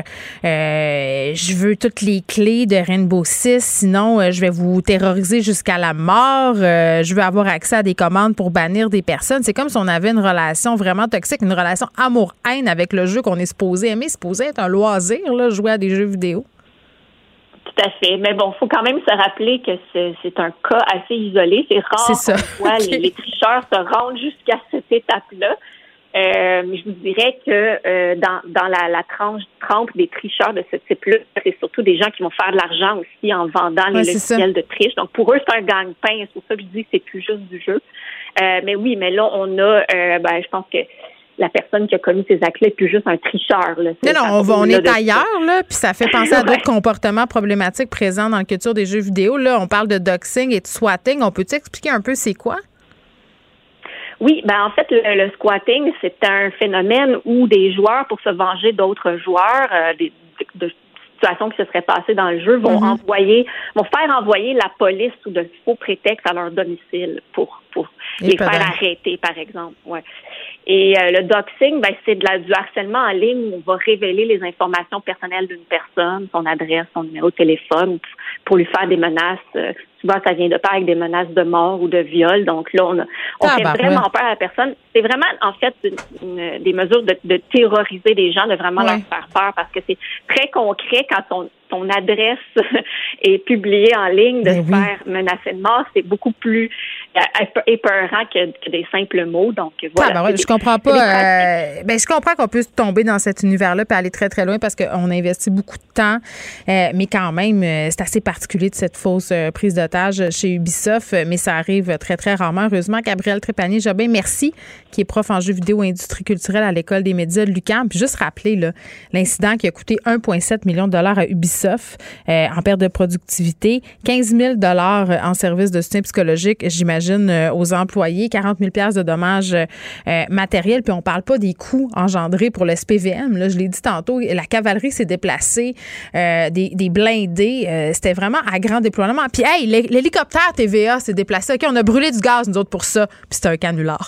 je veux toutes les clés de Rainbow Six, sinon je vais vous terroriser jusqu'à la mort, je veux avoir accès à des commandes pour bannir des personnes. C'est comme si on avait une relation vraiment toxique, une relation amour-haine avec le jeu qu'on est supposé aimer, supposé être un loisir, là, jouer à des jeux vidéo. Tout à fait. Mais bon, il faut quand même se rappeler que c'est un cas assez isolé. C'est rare qu'on voit les tricheurs se rendent jusqu'à cette étape-là. Je vous dirais que dans la trempe des tricheurs de ce type-là, c'est surtout des gens qui vont faire de l'argent aussi en vendant les logiciels de triche. Donc, pour eux, c'est un gagne-pain. C'est pour ça que je dis que c'est plus juste du jeu. Mais oui, mais là, on a, je pense que la personne qui a commis ces actes-là n'est plus juste un tricheur. Là. On est ailleurs, là, puis ça fait penser à d'autres comportements problématiques présents dans la culture des jeux vidéo. Là, on parle de doxing et de swatting. On peut-tu expliquer un peu c'est quoi? Oui, en fait, le squatting, c'est un phénomène où des joueurs, pour se venger d'autres joueurs, de situations qui se seraient passées dans le jeu, vont faire envoyer la police sous de faux prétextes à leur domicile pour les faire arrêter, par exemple. Ouais. Et le doxing, c'est du harcèlement en ligne où on va révéler les informations personnelles d'une personne, son adresse, son numéro de téléphone, pour lui faire des menaces. Souvent, ça vient de pair avec des menaces de mort ou de viol. Donc là, on fait vraiment peur à la personne. C'est vraiment, en fait, des mesures de terroriser les gens, de vraiment leur faire peur, parce que c'est très concret quand ton adresse est publiée en ligne, de se faire menacer de mort. C'est beaucoup plus épeurant que des simples mots. Donc, voilà. Je comprends pas. Je comprends qu'on puisse tomber dans cet univers-là et aller très, très loin parce qu'on investit beaucoup de temps. Mais quand même, c'est assez particulier de cette fausse prise d'otage chez Ubisoft. Mais ça arrive très, très rarement. Heureusement, Gabrielle Trépanier-Jobin, merci, qui est prof en jeux vidéo et industrie culturelle à l'École des médias de l'UQAM. Puis juste rappeler l'incident qui a coûté 1,7 million de dollars à Ubisoft en perte de productivité, 15 000 dollars en services de soutien psychologique, j'imagine, aux employés, 40 000 $ de dommages matériels. Puis on parle pas des coûts engendrés pour le SPVM. Là, je l'ai dit tantôt, la cavalerie s'est déplacée, des blindés. C'était vraiment à grand déploiement. Puis, l'hélicoptère TVA s'est déplacé. OK, on a brûlé du gaz, nous autres, pour ça. Puis c'était un canular.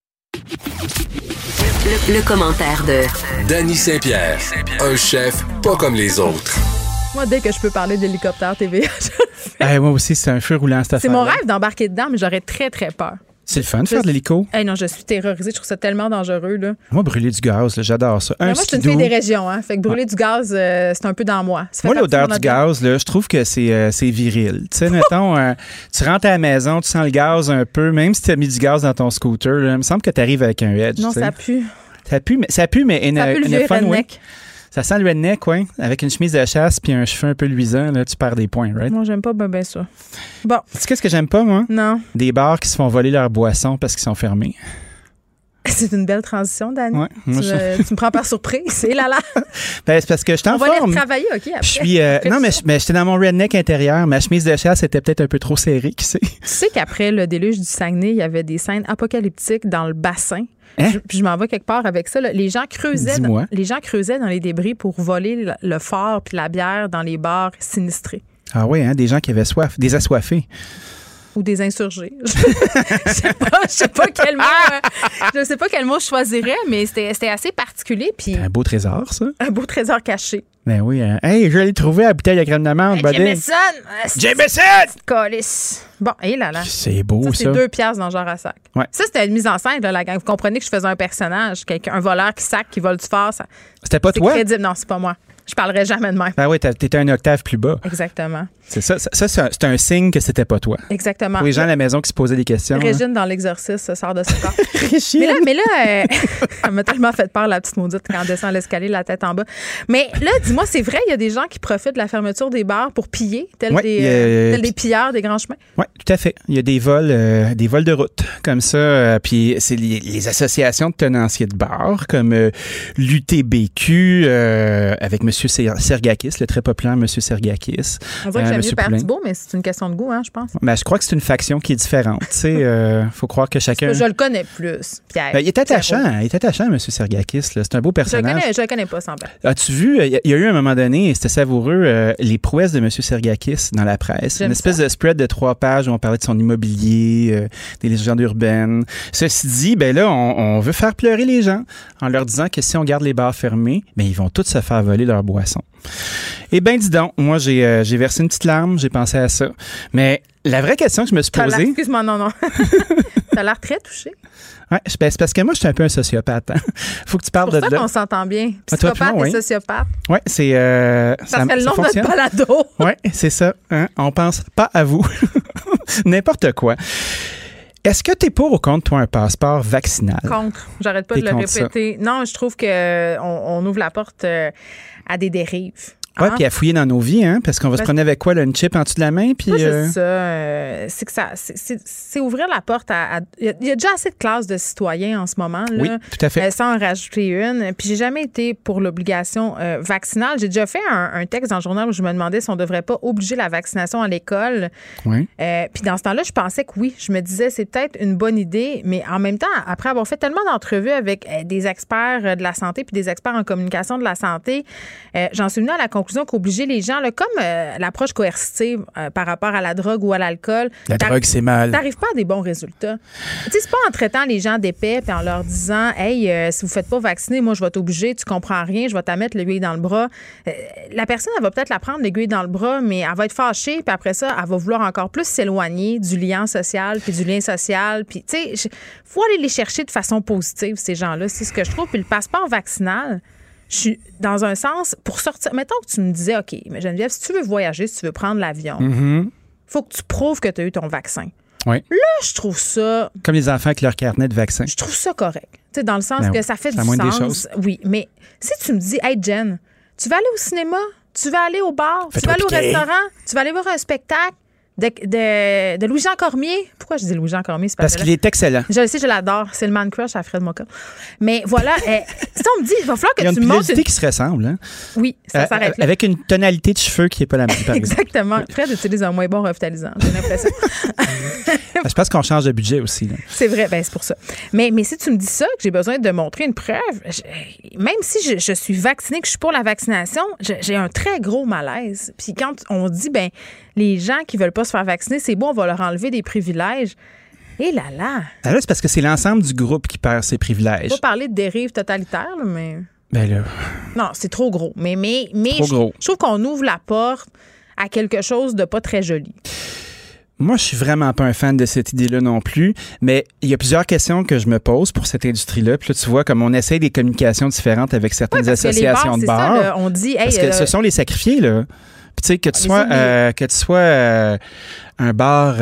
Le commentaire de Danny Saint-Pierre, un chef pas comme les autres. Moi, dès que je peux parler d'hélicoptère TVA, je le fais. Moi aussi, c'est un feu roulant, cette affaire. C'est mon rêve d'embarquer dedans, mais j'aurais très, très peur. C'est le fun de faire de l'hélico. Non, je suis terrorisée. Je trouve ça tellement dangereux. Là. Moi, brûler du gaz, là, j'adore ça. Moi, je suis une fille des régions. Fait que brûler du gaz, c'est un peu dans moi. Moi, l'odeur du gaz, là, je trouve que c'est viril. Tu sais, mettons, tu rentres à la maison, tu sens le gaz un peu, même si tu as mis du gaz dans ton scooter, là, il me semble que tu arrives avec un Edge. Non, ça pue. Ça pue, mais ça pue le fun way. Ça sent le redneck, oui. Avec une chemise de chasse puis un cheveu un peu luisant, là, tu perds des points, right? Moi, j'aime pas ben ça. Bon. Tu sais qu'est-ce que j'aime pas, moi? Non. Des bars qui se font voler leurs boissons parce qu'ils sont fermés. C'est une belle transition, Dani. Ouais, tu me prends par surprise. C'est là. C'est parce que je t'en forme. On va aller travailler, OK, après. Je suis, non, mais j'étais dans mon redneck intérieur. Ma chemise de chasse était peut-être un peu trop serrée, qui sait? Tu sais qu'après le déluge du Saguenay, il y avait des scènes apocalyptiques dans le bassin. Puis je m'en vais quelque part avec ça. Là. Les gens creusaient dans les débris pour voler le fort puis la bière dans les bars sinistrés. Ah oui, des gens qui avaient soif, des assoiffés. Ou des insurgés. Je sais pas quel mot. Je sais pas quel mot je choisirais, mais c'était assez particulier. Puis un beau trésor, ça. Un beau trésor caché. Ben oui. Je l'ai trouvé à la bouteille de crème d'amande. Jameson! Calice! Bon, là. C'est beau, ça. C'est 2 piastres dans le genre à sac. Ouais. Ça, c'était une mise en scène, là, la gang. Vous comprenez que je faisais un personnage, un voleur qui vole du fort. C'était pas toi? C'est crédible. Non, c'est pas moi. Je parlerai jamais de même. Ah oui, t'étais un octave plus bas. Exactement. C'est ça. C'est un signe que c'était pas toi. Exactement. Pour les gens à la maison qui se posaient des questions. Régine dans l'exorcisme sort de ce corps. Régine. Mais là, elle m'a tellement fait peur, la petite maudite, quand elle descend l'escalier, la tête en bas. Mais là, dis-moi, c'est vrai, il y a des gens qui profitent de la fermeture des bars pour piller, tels des pilleurs des grands chemins? Oui, tout à fait. Il y a des vols de route comme ça. Puis c'est les associations de tenanciers de bars, comme l'UTBQ, avec M. Sergakis, le très populaire M. Sergakis. On dirait que j'aime mieux Père Thibault, mais c'est une question de goût, je pense. Ben, je crois que c'est une faction qui est différente. Tu sais, faut croire que chacun... Je le connais plus, Pierre. Ben, il est attachant, M. Sergakis. Là. C'est un beau personnage. Je le connais pas, semble. As-tu vu, il y a eu un moment donné, et c'était savoureux, les prouesses de M. Sergakis dans la presse. Une espèce de spread de 3 pages où on parlait de son immobilier, des légendes urbaines. Ceci dit, ben là, on veut faire pleurer les gens en leur disant que si on garde les bars fermés, ben ils vont tous se faire voler leur boisson. Eh bien, dis donc, moi, j'ai versé une petite larme, j'ai pensé à ça. Mais la vraie question que je me suis posée... Excuse-moi, non. T'as l'air très touché. Oui, c'est parce que moi, je suis un peu un sociopathe. Hein. Faut que tu parles de là. C'est pour ça qu'on s'entend bien. Psychopathe et sociopathe. Oui, c'est... ça fait le nom de notre balado. Oui, c'est ça. Hein? On pense pas à vous. N'importe quoi. Est-ce que tu es pour ou contre, toi, un passeport vaccinal? Contre. J'arrête pas de le répéter. Ça. Non, je trouve qu'on ouvre la porte à des dérives. Oui, puis à fouiller dans nos vies, hein, parce qu'on va se promener avec quoi, là, une chip en dessous de la main? Puis, c'est ça. C'est que c'est ouvrir la porte à... Il y a déjà assez de classes de citoyens en ce moment, là, oui, tout à fait. Sans en rajouter une. Puis j'ai jamais été pour l'obligation vaccinale. J'ai déjà fait un texte dans le journal où je me demandais si on devrait pas obliger la vaccination à l'école. Oui. Puis dans ce temps-là, je pensais que oui. Je me disais, c'est peut-être une bonne idée, mais en même temps, après avoir fait tellement d'entrevues avec des experts de la santé puis des experts en communication de la santé, j'en suis venue à la conclusion qu'obliger les gens, là, comme l'approche coercitive par rapport à la drogue ou à l'alcool. La drogue, c'est mal. T'arrives pas à des bons résultats. Tu sais, c'est pas en traitant les gens d'épais puis en leur disant, hey, si vous faites pas vacciner, moi, je vais t'obliger, tu comprends rien, je vais te mettre l'aiguille dans le bras. La personne, elle va peut-être la prendre, l'aiguille dans le bras, mais elle va être fâchée, puis après ça, elle va vouloir encore plus s'éloigner du lien social, puis du lien social. Puis, tu sais, faut aller les chercher de façon positive, ces gens-là. C'est ce que je trouve. Puis le passeport vaccinal, je suis dans un sens, pour sortir, mettons que tu me disais, OK, mais Geneviève, si tu veux voyager, si tu veux prendre l'avion, faut que tu prouves que tu as eu ton vaccin. Oui. Là, je trouve ça... Comme les enfants avec leur carnet de vaccin. Je trouve ça correct. Tu sais, dans le sens que ça fait du sens. Des choses. Oui, mais si tu me dis, hey, Jen, tu vas aller au cinéma, tu vas aller au bar, tu vas aller au restaurant, tu vas aller voir un spectacle de Louis-Jean Cormier. Pourquoi je dis Louis-Jean Cormier? Parce qu'il est excellent. Je le sais, je l'adore. C'est le man crush à Fred Moka. Mais voilà, si on me dit, il va falloir que tu montes... Il y a une pilosité qui se ressemble. Hein? Oui, ça s'arrête là. Avec une tonalité de cheveux qui n'est pas la même, par exemple. Exactement. Fred utilise un moins bon revitalisant, j'ai l'impression. Je pense qu'on change de budget aussi. Là. C'est vrai, ben c'est pour ça. Mais si tu me dis ça, que j'ai besoin de montrer une preuve, même si je suis vaccinée, que je suis pour la vaccination, j'ai un très gros malaise. Puis quand on dit, ben les gens qui veulent pas se faire vacciner, c'est bon, on va leur enlever des privilèges. Et là. Alors là, c'est parce que c'est l'ensemble du groupe qui perd ses privilèges. On va pas parler de dérive totalitaire, là, mais... Ben là... Non, c'est trop gros. Mais je trouve qu'on ouvre la porte à quelque chose de pas très joli. Moi, je suis vraiment pas un fan de cette idée-là non plus, mais il y a plusieurs questions que je me pose pour cette industrie-là. Puis là, tu vois, comme on essaie des communications différentes avec certaines associations de bars. Ça, là, on dit, hey, parce que ce sont les sacrifiés, là. Puis tu sais, que tu sois un bar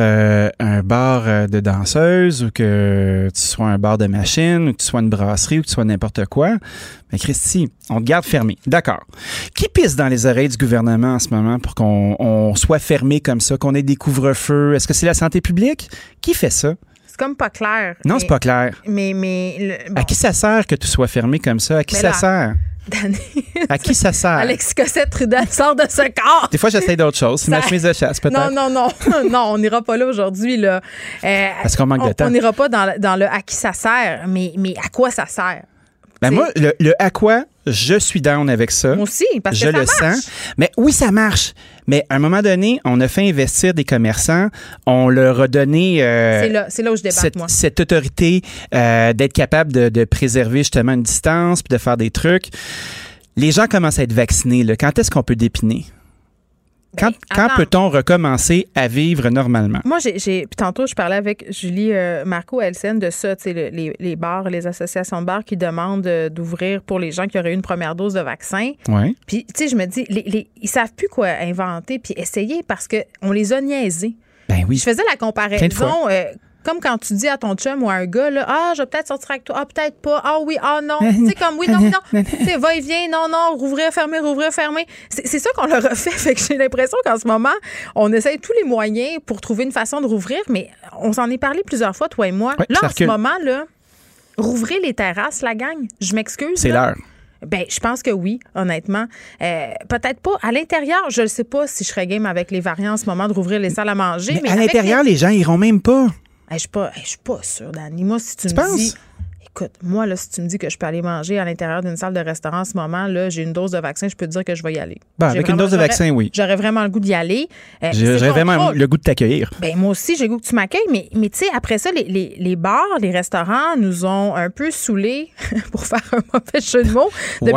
de danseuse ou que tu sois un bar de machine ou que tu sois une brasserie ou que tu sois n'importe quoi, mais Christy, on te garde fermé. D'accord. Qui pisse dans les oreilles du gouvernement en ce moment pour qu'on soit fermé comme ça, qu'on ait des couvre-feux? Est-ce que c'est la santé publique? Qui fait ça? C'est comme pas clair. Non, c'est pas clair. Bon. À qui ça sert que tu sois fermé comme ça? À qui ça sert? À qui ça sert? Alexis Cossette-Trudel sort de ce corps. Des fois, j'essaie d'autres choses. C'est ma chemise de chasse, peut-être. Non, on n'ira pas là aujourd'hui. Là. Parce qu'on manque de temps. On n'ira pas dans le à qui ça sert, mais à quoi ça sert? Ben moi, le à quoi, je suis down avec ça. Moi aussi, parce que ça marche. Je le sens. Mais oui, ça marche. Mais à un moment donné, on a fait investir des commerçants. On leur a donné c'est là où je débarque, moi. Cette autorité d'être capable de préserver justement une distance puis de faire des trucs. Les gens commencent à être vaccinés. Là. Quand est-ce qu'on peut dépiner? Quand peut-on recommencer à vivre normalement? Moi, puis tantôt, je parlais avec Julie Marco à LCN de ça, tu sais, les bars, les associations de bars qui demandent d'ouvrir pour les gens qui auraient eu une première dose de vaccin. Ouais. Puis, tu sais, je me dis, ils savent plus quoi inventer puis essayer parce qu'on les a niaisés. Ben oui. Je faisais la comparaison... Comme quand tu dis à ton chum ou à un gars, là, je vais peut-être sortir avec toi. Ah, peut-être pas. Ah oui, ah non. Tu sais, comme oui, non. Tu sais, va et viens, non, rouvrir, fermer. C'est ça qu'on leur a fait. Fait que j'ai l'impression qu'en ce moment, on essaye tous les moyens pour trouver une façon de rouvrir, mais on s'en est parlé plusieurs fois, toi et moi. Oui, là, en ce moment, là, rouvrir les terrasses, la gang, je m'excuse. C'est l'heure. Ben, je pense que oui, honnêtement. Peut-être pas. À l'intérieur, je ne sais pas si je serais game avec les variants en ce moment de rouvrir les salles à manger. Mais à l'intérieur, les gens iront même pas. Je suis pas sûre, Dani. Moi, si tu me dis... Écoute, moi, là, si tu me dis que je peux aller manger à l'intérieur d'une salle de restaurant en ce moment, là, j'ai une dose de vaccin, je peux te dire que je vais y aller. Ben, avec une dose de vaccin, oui. J'aurais vraiment le goût d'y aller. J'aurais vraiment le goût de t'accueillir. Ben, moi aussi, j'ai le goût que tu m'accueilles, mais tu sais, après ça, les bars, les restaurants nous ont un peu saoulés, pour faire un mauvais jeu de mots, depuis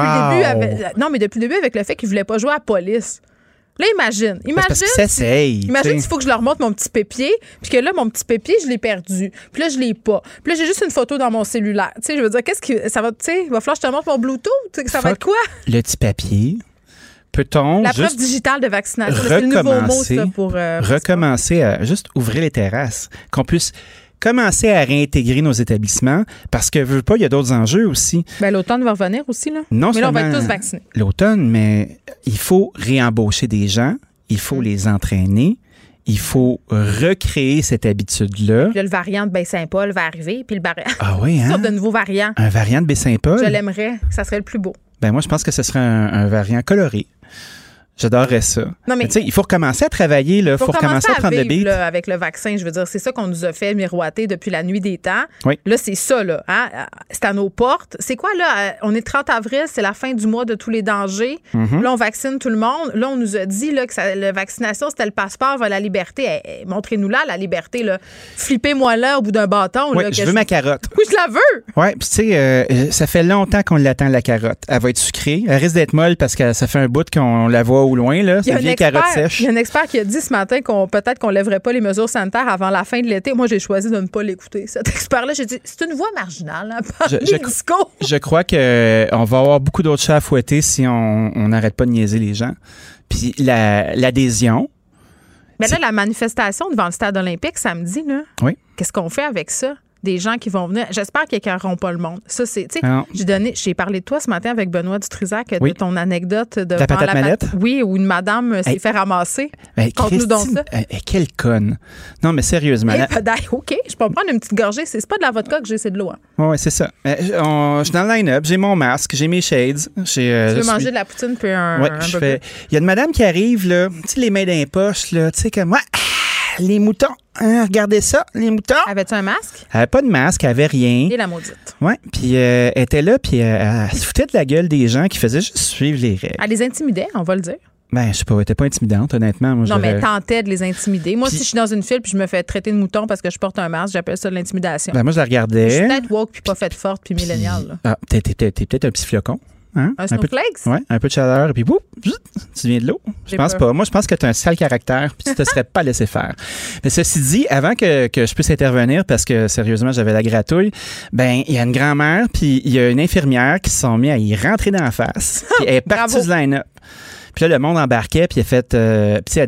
le début avec le fait qu'ils voulaient pas jouer à la police. Là, imagine. Parce qu'ils s'essayent. Imagine s'il faut que je leur montre mon petit pépier, puis que là, mon petit pépier, je l'ai perdu. Puis là, je l'ai pas. Puis là, j'ai juste une photo dans mon cellulaire. Tu sais, je veux dire, ça va, tu sais, il va falloir que je te montre mon Bluetooth. Ça va être quoi? Le petit papier. Peut-on la preuve digitale de vaccination. C'est le nouveau mot, ça, pour... recommencer à juste ouvrir les terrasses. Qu'on puisse commencer à réintégrer nos établissements parce que, veux pas, il y a d'autres enjeux aussi. Ben, l'automne va revenir aussi, là. Non mais là, on seulement va être tous vaccinés. L'automne, mais il faut réembaucher des gens, il faut les entraîner, il faut recréer cette habitude-là. Puis là, le variant de Baie-Saint-Paul va arriver, puis le variant... Ah oui, hein? Une sorte de nouveau variant. Un variant de Baie-Saint-Paul? Je l'aimerais, ça serait le plus beau. Ben moi, je pense que ce serait un variant coloré. J'adorerais ça. Non, mais il faut recommencer à travailler, il faut recommencer à prendre le beat. Là, avec le vaccin, je veux dire, c'est ça qu'on nous a fait miroiter depuis la nuit des temps. Oui. Là, c'est ça, là. Hein? C'est à nos portes. C'est quoi, là? On est 30 avril, c'est la fin du mois de tous les dangers. Mm-hmm. Là, on vaccine tout le monde. Là, on nous a dit là, que la vaccination, c'était le passeport vers la liberté. Montrez-nous là, la liberté. Là. Flippez-moi là au bout d'un bâton. Oui, là, je veux ma carotte. Oui, je la veux. Oui, puis tu sais, ça fait longtemps qu'on l'attend, la carotte. Elle va être sucrée. Elle risque d'être molle parce que ça fait un bout qu'on la voit au loin, là. Il y a un expert qui a dit ce matin peut-être qu'on lèverait pas les mesures sanitaires avant la fin de l'été. Moi, j'ai choisi de ne pas l'écouter. Cet expert-là, j'ai dit, c'est une voix marginale. Je crois qu'on va avoir beaucoup d'autres chats à fouetter si on n'arrête pas de niaiser les gens. Puis l'adhésion. Mais là, la manifestation devant le stade olympique samedi, là, oui. Qu'est-ce qu'on fait avec ça? Des gens qui vont venir. J'espère qu'ils n'écœureront pas le monde. Ça, c'est. Tu sais, j'ai parlé de toi ce matin avec Benoît Dutrisac de ton anecdote de la patate manette. Oui, où une madame s'est fait ramasser. Conte-nous donc ça. Quelle conne. Non, mais sérieusement. OK, je peux prendre une petite gorgée. C'est pas de la vodka que j'ai, c'est de l'eau. Hein. Oui, c'est ça. Je suis dans le line-up. J'ai mon masque, j'ai mes shades. Tu veux manger de la poutine puis un burger? Il y a une madame qui arrive, là, tu sais, les mains dans les poches, là, tu sais, comme les moutons. Hein, regardez ça, les moutons. Avais-tu un masque? Elle avait pas de masque, elle avait rien. Et la maudite. Oui, puis elle était là, puis elle se foutait de la gueule des gens qui faisaient juste suivre les règles. Elle les intimidait, on va le dire. Ben, je sais pas, elle était pas intimidante, honnêtement. Moi, non, mais elle tentait de les intimider. Moi, si je suis dans une file puis je me fais traiter de mouton parce que je porte un masque, j'appelle ça de l'intimidation. Ben, moi, je la regardais. Je suis peut-être woke puis pas faite forte puis milléniale. Ah, t'es peut-être un petit flocon. Hein? Un snowflakes? Oui, un peu de chaleur, et puis boum, tu viens de l'eau. Je pense pas. Moi, je pense que tu as un sale caractère, puis tu te serais pas laissé faire. Mais ceci dit, avant que je puisse intervenir, parce que sérieusement, j'avais la gratouille, ben il y a une grand-mère, puis il y a une infirmière qui se sont mis à y rentrer dans la face, puis elle est partie du line-up. Puis là, le monde embarquait, puis elle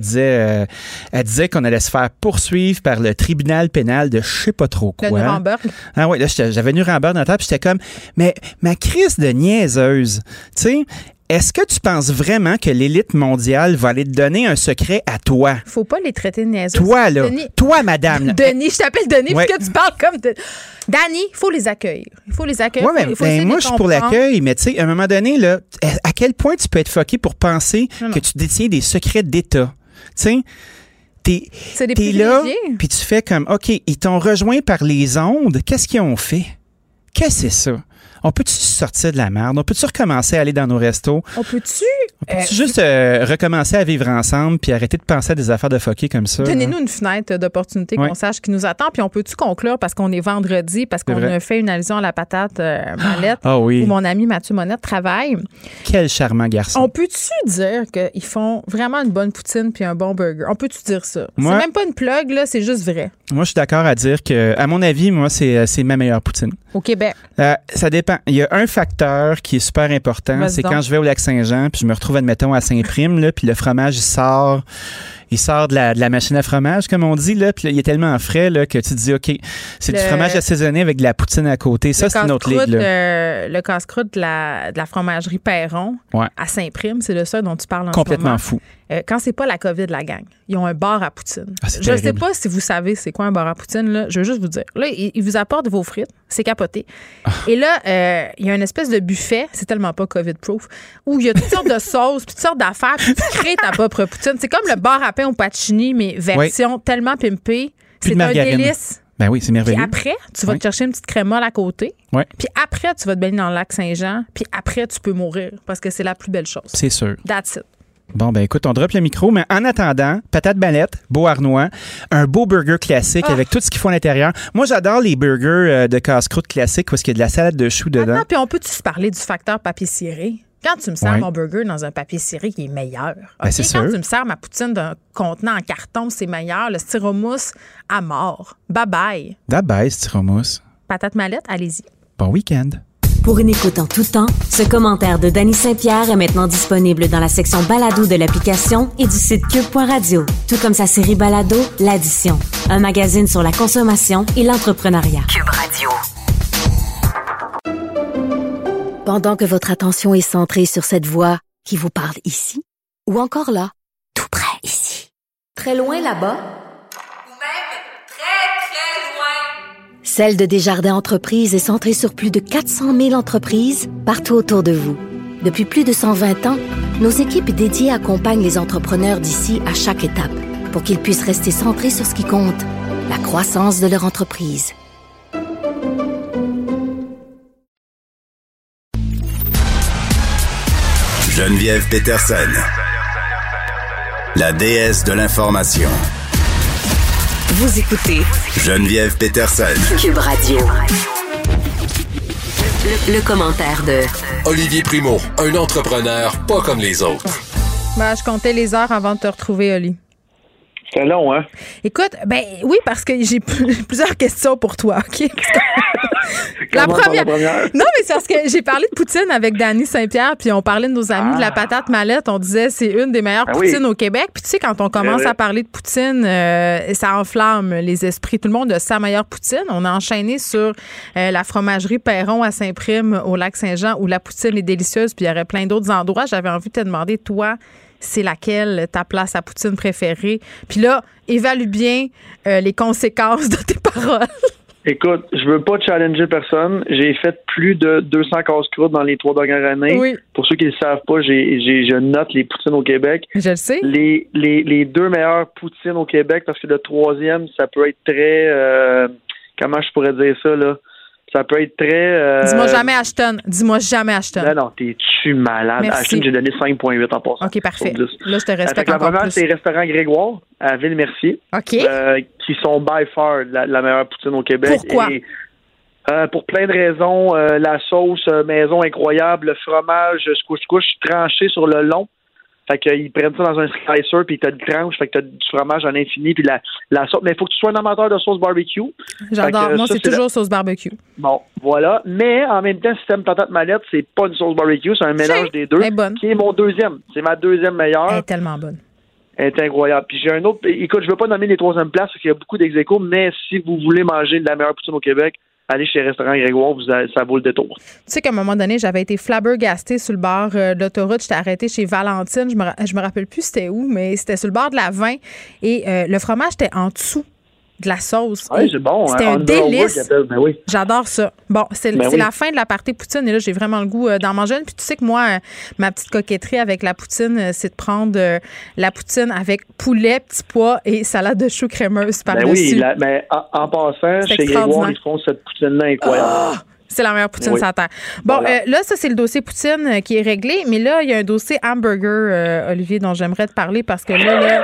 disait qu'on allait se faire poursuivre par le tribunal pénal de je sais pas trop quoi. Le Nuremberg. Ah oui, là, j'avais Nuremberg dans la table, puis j'étais comme, mais ma crise de niaiseuse, tu sais, est-ce que tu penses vraiment que l'élite mondiale va aller te donner un secret à toi? Faut pas les traiter de niaiseux. Toi, là. Toi, madame. Denis, je t'appelle Denis parce que tu parles comme de... Dani, il faut les accueillir. Il faut les accueillir. Oui, mais moi, je suis pour l'accueil, mais tu sais, à un moment donné, là, à quel point tu peux être fucké pour penser que tu détiens des secrets d'État? Tu sais, t'es là, puis tu fais comme, OK, ils t'ont rejoint par les ondes. Qu'est-ce qu'ils ont fait? Qu'est-ce que c'est ça? On peut-tu sortir de la merde? On peut-tu recommencer à aller dans nos restos? On peut-tu juste recommencer à vivre ensemble puis arrêter de penser à des affaires de fucké comme ça? Donnez-nous une fenêtre d'opportunité qu'on sache qui nous attend. Puis on peut-tu conclure parce qu'on est vendredi, parce qu'on a fait une allusion à la patate Mallette où mon ami Mathieu Monette travaille. Quel charmant garçon. On peut-tu dire qu'ils font vraiment une bonne poutine puis un bon burger? On peut-tu dire ça? C'est même pas une plug, là, c'est juste vrai. Moi, je suis d'accord à dire que, à mon avis, moi, c'est ma meilleure poutine. Au Québec? Ça dépend. Il y a un facteur qui est super important, c'est quand je vais au Lac-Saint-Jean puis je me retrouve, admettons, à Saint-Prime, là, puis le fromage, il Il sort de la machine à fromage, comme on dit, là, puis il est tellement frais là, que tu te dis, OK, c'est du fromage assaisonné avec de la poutine à côté. Ça, c'est une autre ligue. Le casse-croûte de la fromagerie Perron à Saint-Prime, c'est de ça dont tu parles en ce moment. Complètement fou. Quand c'est pas la COVID, la gang, ils ont un bar à poutine. Je ne sais pas si vous savez c'est quoi un bar à poutine. Là. Je veux juste vous dire. Là, ils vous apportent vos frites. C'est capoté. Et là, il y a une espèce de buffet, c'est tellement pas COVID-proof, où il y a toutes sortes de sauces, puis toutes sortes d'affaires, puis tu crées ta propre poutine. C'est comme le bar à pain au Pacini, mais version tellement pimpée. C'est un délice. Ben oui, c'est merveilleux. Puis après, tu vas te chercher une petite crème molle à côté. Ouais. Puis après, tu vas te baigner dans le lac Saint-Jean. Puis après, tu peux mourir parce que c'est la plus belle chose. C'est sûr. That's it. Bon, ben écoute, on drop le micro, mais en attendant, patate balette, Beauharnois, un beau burger classique avec tout ce qu'il faut à l'intérieur. Moi, j'adore les burgers de casse-croûte classiques parce qu'il y a de la salade de choux dedans. Puis on peut-tu se parler du facteur papier ciré? Quand tu me sers mon burger dans un papier ciré, il est meilleur. Ben, c'est Quand sûr. tu me sers ma poutine d'un contenant en carton, c'est meilleur. Le styromousse à mort. Bye-bye. Bye-bye, styromousse. Patate mallette, allez-y. Bon week-end. Pour une écoute en tout temps, ce commentaire de Dany Saint-Pierre est maintenant disponible dans la section balado de l'application et du site cube.radio. Tout comme sa série balado, L'Addition. Un magazine sur la consommation et l'entrepreneuriat. Cube Radio. Pendant que votre attention est centrée sur cette voix qui vous parle ici, ou encore là, tout près ici, très loin là-bas, Celle de Desjardins Entreprises est centrée sur plus de 400 000 entreprises partout autour de vous. Depuis plus de 120 ans, nos équipes dédiées accompagnent les entrepreneurs d'ici à chaque étape pour qu'ils puissent rester centrés sur ce qui compte, la croissance de leur entreprise. Geneviève Peterson, la déesse de l'information. Vous écoutez Geneviève Peterson. Cube Radio. Le commentaire de Olivier Primo, un entrepreneur pas comme les autres. Je comptais les heures avant de te retrouver, Oli. C'est long, hein? Écoute, oui, parce que j'ai plusieurs questions pour toi, OK? La première. Non, mais c'est parce que j'ai parlé de poutine avec Dany Saint-Pierre, puis on parlait de nos amis de la patate mallette. On disait c'est une des meilleures poutines au Québec. Puis tu sais, quand on commence à parler de poutine, ça enflamme les esprits. Tout le monde a sa meilleure poutine. On a enchaîné sur la fromagerie Perron à Saint-Prime, au lac Saint-Jean, où la poutine est délicieuse, puis il y aurait plein d'autres endroits. J'avais envie de te demander, toi, c'est laquelle ta place à poutine préférée? Puis là, évalue bien les conséquences de tes paroles. Écoute, je veux pas challenger personne. J'ai fait plus de 200 casse-croûtes dans les 3 dernières années. Oui. Pour ceux qui ne le savent pas, je note les poutines au Québec. Je le sais. Les 2 meilleures poutines au Québec, parce que le 3e, ça peut être très... comment je pourrais dire ça, là? Ça peut être très... Dis-moi jamais Ashton. Dis-moi jamais Ashton. Non, t'es-tu malade? Merci. Ashton, j'ai donné 5,8 en passant. OK, parfait. Là, je te respecte la encore première, plus. c'est Restaurant Grégoire à Ville-Mercier. OK. Qui sont by far la meilleure poutine au Québec. Pourquoi? Et, pour plein de raisons. La sauce maison incroyable, le fromage couche tranché sur le long. Fait qu'ils prennent ça dans un slicer, puis t'as de tranche, fait que t'as du fromage à l'infini, puis la sauce. Mais il faut que tu sois un amateur de sauce barbecue. J'adore. Moi, c'est toujours sauce barbecue. Bon, voilà. Mais en même temps, si t'aimes patate mallette, c'est pas une sauce barbecue, c'est un mélange des deux. Elle est bonne. Qui est mon deuxième. C'est ma deuxième meilleure. Elle est tellement bonne. Elle est incroyable. Puis j'ai un autre. Écoute, je veux pas nommer les 3e places parce qu'il y a beaucoup d'ex-aequo, mais si vous voulez manger de la meilleure poutine au Québec, allez chez Restaurant Grégoire, ça vaut le détour. Tu sais qu'à un moment donné, j'avais été flabbergastée sur le bord de l'autoroute. J'étais arrêtée chez Valentine. Je me rappelle plus c'était où, mais c'était sur le bord de la 20. Et le fromage était en dessous de la sauce. Oui, c'est bon. C'était un délice. Ben oui. J'adore ça. Bon, c'est la fin de la partie poutine et là, j'ai vraiment le goût d'en manger une. Puis tu sais que moi, ma petite coquetterie avec la poutine, c'est de prendre la poutine avec poulet, petits pois et salade de choux crémeuse par-dessus. Ben oui, mais en passant, chez Grégoire, ils font cette poutine-là incroyable. C'est la meilleure poutine sur la terre. Bon, voilà. Là, ça, c'est le dossier poutine qui est réglé. Mais là, il y a un dossier hamburger, Olivier, dont j'aimerais te parler parce que là,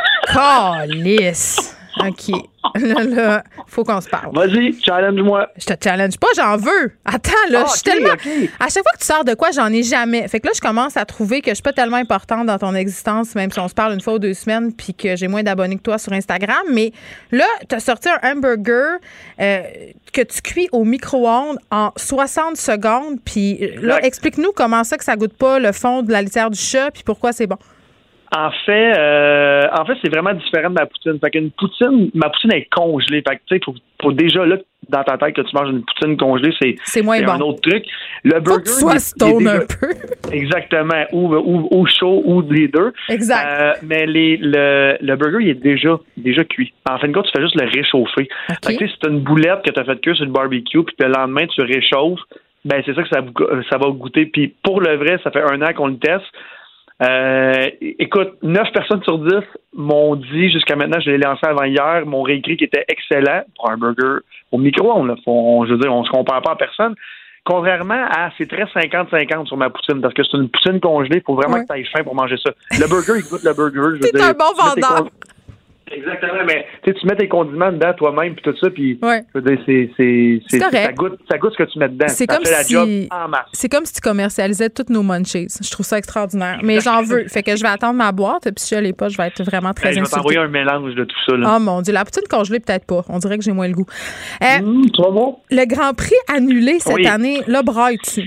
calisse. OK. Là, faut qu'on se parle. Vas-y, challenge-moi. Je te challenge pas, j'en veux. Attends, là, je suis tellement... Okay. À chaque fois que tu sors de quoi, j'en ai jamais. Fait que là, je commence à trouver que je suis pas tellement importante dans ton existence, même si on se parle une fois ou 2 semaines, puis que j'ai moins d'abonnés que toi sur Instagram. Mais là, tu as sorti un hamburger que tu cuis au micro-ondes en 60 secondes. Puis là, explique-nous comment ça que ça goûte pas le fond de la litière du chat, puis pourquoi c'est bon. En fait, c'est vraiment différent de ma poutine. Fait qu'une poutine, ma poutine est congelée. Fait que, tu sais, faut déjà, là, dans ta tête, que tu manges une poutine congelée, c'est moins bon. Un autre truc. Le burger. Faut que tu sois stone un peu. Exactement. Ou chaud, ou les deux. Exact. Mais le burger, il est déjà cuit. En fin de compte, tu fais juste le réchauffer. Okay. Fait que, si tu as une boulette que tu as fait cuire sur le barbecue, puis le lendemain, tu réchauffes, ben, c'est ça que ça va goûter. Puis pour le vrai, ça fait 1 an qu'on le teste. Écoute, 9 personnes sur 10 m'ont dit, jusqu'à maintenant, je l'ai lancé avant hier, m'ont réécrit qu'il était excellent pour un burger au micro-ondes. Je veux dire, on se compare pas à personne. Contrairement à, c'est très 50-50 sur ma poutine, parce que c'est une poutine congelée, il faut vraiment que tu ailles faim pour manger ça. Le burger, il goûte le burger. T'es un bon vendeur. Exactement, mais tu mets tes condiments dedans toi-même puis tout ça, puis ouais. Je veux dire, ça goûte ce que tu mets dedans. C'est comme c'est comme si tu commercialisais toutes nos munchies. Je trouve ça extraordinaire, mais j'en veux. Fait que je vais attendre ma boîte, puis si je l'ai pas, je vais être vraiment très insultée. Je vais t'envoyer un mélange de tout ça. Là. Oh mon Dieu, la poutine congelée peut-être pas. On dirait que j'ai moins le goût. Toi, bon? Le Grand Prix annulé cette année, là, brailles-tu?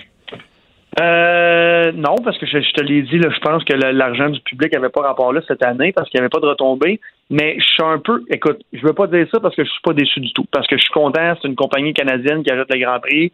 Non, parce que je te l'ai dit, là, je pense que l'argent du public n'avait pas rapport là cette année parce qu'il n'y avait pas de retombées. Mais je suis un peu, écoute, je veux pas dire ça parce que je suis pas déçu du tout. Parce que je suis content, c'est une compagnie canadienne qui ajoute le Grand Prix.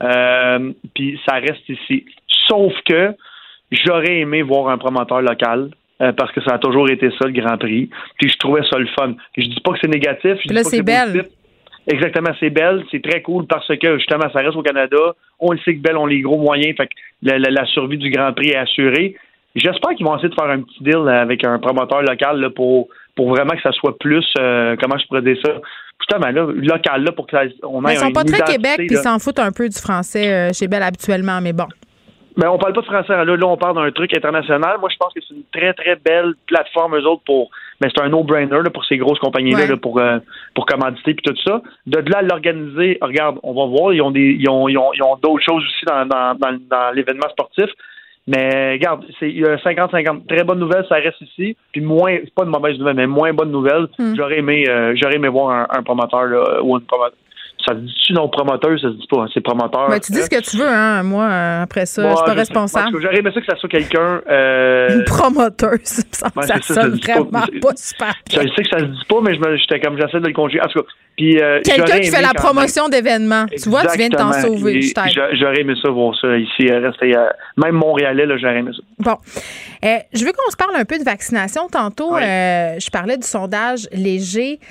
Puis ça reste ici. Sauf que j'aurais aimé voir un promoteur local. Parce que ça a toujours été ça, le Grand Prix. Puis je trouvais ça le fun. Je dis pas que c'est négatif. Puis là, c'est Bell. Exactement, c'est Bell. C'est très cool parce que, justement, ça reste au Canada. On le sait que Bell ont les gros moyens. Fait que la survie du Grand Prix est assurée. J'espère qu'ils vont essayer de faire un petit deal avec un promoteur local là, pour vraiment que ça soit plus, comment je pourrais dire ça, justement, là, local, là, pour que on ait. Ils sont pas très Québec, puis ils s'en foutent un peu du français chez Bell habituellement, mais bon. Ben, on parle pas de français. Là, on parle d'un truc international. Moi, je pense que c'est une très, très belle plateforme, eux autres, pour. Mais c'est un no-brainer là, pour ces grosses compagnies-là, là, pour commanditer puis tout ça. De là à l'organiser, regarde, on va voir, ils ont d'autres choses aussi dans l'événement sportif. Mais regarde, il y a 50-50. Très bonne nouvelle, ça reste ici. Puis c'est pas une mauvaise nouvelle, mais moins bonne nouvelle. J'aurais aimé voir un promoteur là, ou une promoteur. Ça se dit-tu non promoteur, ça se dit pas, c'est promoteur. Ben, tu dis ce que tu veux, hein. Moi, après ça, je suis pas responsable. J'aurais aimé ça que ça soit quelqu'un. Une promoteuse, ça sonne vraiment pas super bien. Je sais que ça se dit pas, mais j'étais comme j'essaie de le conjuguer. En tout cas, puis. Quelqu'un qui fait la promotion d'événements. Tu vois, tu viens de t'en sauver. J'aurais aimé ça, voir ça ici. Même Montréalais, là, j'aurais aimé ça. Bon. Je veux qu'on se parle un peu de vaccination. Tantôt, je parlais du sondage léger.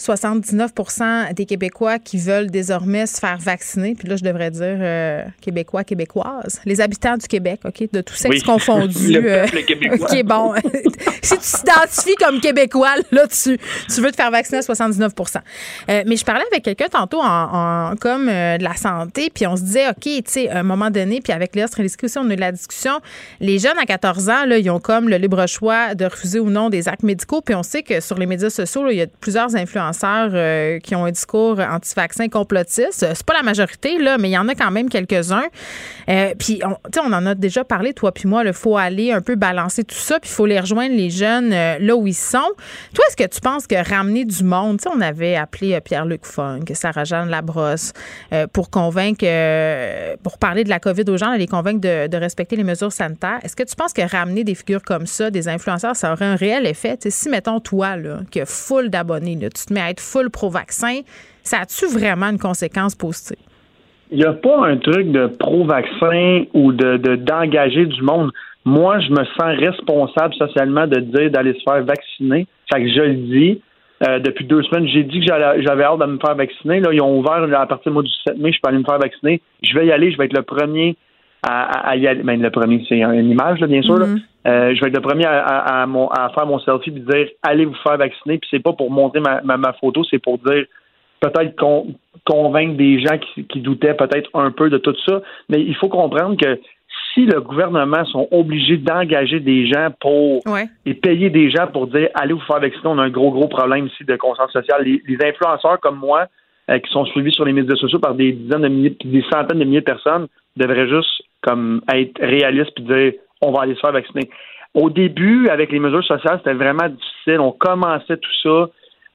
79% des Québécois qui veulent désormais se faire vacciner. Puis là, je devrais dire Québécois, Québécoises. Les habitants du Québec, OK, de tous sexes confondus. Le peuple québécois. OK, bon. Si tu t'identifies comme Québécois, là, tu veux te faire vacciner à 79%. Mais je parlais avec quelqu'un tantôt comme de la santé, puis on se disait, OK, tu sais, à un moment donné, puis avec Léa Streliski aussi, on a eu la discussion, les jeunes à 14 ans, là, ils ont comme le libre choix de refuser ou non des actes médicaux, puis on sait que sur les médias sociaux, là, il y a plusieurs influenceurs qui ont un discours anti-vaccin complotiste. C'est pas la majorité, là, mais il y en a quand même quelques-uns. Puis, on en a déjà parlé, toi puis moi, il faut aller un peu balancer tout ça, puis il faut les rejoindre, les jeunes, là où ils sont. Toi, est-ce que tu penses que ramener du monde, on avait appelé Pierre-Luc Funk, Sarah-Jeanne Labrosse, pour convaincre, pour parler de la COVID aux gens, les convaincre de respecter les mesures sanitaires. Est-ce que tu penses que ramener des figures comme ça, des influenceurs, ça aurait un réel effet? T'sais, si, mettons, toi, là, qui a full d'abonnés, là, tu te mets à être full pro-vaccin, ça a-tu vraiment une conséquence positive? Il n'y a pas un truc de pro-vaccin ou d'engager du monde. Moi, je me sens responsable socialement de dire d'aller se faire vacciner. Fait que je le dis. Depuis 2 semaines, j'ai dit que j'avais hâte de me faire vacciner. Là, ils ont ouvert à partir du mois du 7 mai, je peux aller me faire vacciner. Je vais y aller, je vais être le premier à y aller. Ben, le premier, c'est une image, là, bien sûr. Là. Je vais être le premier à faire mon selfie et dire allez vous faire vacciner. Puis c'est pas pour montrer ma photo, c'est pour dire peut-être convaincre des gens qui doutaient peut-être un peu de tout ça. Mais il faut comprendre que si le gouvernement sont obligés d'engager des gens et payer des gens pour dire allez vous faire vacciner, on a un gros problème ici de conscience sociale. Les influenceurs comme moi qui sont suivis sur les médias sociaux par des dizaines de milliers, des centaines de milliers de personnes devraient juste comme être réalistes et dire on va aller se faire vacciner. Au début, avec les mesures sociales, c'était vraiment difficile. On commençait tout ça.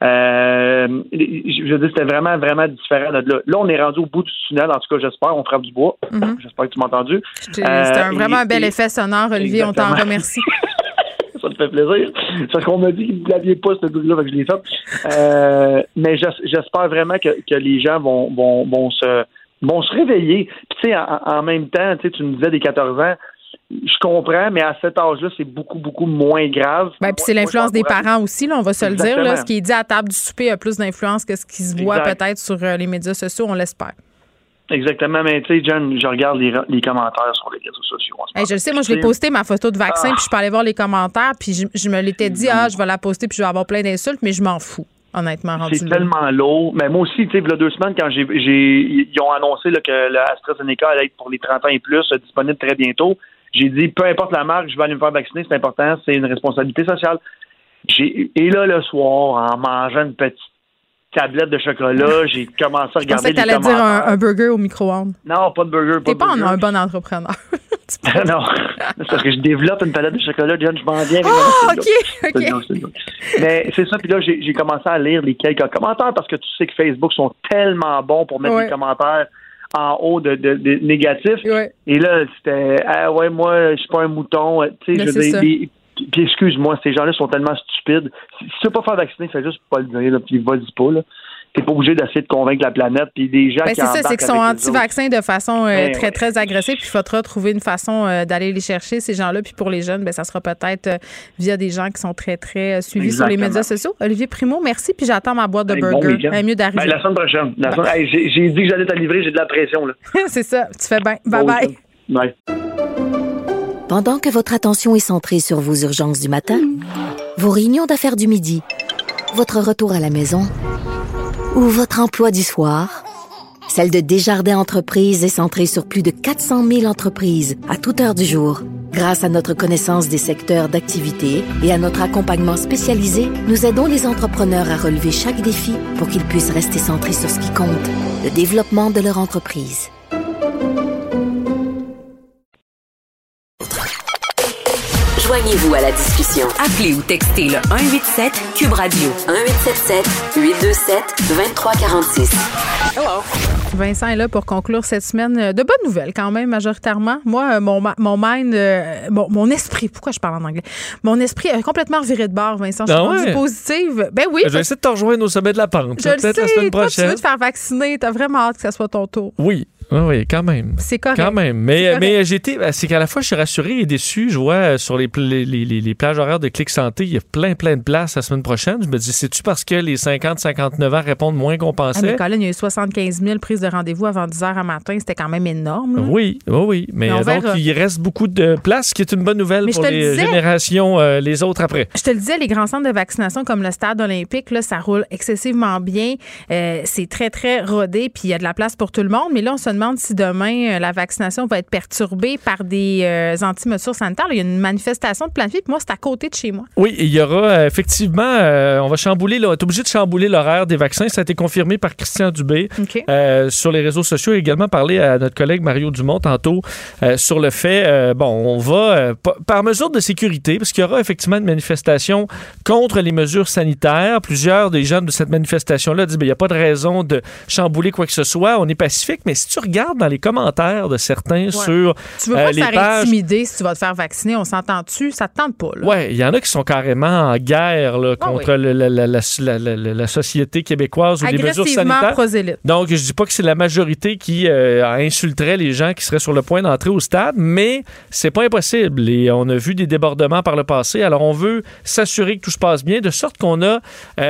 Je veux dire, c'était vraiment, vraiment différent. Là, on est rendu au bout du tunnel. En tout cas, j'espère. On frappe du bois. J'espère que tu m'as entendu. C'était vraiment un bel effet sonore, Olivier. Exactement. On t'en remercie. Ça me fait plaisir. Parce qu'on m'a dit que vous ne l'aviez pas, ce truc-là, fait que je l'ai fait. Mais j'espère vraiment que les gens vont se réveiller. Puis, tu sais, en même temps, tu me disais des 14 ans, je comprends, mais à cet âge-là, c'est beaucoup, beaucoup moins grave. Ben, puis c'est l'influence des parents aussi, là, on va se le dire. Là, ce qui est dit à table du souper a plus d'influence que ce qui se voit peut-être sur les médias sociaux, on l'espère. Exactement, mais tu sais, John, je regarde les commentaires sur les réseaux sociaux. Je le sais, moi, je l'ai posté ma photo de vaccin, puis je peux aller voir les commentaires, puis je me l'étais dit, je vais la poster, puis je vais avoir plein d'insultes, mais je m'en fous. Honnêtement, c'est tellement lourd. Mais moi aussi, tu sais, il y a 2 semaines, quand ils ont annoncé là, que l'AstraZeneca allait être pour les 30 ans et plus, disponible très bientôt, j'ai dit, peu importe la marque, je vais aller me faire vacciner, c'est important, c'est une responsabilité sociale. Et là, le soir, en mangeant une petite tablette de chocolat, j'ai commencé à regarder les commentaires. Je pensais que t'allais dire un burger au micro-ondes. Non, pas de burger. T'es pas un bon entrepreneur. Non, c'est parce que je développe une palette de chocolat, John, je m'en viens. OK. Mais c'est ça, puis là, j'ai commencé à lire les quelques commentaires parce que tu sais que Facebook sont tellement bons pour mettre des commentaires en haut de négatifs. Ouais. Et là, c'était moi, je suis pas un mouton. Tu sais, je veux dire, puis excuse-moi, ces gens-là sont tellement stupides. Si tu veux pas faire vacciner, fais juste pas le dire, là, puis vas-y pas, là. T'es pas obligé d'essayer de convaincre la planète, puis des gens qui c'est ça, c'est qu'ils sont anti-vaccins de façon très, très agressive, puis il faudra trouver une façon d'aller les chercher, ces gens-là, puis pour les jeunes, ça sera peut-être via des gens qui sont très, très suivis sur les médias sociaux. Olivier Primo, merci, puis j'attends ma boîte de burger. Mieux d'arriver. La semaine prochaine. J'ai dit que j'allais te livrer, j'ai de la pression, là. C'est ça, tu fais bien. Bye-bye. Bye. Pendant que votre attention est centrée sur vos urgences du matin, vos réunions d'affaires du midi, votre retour à la maison ou votre emploi du soir, celle de Desjardins Entreprises est centrée sur plus de 400 000 entreprises à toute heure du jour. Grâce à notre connaissance des secteurs d'activité et à notre accompagnement spécialisé, nous aidons les entrepreneurs à relever chaque défi pour qu'ils puissent rester centrés sur ce qui compte, le développement de leur entreprise. Joignez-vous à la discussion. Appelez ou textez le 187 Cube Radio 1877-827-2346. Hello. Vincent est là pour conclure cette semaine de bonnes nouvelles quand même majoritairement. Moi, mon mind, mon esprit, pourquoi je parle en anglais? Mon esprit est complètement viré de bord, Vincent. Je suis rendue positive. Ben oui. Je vais essayer de te rejoindre au sommet de la pente. Je le sais. La semaine prochaine. Tu veux te faire vacciner. T'as vraiment hâte que ça soit ton tour. Oui, quand même. C'est correct. Quand même. Mais c'est qu'à la fois, je suis rassuré et déçu. Je vois sur les plages horaires de Clic Santé, il y a plein de places la semaine prochaine. Je me dis, c'est-tu parce que les 50-59 ans répondent moins qu'on pensait? Mais Colin, il y a eu 75 000 prises de rendez-vous avant 10 heures à matin. C'était quand même énorme. Là. Oui. Mais donc, il reste beaucoup de places, ce qui est une bonne nouvelle pour les générations, les autres après. Je te le disais, les grands centres de vaccination comme le Stade olympique, là, ça roule excessivement bien. C'est très, très rodé, puis il y a de la place pour tout le monde. Mais là, on se demande si demain, la vaccination va être perturbée par des anti-mesures sanitaires. Là, il y a une manifestation de planifiée, puis moi, c'est à côté de chez moi. Oui, il y aura effectivement, on va chambouler, on est obligé de chambouler l'horaire des vaccins. Ça a été confirmé par Christian Dubé sur les réseaux sociaux. Il a également parlé à notre collègue Mario Dumont tantôt sur le fait, on va, par mesure de sécurité, parce qu'il y aura effectivement une manifestation contre les mesures sanitaires. Plusieurs des gens de cette manifestation-là disent, il n'y a pas de raison de chambouler quoi que ce soit. On est pacifique, mais si tu regardes dans les commentaires de certains sur tu veux pas te faire intimider si tu vas te faire vacciner, on s'entend-tu? Ça te tente pas, là? Oui, il y en a qui sont carrément en guerre là, contre la société québécoise ou les mesures sanitaires. Prosélyte. Donc, je dis pas que c'est la majorité qui insulterait les gens qui seraient sur le point d'entrer au stade, mais c'est pas impossible. Et on a vu des débordements par le passé. Alors, on veut s'assurer que tout se passe bien, de sorte qu'on a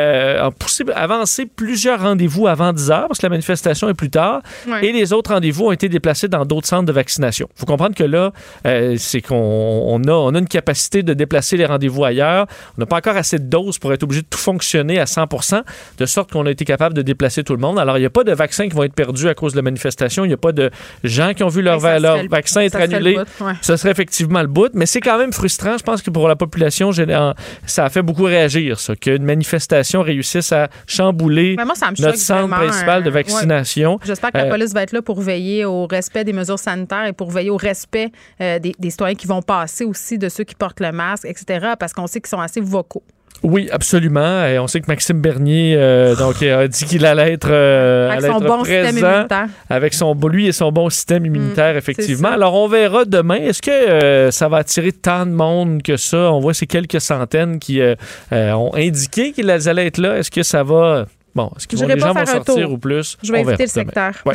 avancé plusieurs rendez-vous avant 10 heures, parce que la manifestation est plus tard, et les autres rendez-vous ont été déplacés dans d'autres centres de vaccination. Il faut comprendre que là, c'est qu'on a une capacité de déplacer les rendez-vous ailleurs. On n'a pas encore assez de doses pour être obligé de tout fonctionner à 100%, de sorte qu'on a été capable de déplacer tout le monde. Alors, il n'y a pas de vaccins qui vont être perdus à cause de la manifestation. Il n'y a pas de gens qui ont vu leur vaccin être annulé. Ce serait effectivement le bout, mais c'est quand même frustrant. Je pense que pour la population, ça a fait beaucoup réagir, ça, qu'une manifestation réussisse à chambouler notre centre principal de vaccination. J'espère que la police va être là pour veiller au respect des mesures sanitaires et pour veiller au respect des citoyens qui vont passer aussi, de ceux qui portent le masque, etc., parce qu'on sait qu'ils sont assez vocaux. Oui, absolument. Et on sait que Maxime Bernier donc, a dit qu'il allait être, avec son bon système immunitaire. Avec lui et son bon système immunitaire, effectivement. Alors, on verra demain. Est-ce que ça va attirer tant de monde que ça? On voit ces quelques centaines qui ont indiqué qu'ils allaient être là. Est-ce que ça va... Bon, est-ce que les gens vont sortir ou plus? Je vais éviter le secteur. Ouais.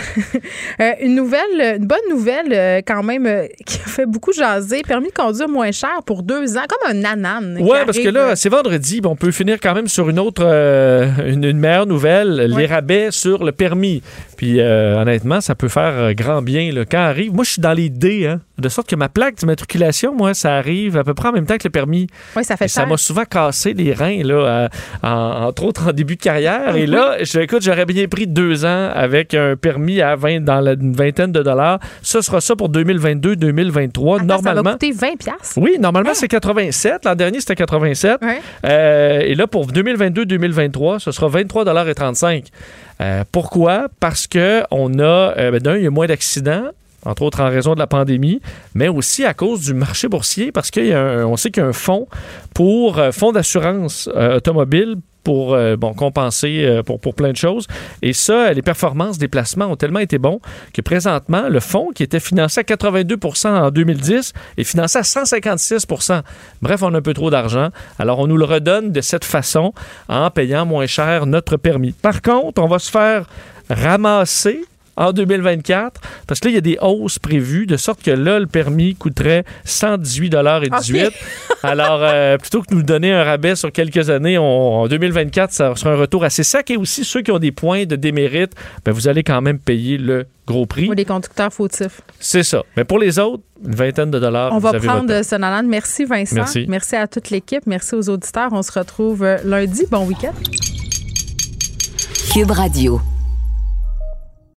Une bonne nouvelle quand même qui a fait beaucoup jaser. Permis de conduire moins cher pour 2 ans, comme un nanane. Oui, parce que là, c'est vendredi. On peut finir quand même sur une autre, une meilleure nouvelle, les rabais sur le permis. Puis honnêtement, ça peut faire grand bien là, quand arrive. Moi, je suis dans les D, de sorte que ma plaque d'immatriculation, moi, ça arrive à peu près en même temps que le permis. Oui, ça fait cher. Ça m'a souvent cassé les reins, là, entre autres en début de carrière. Et là, écoute, j'aurais bien pris 2 ans avec un permis à une vingtaine de dollars. Ce sera ça pour 2022-2023. Attends, normalement, ça va coûter 20$? Oui, normalement, c'est 87. L'an dernier, c'était 87. Ouais. Et là, pour 2022-2023, ce sera 23,35$. Pourquoi? Parce qu'on a, il y a moins d'accidents, entre autres en raison de la pandémie, mais aussi à cause du marché boursier, parce qu'on sait qu'il y a un fonds fonds d'assurance automobile pour compenser pour plein de choses. Et ça, les performances des placements ont tellement été bons que présentement, le fonds qui était financé à 82% en 2010 est financé à 156%. Bref, on a un peu trop d'argent. Alors, on nous le redonne de cette façon en payant moins cher notre permis. Par contre, on va se faire ramasser en 2024, parce que là, il y a des hausses prévues, de sorte que là, le permis coûterait 118,18$. Okay. Alors, plutôt que de nous donner un rabais sur quelques années, en 2024, ça sera un retour assez sec. Et aussi, ceux qui ont des points de démérite, vous allez quand même payer le gros prix. Pour les conducteurs fautifs. C'est ça. Mais pour les autres, une vingtaine de dollars. On va prendre ce nanane. Merci, Vincent. Merci à toute l'équipe. Merci aux auditeurs. On se retrouve lundi. Bon week-end. Cube Radio.